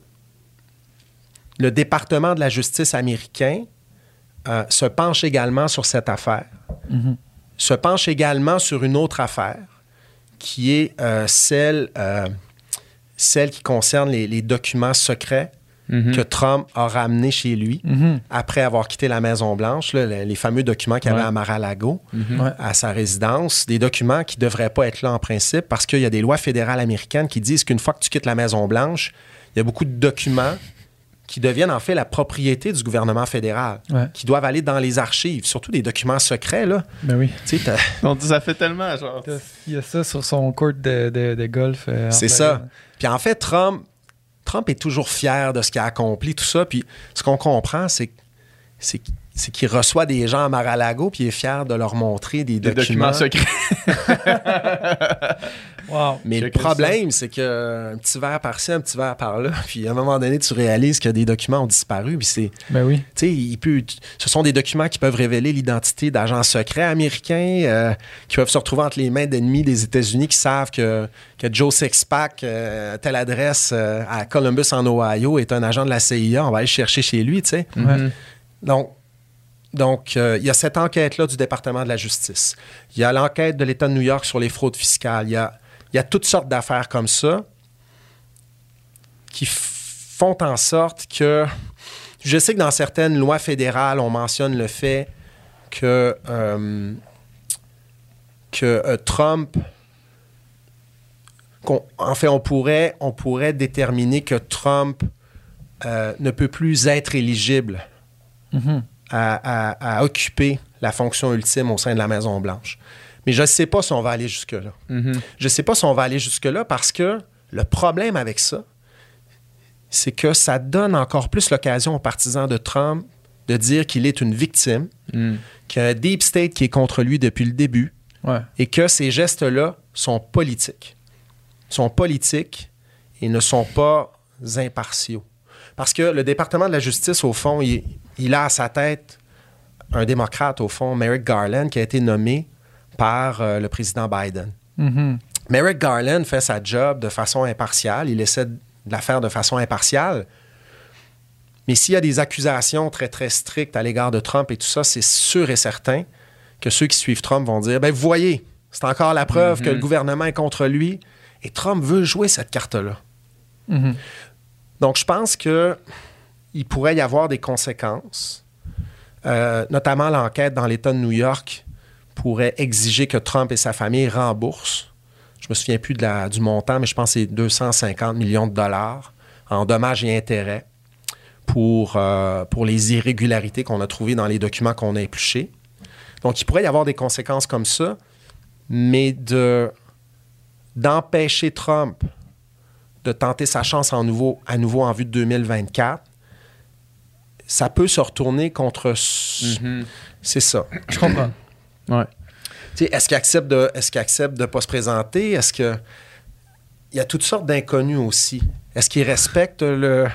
le département de la justice américain se penche également sur cette affaire, se penche également sur une autre affaire, qui est celle qui concerne les documents secrets que Trump a ramenés chez lui après avoir quitté la Maison-Blanche, les fameux documents qu'il y avait à Mar-a-Lago, à sa résidence, des documents qui ne devraient pas être là en principe parce qu'il y a des lois fédérales américaines qui disent qu'une fois que tu quittes la Maison-Blanche, il y a beaucoup de documents qui deviennent en fait la propriété du gouvernement fédéral, qui doivent aller dans les archives, surtout des documents secrets, là. Ben oui. Ça fait tellement, genre... Il y a ça sur son court de golf. C'est ça. Puis en fait, Trump est toujours fier de ce qu'il a accompli, tout ça. Puis ce qu'on comprend, c'est qu'il reçoit des gens à Mar-a-Lago puis il est fier de leur montrer des documents secrets. Wow. Mais le problème, c'est qu'un petit verre par-ci, un petit verre par-là, puis à un moment donné, tu réalises que des documents ont disparu. Puis c'est... Ben oui. Tu sais, ce sont des documents qui peuvent révéler l'identité d'agents secrets américains qui peuvent se retrouver entre les mains d'ennemis des États-Unis qui savent que Joe Sixpack, telle adresse à Columbus, en Ohio, est un agent de la CIA. On va aller chercher chez lui, tu sais. Donc, il y a cette enquête-là du département de la justice. Il y a l'enquête de l'État de New York sur les fraudes fiscales. Il y a toutes sortes d'affaires comme ça qui font en sorte que... Je sais que dans certaines lois fédérales, on mentionne le fait que Trump en fait, on pourrait déterminer que Trump ne peut plus être éligible à occuper la fonction ultime au sein de la Maison-Blanche. Mais je ne sais pas si on va aller jusque-là. Je ne sais pas si on va aller jusque-là parce que le problème avec ça, c'est que ça donne encore plus l'occasion aux partisans de Trump de dire qu'il est une victime, qu'il y a un deep state qui est contre lui depuis le début et que ces gestes-là sont politiques. Ils sont politiques et ne sont pas impartiaux. Parce que le département de la justice, au fond, il a à sa tête un démocrate, au fond, Merrick Garland, qui a été nommé par le président Biden. Merrick Garland fait sa job de façon impartiale. Il essaie de la faire de façon impartiale. Mais s'il y a des accusations très, très strictes à l'égard de Trump et tout ça, c'est sûr et certain que ceux qui suivent Trump vont dire, vous voyez, c'est encore la preuve que le gouvernement est contre lui. Et Trump veut jouer cette carte-là. Donc, je pense qu'il pourrait y avoir des conséquences. Notamment, l'enquête dans l'État de New York pourrait exiger que Trump et sa famille remboursent. Je me souviens plus du montant, mais je pense que c'est 250 millions de dollars en dommages et intérêts pour les irrégularités qu'on a trouvées dans les documents qu'on a épluchés. Donc, il pourrait y avoir des conséquences comme ça, mais d'empêcher Trump de tenter sa chance à nouveau en vue de 2024, ça peut se retourner contre... C'est ça. Je comprends. Ouais. Est-ce qu'il accepte de ne pas se présenter? Est-ce que... Il y a toutes sortes d'inconnus aussi. Est-ce qu'il respecte le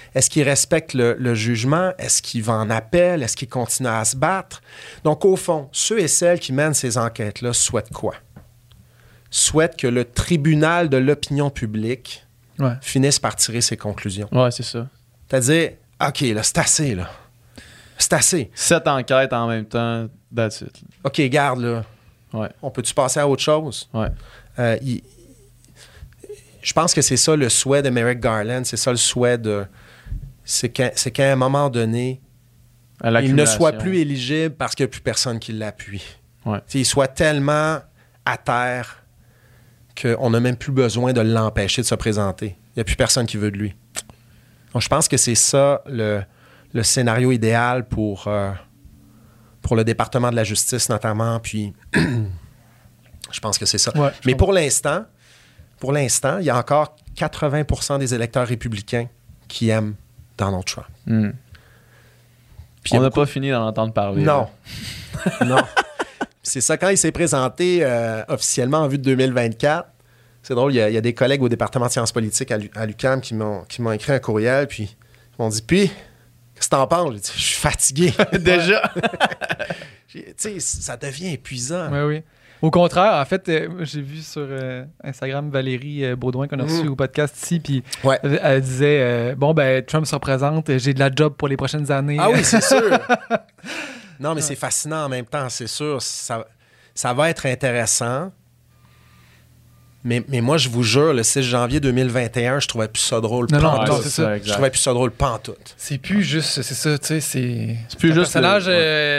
jugement? Est-ce qu'il va en appel? Est-ce qu'il continue à se battre? Donc, au fond, ceux et celles qui mènent ces enquêtes-là souhaitent quoi? Souhaitent que le tribunal de l'opinion publique finisse par tirer ses conclusions. Ouais, c'est ça. C'est-à-dire, OK, là, c'est assez, là. C'est assez. 7 enquêtes en même temps, that's it. OK, garde, là. Ouais. On peut-tu passer à autre chose? Ouais. Je pense que c'est ça le souhait de Merrick Garland, c'est ça le souhait de... C'est qu'à un moment donné, il ne soit plus éligible parce qu'il n'y a plus personne qui l'appuie. Ouais. Il soit tellement à terre qu'on n'a même plus besoin de l'empêcher de se présenter. Il n'y a plus personne qui veut de lui. Donc, je pense que c'est ça le scénario idéal pour le département de la justice notamment. Puis, je pense que c'est ça. Ouais, mais pour l'instant, il y a encore 80% des électeurs républicains qui aiment Donald Trump. Puis on n'a pas fini d'en entendre parler. Non. Non. C'est ça, quand il s'est présenté officiellement en vue de 2024, c'est drôle, il y a des collègues au département de sciences politiques à l'UQAM qui m'ont écrit un courriel, puis ils m'ont dit, puis, qu'est-ce que t'en penses? J'ai dit, je suis fatigué. Déjà? Tu sais, ça devient épuisant. Oui, oui. Au contraire, en fait, j'ai vu sur Instagram Valérie Baudouin qu'on a reçu au podcast ici, puis elle disait Trump se représente, j'ai de la job pour les prochaines années. Ah oui, c'est sûr. Non, mais c'est fascinant en même temps, c'est sûr. Ça va être intéressant. Mais moi, je vous jure, le 6 janvier 2021, je trouvais plus ça drôle pantoute. Non, c'est ça. Je trouvais plus ça drôle pantoute. C'est plus juste, c'est ça, tu sais, c'est plus un juste personnage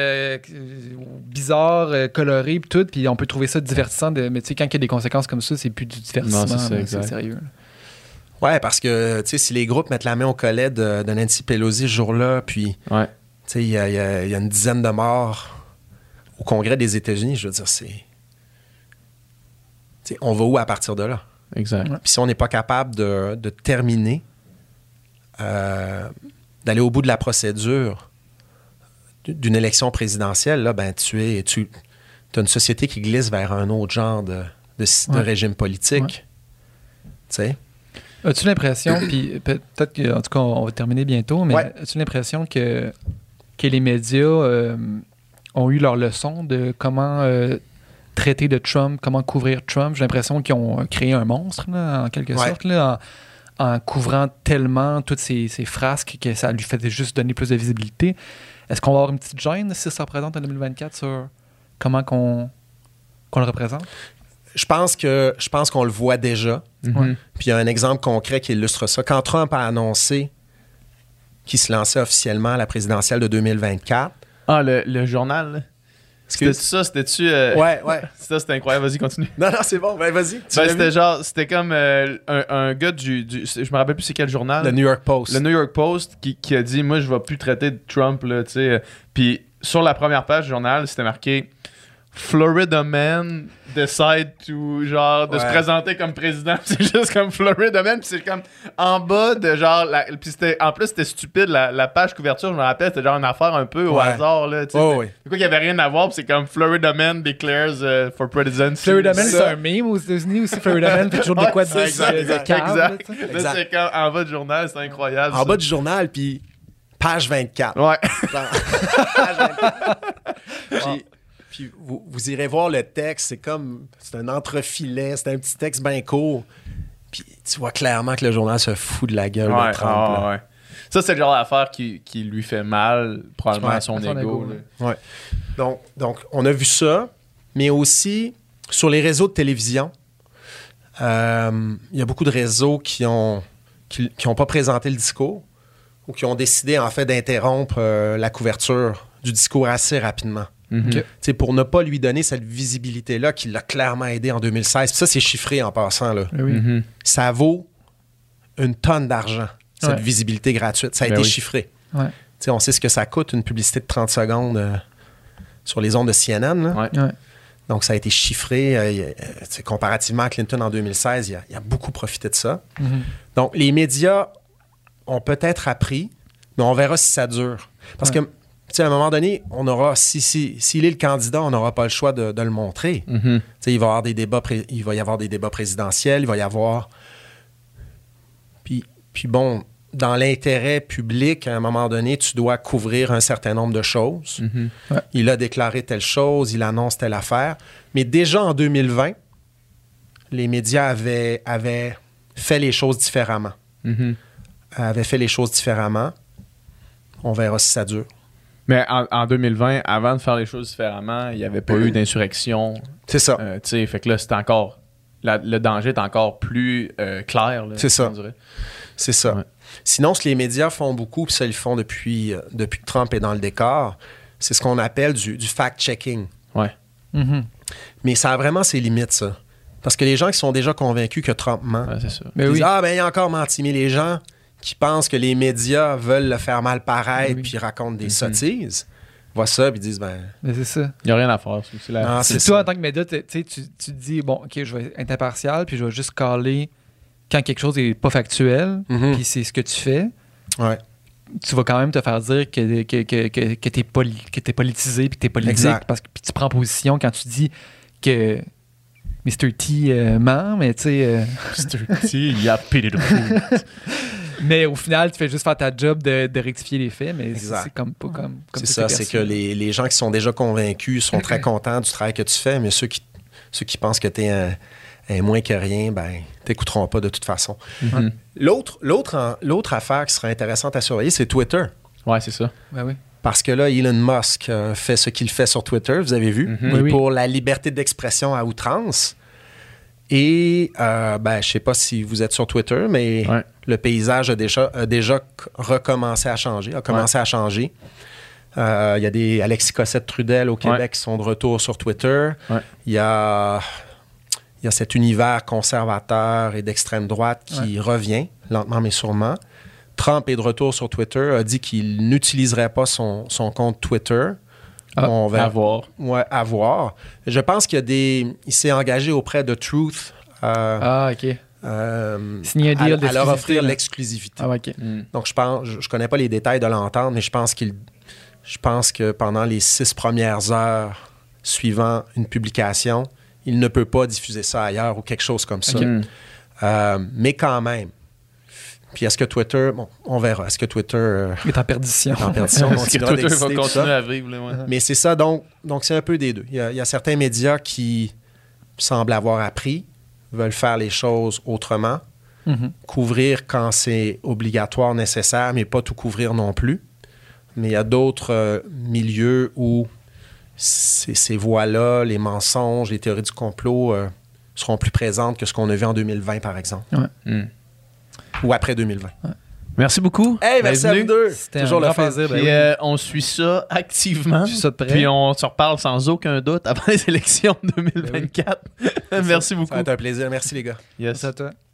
bizarre, coloré, puis tout, puis on peut trouver ça divertissant, mais tu sais, quand il y a des conséquences comme ça, c'est plus du divertissement, c'est sérieux. Ouais, parce que, tu sais, si les groupes mettent la main au collet de Nancy Pelosi ce jour-là, puis, tu sais, il y a une dizaine de morts au Congrès des États-Unis, je veux dire, on va où à partir de là? Exact. Puis si on n'est pas capable de terminer, d'aller au bout de la procédure d'une élection présidentielle, là, ben tu as une société qui glisse vers un autre genre de régime politique. Tu sais? As-tu l'impression, puis peut-être qu'en tout cas, on va terminer bientôt, mais as-tu l'impression que les médias ont eu leur leçon de comment... traiter de Trump, comment couvrir Trump? J'ai l'impression qu'ils ont créé un monstre, là, en quelque sorte, là, en couvrant tellement toutes ces frasques que ça lui fait juste donner plus de visibilité. Est-ce qu'on va avoir une petite gêne si ça représente en 2024 sur comment qu'on le représente? Je pense qu'on le voit déjà. Mm-hmm. Puis il y a un exemple concret qui illustre ça. Quand Trump a annoncé qu'il se lançait officiellement à la présidentielle de 2024... Ah, le journal, là? C'était ça, c'était-tu... Ouais. Ça, c'était incroyable. Vas-y, continue. Non, c'est bon. Ben, vas-y. C'était comme un gars je me rappelle plus c'est quel journal. Le New York Post. Le New York Post qui a dit, moi, je vais plus traiter de Trump, là, tu sais. Puis sur la première page du journal, c'était marqué Florida man decide to de se présenter comme président. C'est juste comme Florida man, puis c'est comme en bas de puis en plus c'était stupide la page couverture, je me rappelle, c'était genre une affaire un peu au hasard là, tu sais. Quoi qu'il y avait rien à voir, puis c'est comme Florida man declares for president. Florida man c'est un meme aux États-Unis aussi. Florida man fait toujours des quoi de exact. Là, c'est comme en bas du journal, c'est incroyable. En bas du journal, puis page 24. Ouais. Page 24. Puis vous irez voir le texte, c'est un entrefilet, c'est un petit texte bien court. Puis tu vois clairement que le journal se fout de la gueule de Trump. Ouais. Ça, c'est le genre d'affaire qui lui fait mal, probablement à son ego. Ouais. Donc, on a vu ça, mais aussi sur les réseaux de télévision, il y a beaucoup de réseaux qui ont pas présenté le discours ou qui ont décidé, en fait, d'interrompre la couverture du discours assez rapidement. Mm-hmm. Pour ne pas lui donner cette visibilité-là qui l'a clairement aidé en 2016. Puis ça, c'est chiffré en passant. Là. Oui. Mm-hmm. Ça vaut une tonne d'argent, cette visibilité gratuite. Ça a été chiffré. Ouais. On sait ce que ça coûte, une publicité de 30 secondes sur les ondes de CNN. Là. Ouais. Donc, ça a été chiffré. Comparativement à Clinton en 2016, il a beaucoup profité de ça. Mm-hmm. Donc, les médias ont peut-être appris, mais on verra si ça dure. Parce que à un moment donné, on aura, s'il est le candidat, on n'aura pas le choix de le montrer. Mm-hmm. Il va y avoir des débats présidentiels, il va y avoir... Puis bon, dans l'intérêt public, à un moment donné, tu dois couvrir un certain nombre de choses. Mm-hmm. Ouais. Il a déclaré telle chose, il annonce telle affaire. Mais déjà en 2020, les médias avaient fait les choses différemment. Mm-hmm. On verra si ça dure. Mais en 2020, avant de faire les choses différemment, il n'y avait pas eu d'insurrection. C'est ça. Fait que là, c'était encore... le danger est encore plus clair. Là, c'est ça. C'est ça. Ouais. Sinon, ce que les médias font beaucoup, puis ça, ils le font depuis que Trump est dans le décor, c'est ce qu'on appelle du fact-checking. Ouais. Mm-hmm. Mais ça a vraiment ses limites, ça. Parce que les gens qui sont déjà convaincus que Trump ment, c'est ça. ils disent « Ah, ben il a encore menti ». Mais les gens qui pensent que les médias veulent le faire mal paraître puis racontent des sottises, voient ça puis disent Mais c'est ça. Il n'y a rien à faire. C'est toi, en tant que média, tu te dis, bon, OK, je vais être impartial puis je vais juste caler quand quelque chose n'est pas factuel puis c'est ce que tu fais. Ouais. Tu vas quand même te faire dire que t'es politisé puis que t'es politique. Exact. Puis tu prends position quand tu dis que Mr. T ment, mais tu sais... Mr. T, il a pity the food. Mais au final, tu fais juste faire ta job de rectifier les faits, mais c'est comme pas comme c'est ça, c'est que les gens qui sont déjà convaincus sont très contents du travail que tu fais, mais ceux qui pensent que tu es un moins que rien, ben t'écouteront pas de toute façon. Mm-hmm. L'autre affaire qui serait intéressante à surveiller, c'est Twitter. Ouais, c'est ça. Ben oui. Parce que là, Elon Musk fait ce qu'il fait sur Twitter, vous avez vu, pour la liberté d'expression à outrance. Et, je sais pas si vous êtes sur Twitter, mais le paysage a déjà recommencé à changer, à changer. Il y a des Alexis Cossette-Trudel au Québec qui sont de retour sur Twitter. Ouais. Il y a cet univers conservateur et d'extrême droite qui revient, lentement mais sûrement. Trump est de retour sur Twitter, a dit qu'il n'utiliserait pas son compte Twitter. On va voir. Ouais, à voir. Je pense il s'est engagé auprès de Truth. OK. Signer un deal à leur offrir l'exclusivité. Ah, OK. Donc, je connais pas les détails de l'entente, mais je pense que pendant les 6 premières heures suivant une publication, il ne peut pas diffuser ça ailleurs ou quelque chose comme ça. Okay. Mais quand même. Puis est-ce que Twitter... Bon, on verra. Est-ce que Twitter... est en perdition. Est-ce que Twitter va continuer à vivre? Là, Mais c'est ça. Donc c'est un peu des deux. Il y a certains médias qui semblent avoir appris, veulent faire les choses autrement, couvrir quand c'est obligatoire, nécessaire, mais pas tout couvrir non plus. Mais il y a d'autres milieux où ces voix-là, les mensonges, les théories du complot seront plus présentes que ce qu'on a vu en 2020, par exemple. Ouais. Ou après 2020. Ouais. Merci beaucoup. Hey, merci à vous deux. C'était Toujours un le grand fun. plaisir. Ben Puis oui. on suit ça activement. Je suis ça de près. Puis on se reparle sans aucun doute avant les élections de 2024. Merci beaucoup. Ça va être un plaisir. Merci, les gars. Yes. Merci à toi.